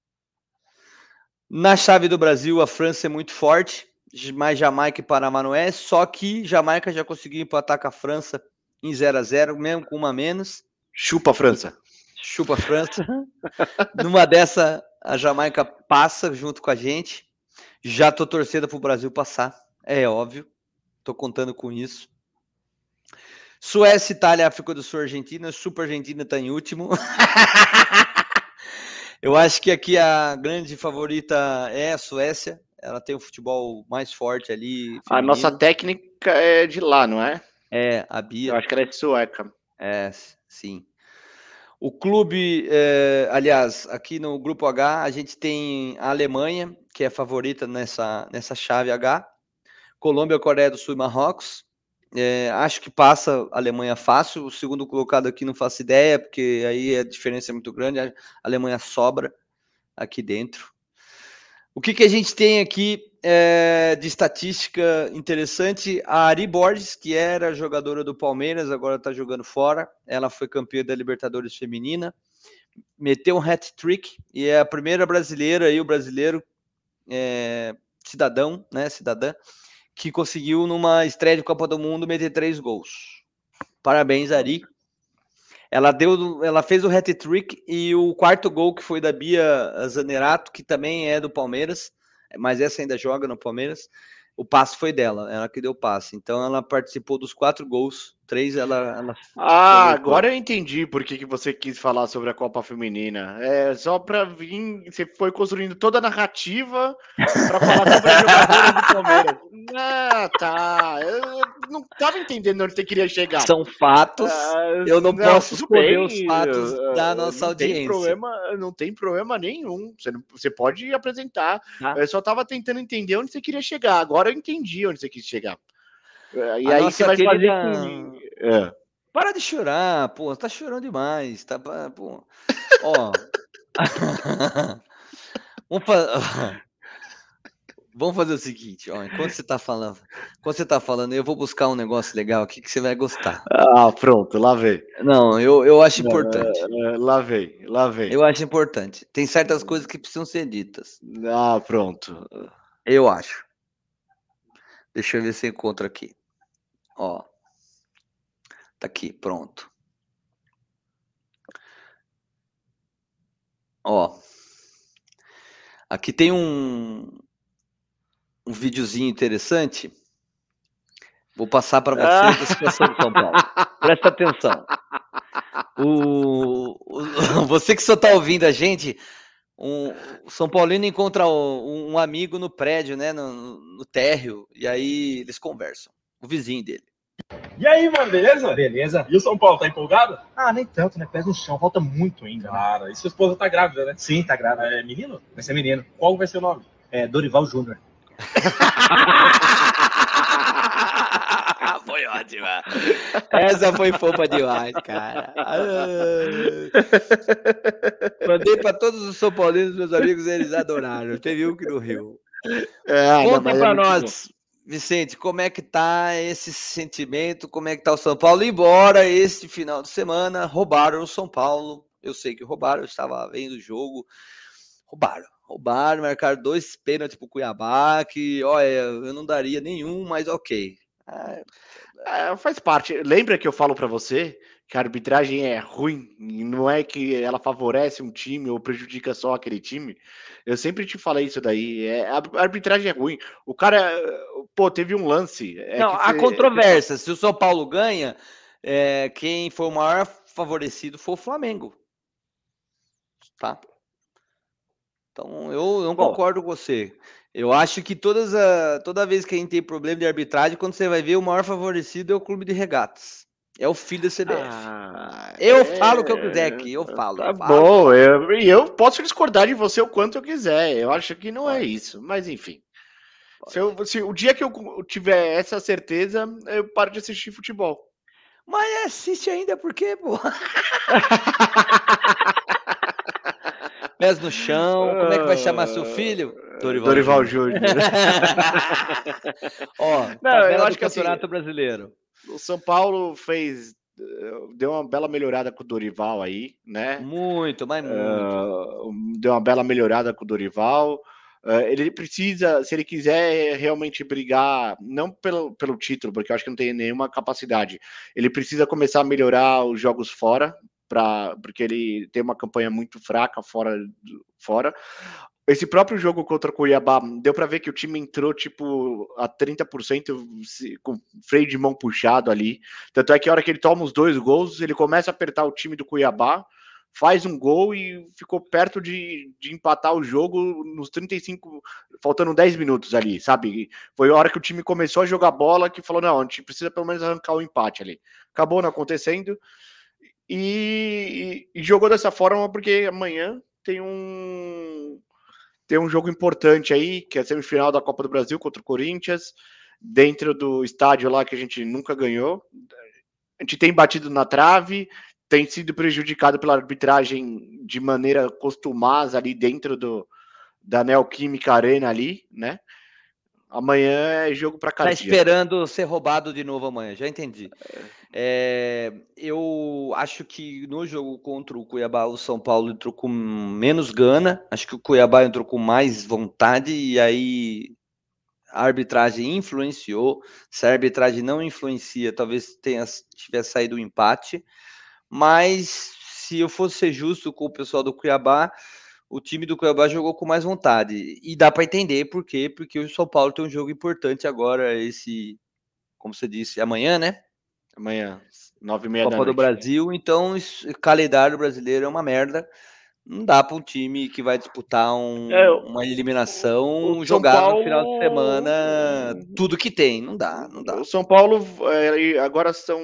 Na chave do Brasil, a França é muito forte, mas Jamaica e Panamá não é. Só que Jamaica já conseguiu empatar com a França em 0-0, mesmo com uma a menos. Chupa a França. Chupa a França. Numa dessa, a Jamaica passa junto com a gente. Já tô torcendo pro Brasil passar, é óbvio. Tô contando com isso. Suécia, Itália, África do Sul, Argentina. Super Argentina tá em último. Eu acho que aqui a grande favorita é a Suécia. Ela tem o futebol mais forte ali. Feminino. A nossa técnica é de lá, não é? A Bia. Eu acho que ela é de sueca. Sim. O clube, aliás, aqui no grupo H, a gente tem a Alemanha, que é a favorita nessa chave H. Colômbia, Coreia do Sul e Marrocos. Acho que passa a Alemanha fácil. O segundo colocado aqui não faço ideia, porque aí a diferença é muito grande. A Alemanha sobra aqui dentro. O que a gente tem aqui de estatística interessante? A Ari Borges, que era jogadora do Palmeiras, agora está jogando fora. Ela foi campeã da Libertadores Feminina. Meteu um hat-trick e é a primeira brasileira, o brasileiro cidadã, que conseguiu numa estreia de Copa do Mundo meter 3 gols. Parabéns, Ari. Ela fez o hat-trick e o quarto gol que foi da Bia Zanerato, que também é do Palmeiras, mas essa ainda joga no Palmeiras. O passe foi dela, ela que deu o passe. Então ela participou dos 4 gols, 3 ela agora eu entendi por que você quis falar sobre a Copa Feminina. É só pra vir, você foi construindo toda a narrativa pra falar sobre a jogadora do Palmeiras. Ah, tá. Eu não tava entendendo onde você queria chegar. São fatos, eu não posso esconder os fatos da nossa audiência. Não tem problema nenhum. Você pode apresentar. Eu só tava tentando entender onde você queria chegar. Agora eu entendi onde você quis chegar. E aí você vai fazer que... Para de chorar, pô, tá chorando demais, tá, pô. Ó. Vamos fazer o seguinte, ó, enquanto você tá falando, eu vou buscar um negócio legal aqui que você vai gostar. Pronto, lá vem. Não, eu acho importante. Lá vem. Eu acho importante. Tem certas coisas que precisam ser ditas. Pronto. Eu acho. Deixa eu ver se eu encontro aqui. Ó. Tá aqui, pronto. Ó. Aqui tem um videozinho interessante. Vou passar para você da situação de São Paulo. Presta atenção. Você que só tá ouvindo a gente, o São Paulino encontra um amigo no prédio, né, no térreo, e aí eles conversam. O vizinho dele. E aí, mano, beleza? Beleza. E o São Paulo, tá empolgado? Nem tanto, né? Pés no chão, falta muito ainda. Cara, e sua esposa tá grávida, né? Sim, tá grávida. É menino? Vai ser menino. Qual vai ser o nome? Dorival Júnior. Foi ótima. Essa foi fofa demais, cara. Mandei para todos os São Paulinos, meus amigos, eles adoraram. Teve um que não riu. Conta para nós, Vicente, como é que tá esse sentimento, como é que tá o São Paulo? Embora este final de semana roubaram o São Paulo, eu sei que roubaram, eu estava vendo o jogo, roubaram, marcaram 2 pênaltis pro Cuiabá, que, olha, eu não daria nenhum, mas ok. Faz parte. Lembra que eu falo pra você que a arbitragem é ruim, não é que ela favorece um time ou prejudica só aquele time? Eu sempre te falei isso daí. A arbitragem é ruim. O cara, teve um lance. Há controvérsia. Se o São Paulo ganha, quem foi o maior favorecido foi o Flamengo. Tá? Então, eu não concordo com você. Eu acho que toda vez que a gente tem problema de arbitragem, quando você vai ver, o maior favorecido é o Clube de Regatas. É o filho da CBF. Eu falo o que eu quiser aqui, eu falo. Tá bom, eu posso discordar de você o quanto eu quiser. Eu acho que não é isso, mas enfim. Se o dia que eu tiver essa certeza, eu paro de assistir futebol. Mas assiste ainda porque, pô. Pés no chão, como é que vai chamar seu filho? Dorival Júnior. Eu acho que Campeonato Brasileiro. O São Paulo deu uma bela melhorada com o Dorival aí, né? Muito, mas muito. Deu uma bela melhorada com o Dorival. Ele precisa, se ele quiser realmente brigar, não pelo título, porque eu acho que não tem nenhuma capacidade, ele precisa começar a melhorar os jogos fora, porque ele tem uma campanha muito fraca fora. Esse próprio jogo contra o Cuiabá, deu para ver que o time entrou tipo a 30% com freio de mão puxado ali. Tanto é que a hora que ele toma os 2 gols, ele começa a apertar o time do Cuiabá, faz um gol e ficou perto de empatar o jogo nos 35, faltando 10 minutos ali, sabe? Foi a hora que o time começou a jogar bola que falou, não, a gente precisa pelo menos arrancar o empate ali. Acabou não acontecendo e jogou dessa forma porque amanhã tem um jogo importante aí, que é a semifinal da Copa do Brasil contra o Corinthians, dentro do estádio lá que a gente nunca ganhou. A gente tem batido na trave, tem sido prejudicado pela arbitragem de maneira costumaz ali dentro da Neoquímica Arena ali, né? Amanhã é jogo pra cardíaco. Tá esperando ser roubado de novo amanhã, já entendi. Eu acho que no jogo contra o Cuiabá, o São Paulo entrou com menos gana, acho que o Cuiabá entrou com mais vontade, e aí a arbitragem influenciou. Se a arbitragem não influencia, talvez tivesse saído um empate, mas se eu fosse ser justo com o pessoal do Cuiabá, o time do Cuiabá jogou com mais vontade. E dá para entender por quê, porque o São Paulo tem um jogo importante agora, como você disse, amanhã, né? Amanhã, 9h30 da Copa do noite. Brasil, então o calendário brasileiro é uma merda. Não dá para um time que vai disputar uma eliminação jogar no final de semana tudo que tem. Não dá. O São Paulo agora são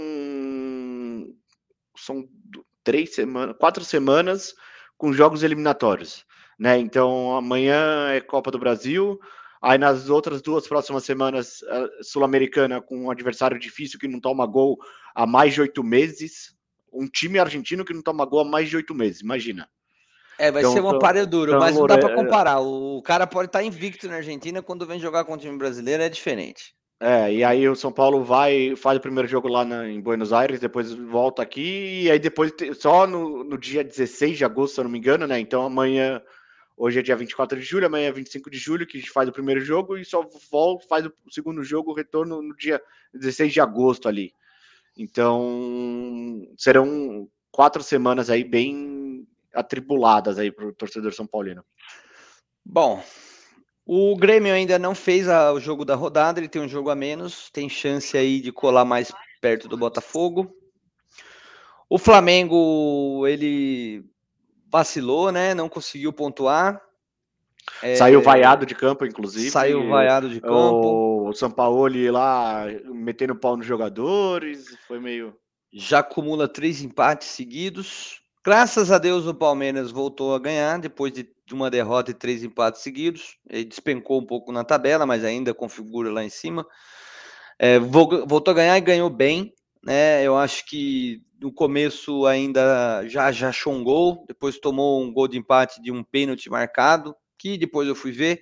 4 semanas com jogos eliminatórios, né? Então amanhã é Copa do Brasil, aí nas outras 2 próximas semanas Sul-Americana com um adversário difícil que não toma gol há mais de 8 meses, um time argentino que não toma gol há mais de 8 meses, imagina. Vai ser uma páreo duro, mas não dá para comparar. O cara pode estar invicto na Argentina, quando vem jogar com o time brasileiro é diferente. E aí o São Paulo faz o primeiro jogo lá em Buenos Aires, depois volta aqui, e aí depois, só no dia 16 de agosto, se eu não me engano, né? Então amanhã, hoje é dia 24 de julho, amanhã é 25 de julho, que a gente faz o primeiro jogo, e só faz o segundo jogo, o retorno no dia 16 de agosto ali. Então, serão 4 semanas aí bem atribuladas aí para o torcedor são paulino. Bom, o Grêmio ainda não fez o jogo da rodada, ele tem um jogo a menos, tem chance aí de colar mais perto do Botafogo. O Flamengo, ele vacilou, né? Não conseguiu pontuar. Saiu vaiado de campo, inclusive. Saiu vaiado de campo. O Sampaoli lá metendo pau nos jogadores, foi meio... Já acumula 3 empates seguidos. Graças a Deus o Palmeiras voltou a ganhar, depois de uma derrota e 3 empates seguidos. Ele despencou um pouco na tabela, mas ainda configura lá em cima. Voltou a ganhar e ganhou bem, né? Eu acho que no começo ainda já achou um gol, depois tomou um gol de empate de um pênalti marcado, que depois eu fui ver.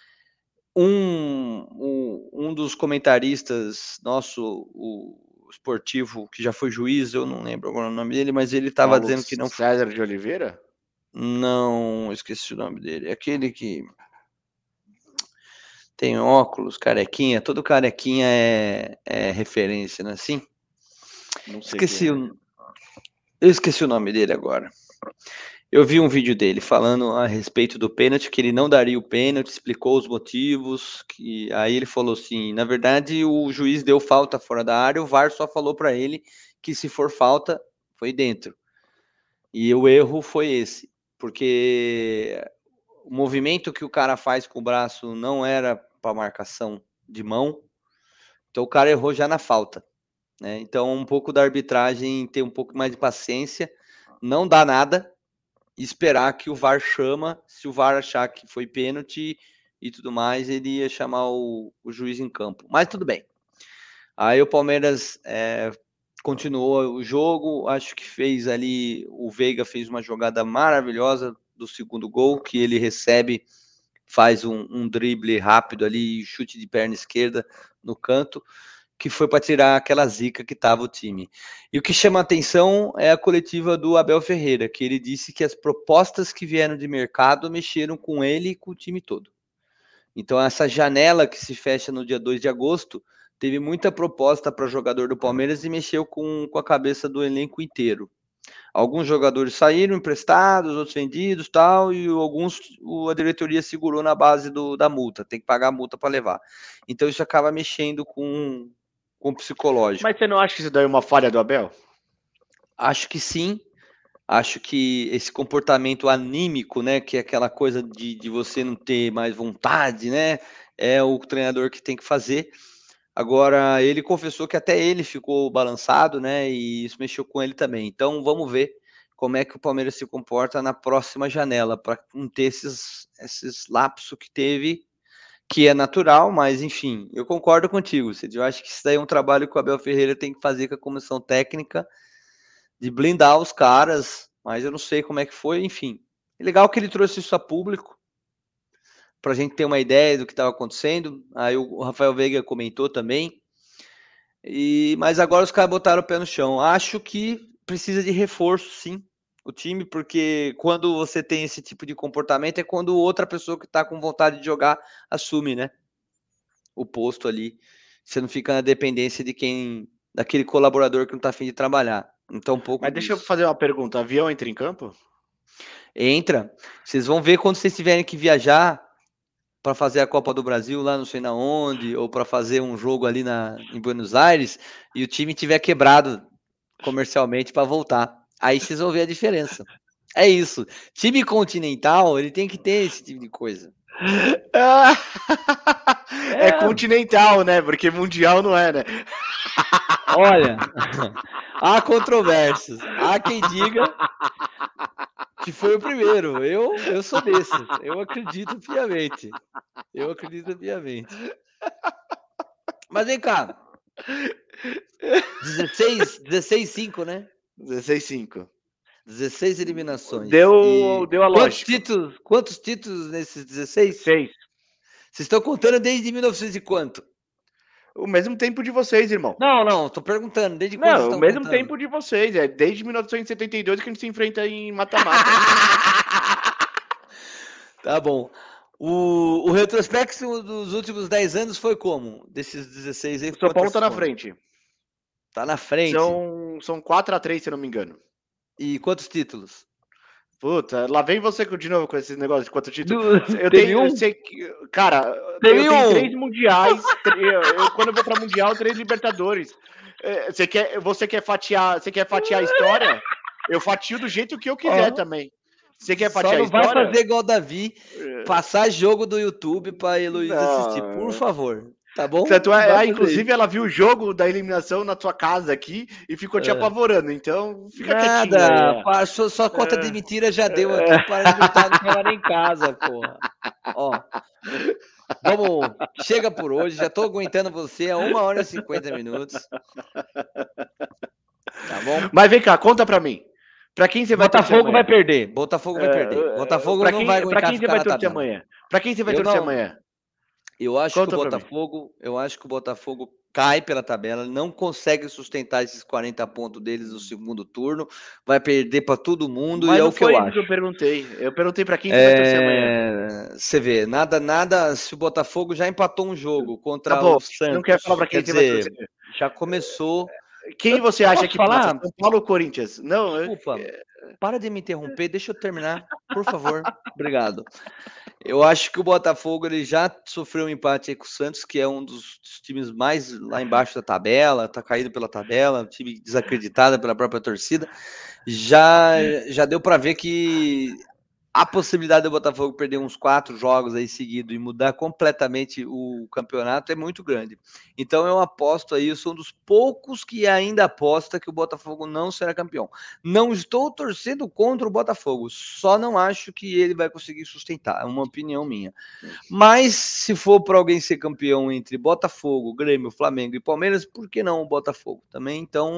Um dos comentaristas nosso, o esportivo, que já foi juiz, eu não lembro agora o nome dele, mas ele estava dizendo que não... César de Oliveira? Não, esqueci o nome dele. Aquele que tem óculos, carequinha, todo carequinha é referência, não é assim? Não sei. Eu esqueci o nome dele agora. Eu vi um vídeo dele falando a respeito do pênalti, que ele não daria o pênalti, explicou os motivos, que aí ele falou assim, na verdade o juiz deu falta fora da área, o VAR só falou para ele que se for falta, foi dentro. E o erro foi esse, porque o movimento que o cara faz com o braço não era para marcação de mão, então o cara errou já na falta, né? Então um pouco da arbitragem, ter um pouco mais de paciência, não dá nada, esperar que o VAR chama, se o VAR achar que foi pênalti e tudo mais, ele ia chamar o juiz em campo. Mas tudo bem. Aí o Palmeiras continuou o jogo, acho que fez ali, o Veiga fez uma jogada maravilhosa do segundo gol, que ele recebe, faz um drible rápido ali, chute de perna esquerda no canto, que foi para tirar aquela zica que estava o time. E o que chama a atenção é a coletiva do Abel Ferreira, que ele disse que as propostas que vieram de mercado mexeram com ele e com o time todo. Então essa janela que se fecha no dia 2 de agosto, teve muita proposta para jogador do Palmeiras e mexeu com a cabeça do elenco inteiro. Alguns jogadores saíram emprestados, outros vendidos, tal, e alguns a diretoria segurou na base da multa, tem que pagar a multa para levar. Então isso acaba mexendo com o psicológico. Mas você não acha que isso daí é uma falha do Abel? Acho que sim. Acho que esse comportamento anímico, né, que é aquela coisa de você não ter mais vontade, né, é o treinador que tem que fazer. Agora, ele confessou que até ele ficou balançado, né, e isso mexeu com ele também. Então, vamos ver como é que o Palmeiras se comporta na próxima janela, para não ter esses lapsos que teve, que é natural, mas, enfim, eu concordo contigo, Cid. Eu acho que isso daí é um trabalho que o Abel Ferreira tem que fazer com a comissão técnica, de blindar os caras, mas eu não sei como é que foi, enfim. É legal que ele trouxe isso a público, para a gente ter uma ideia do que estava acontecendo. Aí o Rafael Veiga comentou também. Mas agora os caras botaram o pé no chão. Acho que precisa de reforço, sim, o time, porque quando você tem esse tipo de comportamento é quando outra pessoa que está com vontade de jogar assume, né, o posto ali. Você não fica na dependência de daquele colaborador que não está a fim de trabalhar. Então, pouco. Mas deixa eu fazer uma pergunta: avião entra em campo? Entra. Vocês vão ver quando vocês tiverem que viajar para fazer a Copa do Brasil lá não sei na onde, ou para fazer um jogo ali em Buenos Aires, e o time tiver quebrado comercialmente para voltar. Aí vocês vão ver a diferença. É isso. Time continental, ele tem que ter esse tipo de coisa. É continental, né? Porque mundial não é, né? Olha, há controvérsias. Há quem diga que foi o primeiro. Eu sou desses. Eu acredito piamente. Mas vem cá. 16-5, né? 16-5. 16 eliminações. Deu a lógica. Quantos títulos nesses 16? 6. Vocês estão contando desde 1900 e quanto? O mesmo tempo de vocês, irmão. Não, tô perguntando. Desde quando vocês Não, estão o mesmo contando? tempo de vocês. É desde 1972 que a gente se enfrenta em mata-mata. Tá bom. O retrospecto dos últimos 10 anos foi como? Desses 16 aí? O São Paulo tá na foram? frente. Tá na frente. São 4-3, se eu não me engano. E quantos títulos? Puta, lá vem você de novo com esse negócio de quantos títulos. Cara, eu tenho 3 mundiais. Quando eu vou pra mundial, 3 Libertadores. Você quer fatiar a história? Eu fatio do jeito que eu quiser também. Você quer fatiar a história? Só não vai fazer igual o Davi, passar jogo do YouTube pra Heloísa assistir, por favor. Tá bom? Inclusive, ela viu o jogo da eliminação na tua casa aqui e ficou te apavorando. Então, fica quietinho. Nada, sua conta de mentira já deu aqui para evitar não falar em casa, porra. Ó, vamos, chega por hoje, já tô aguentando você há 1 hora e 50 minutos. Tá bom? Mas vem cá, conta pra mim. Pra quem você vai torcer amanhã? Botafogo vai perder. Botafogo não vai aguentar. Pra quem você vai torcer amanhã? Pra quem você vai torcer amanhã? Eu acho que o Botafogo cai pela tabela, não consegue sustentar esses 40 pontos deles no segundo turno, vai perder para todo mundo. Mas e é não o que eu foi acho. isso que eu perguntei. Eu perguntei para quem você vai torcer amanhã. Você vê, nada. Se o Botafogo já empatou um jogo contra o Santos, não quer falar para quem você vai torcer. Já começou. Quem você acha que passa? São Paulo ou Corinthians? Não, desculpa. Para de me interromper, deixa eu terminar, por favor. Obrigado. Eu acho que o Botafogo ele já sofreu um empate aí com o Santos, que é um dos times mais lá embaixo da tabela, tá caído pela tabela, um time desacreditado pela própria torcida. Já deu para ver que a possibilidade do Botafogo perder uns 4 jogos aí seguidos e mudar completamente o campeonato é muito grande. Então eu aposto aí, eu sou um dos poucos que ainda aposta que o Botafogo não será campeão. Não estou torcendo contra o Botafogo, só não acho que ele vai conseguir sustentar, é uma opinião minha. Mas se for para alguém ser campeão entre Botafogo, Grêmio, Flamengo e Palmeiras, por que não o Botafogo também? Então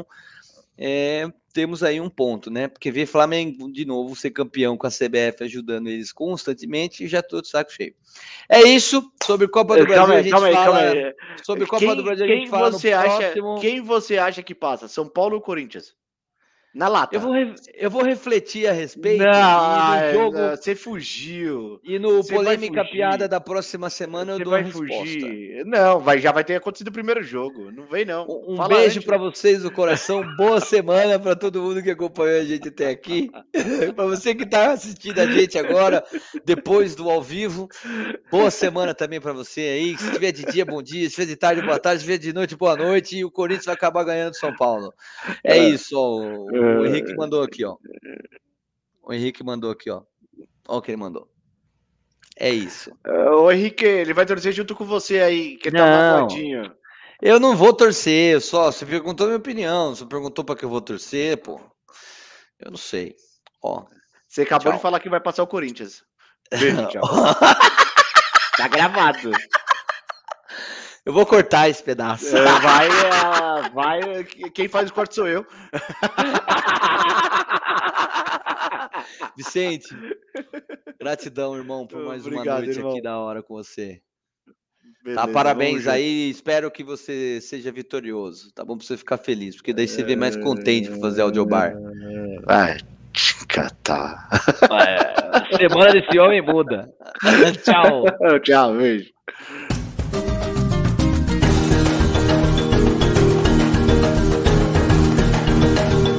temos aí um ponto, né? Porque ver Flamengo de novo ser campeão com a CBF ajudando eles constantemente, já tô de saco cheio. É isso, sobre Copa do Brasil a gente fala. Sobre Copa do Brasil a gente fala no próximo. Quem você acha que passa? São Paulo ou Corinthians? Na lata. Eu vou refletir a respeito. Jogo, você fugiu. E no polêmica piada da próxima semana eu dou a resposta. Fugir. Não, já vai ter acontecido o primeiro jogo. Não vem, não. Um beijo para vocês do coração. Boa semana para todo mundo que acompanhou a gente até aqui. Para você que está assistindo a gente agora, depois do ao vivo. Boa semana também para você aí. Se tiver de dia, bom dia. Se tiver de tarde, boa tarde. Se tiver de noite, boa noite. E o Corinthians vai acabar ganhando do São Paulo. É isso, ó. O Henrique mandou aqui, ó. Olha o que ele mandou. É isso. O Henrique, ele vai torcer junto com você aí, que tá magoadinho. Eu não vou torcer, você perguntou a minha opinião. Você perguntou pra que eu vou torcer, pô. Eu não sei. Ó. Você acabou de falar que vai passar o Corinthians. Beijo, tchau. Tá gravado. Eu vou cortar esse pedaço. Vai. Quem faz o corte sou eu. Vicente, gratidão, irmão, por mais uma noite aqui da hora com você. Beleza, parabéns aí, espero que você seja vitorioso, tá bom? Pra você ficar feliz, porque daí você vem mais contente pra fazer audiobar. Vai te catar. A semana desse homem muda. Tchau. Tchau, beijo.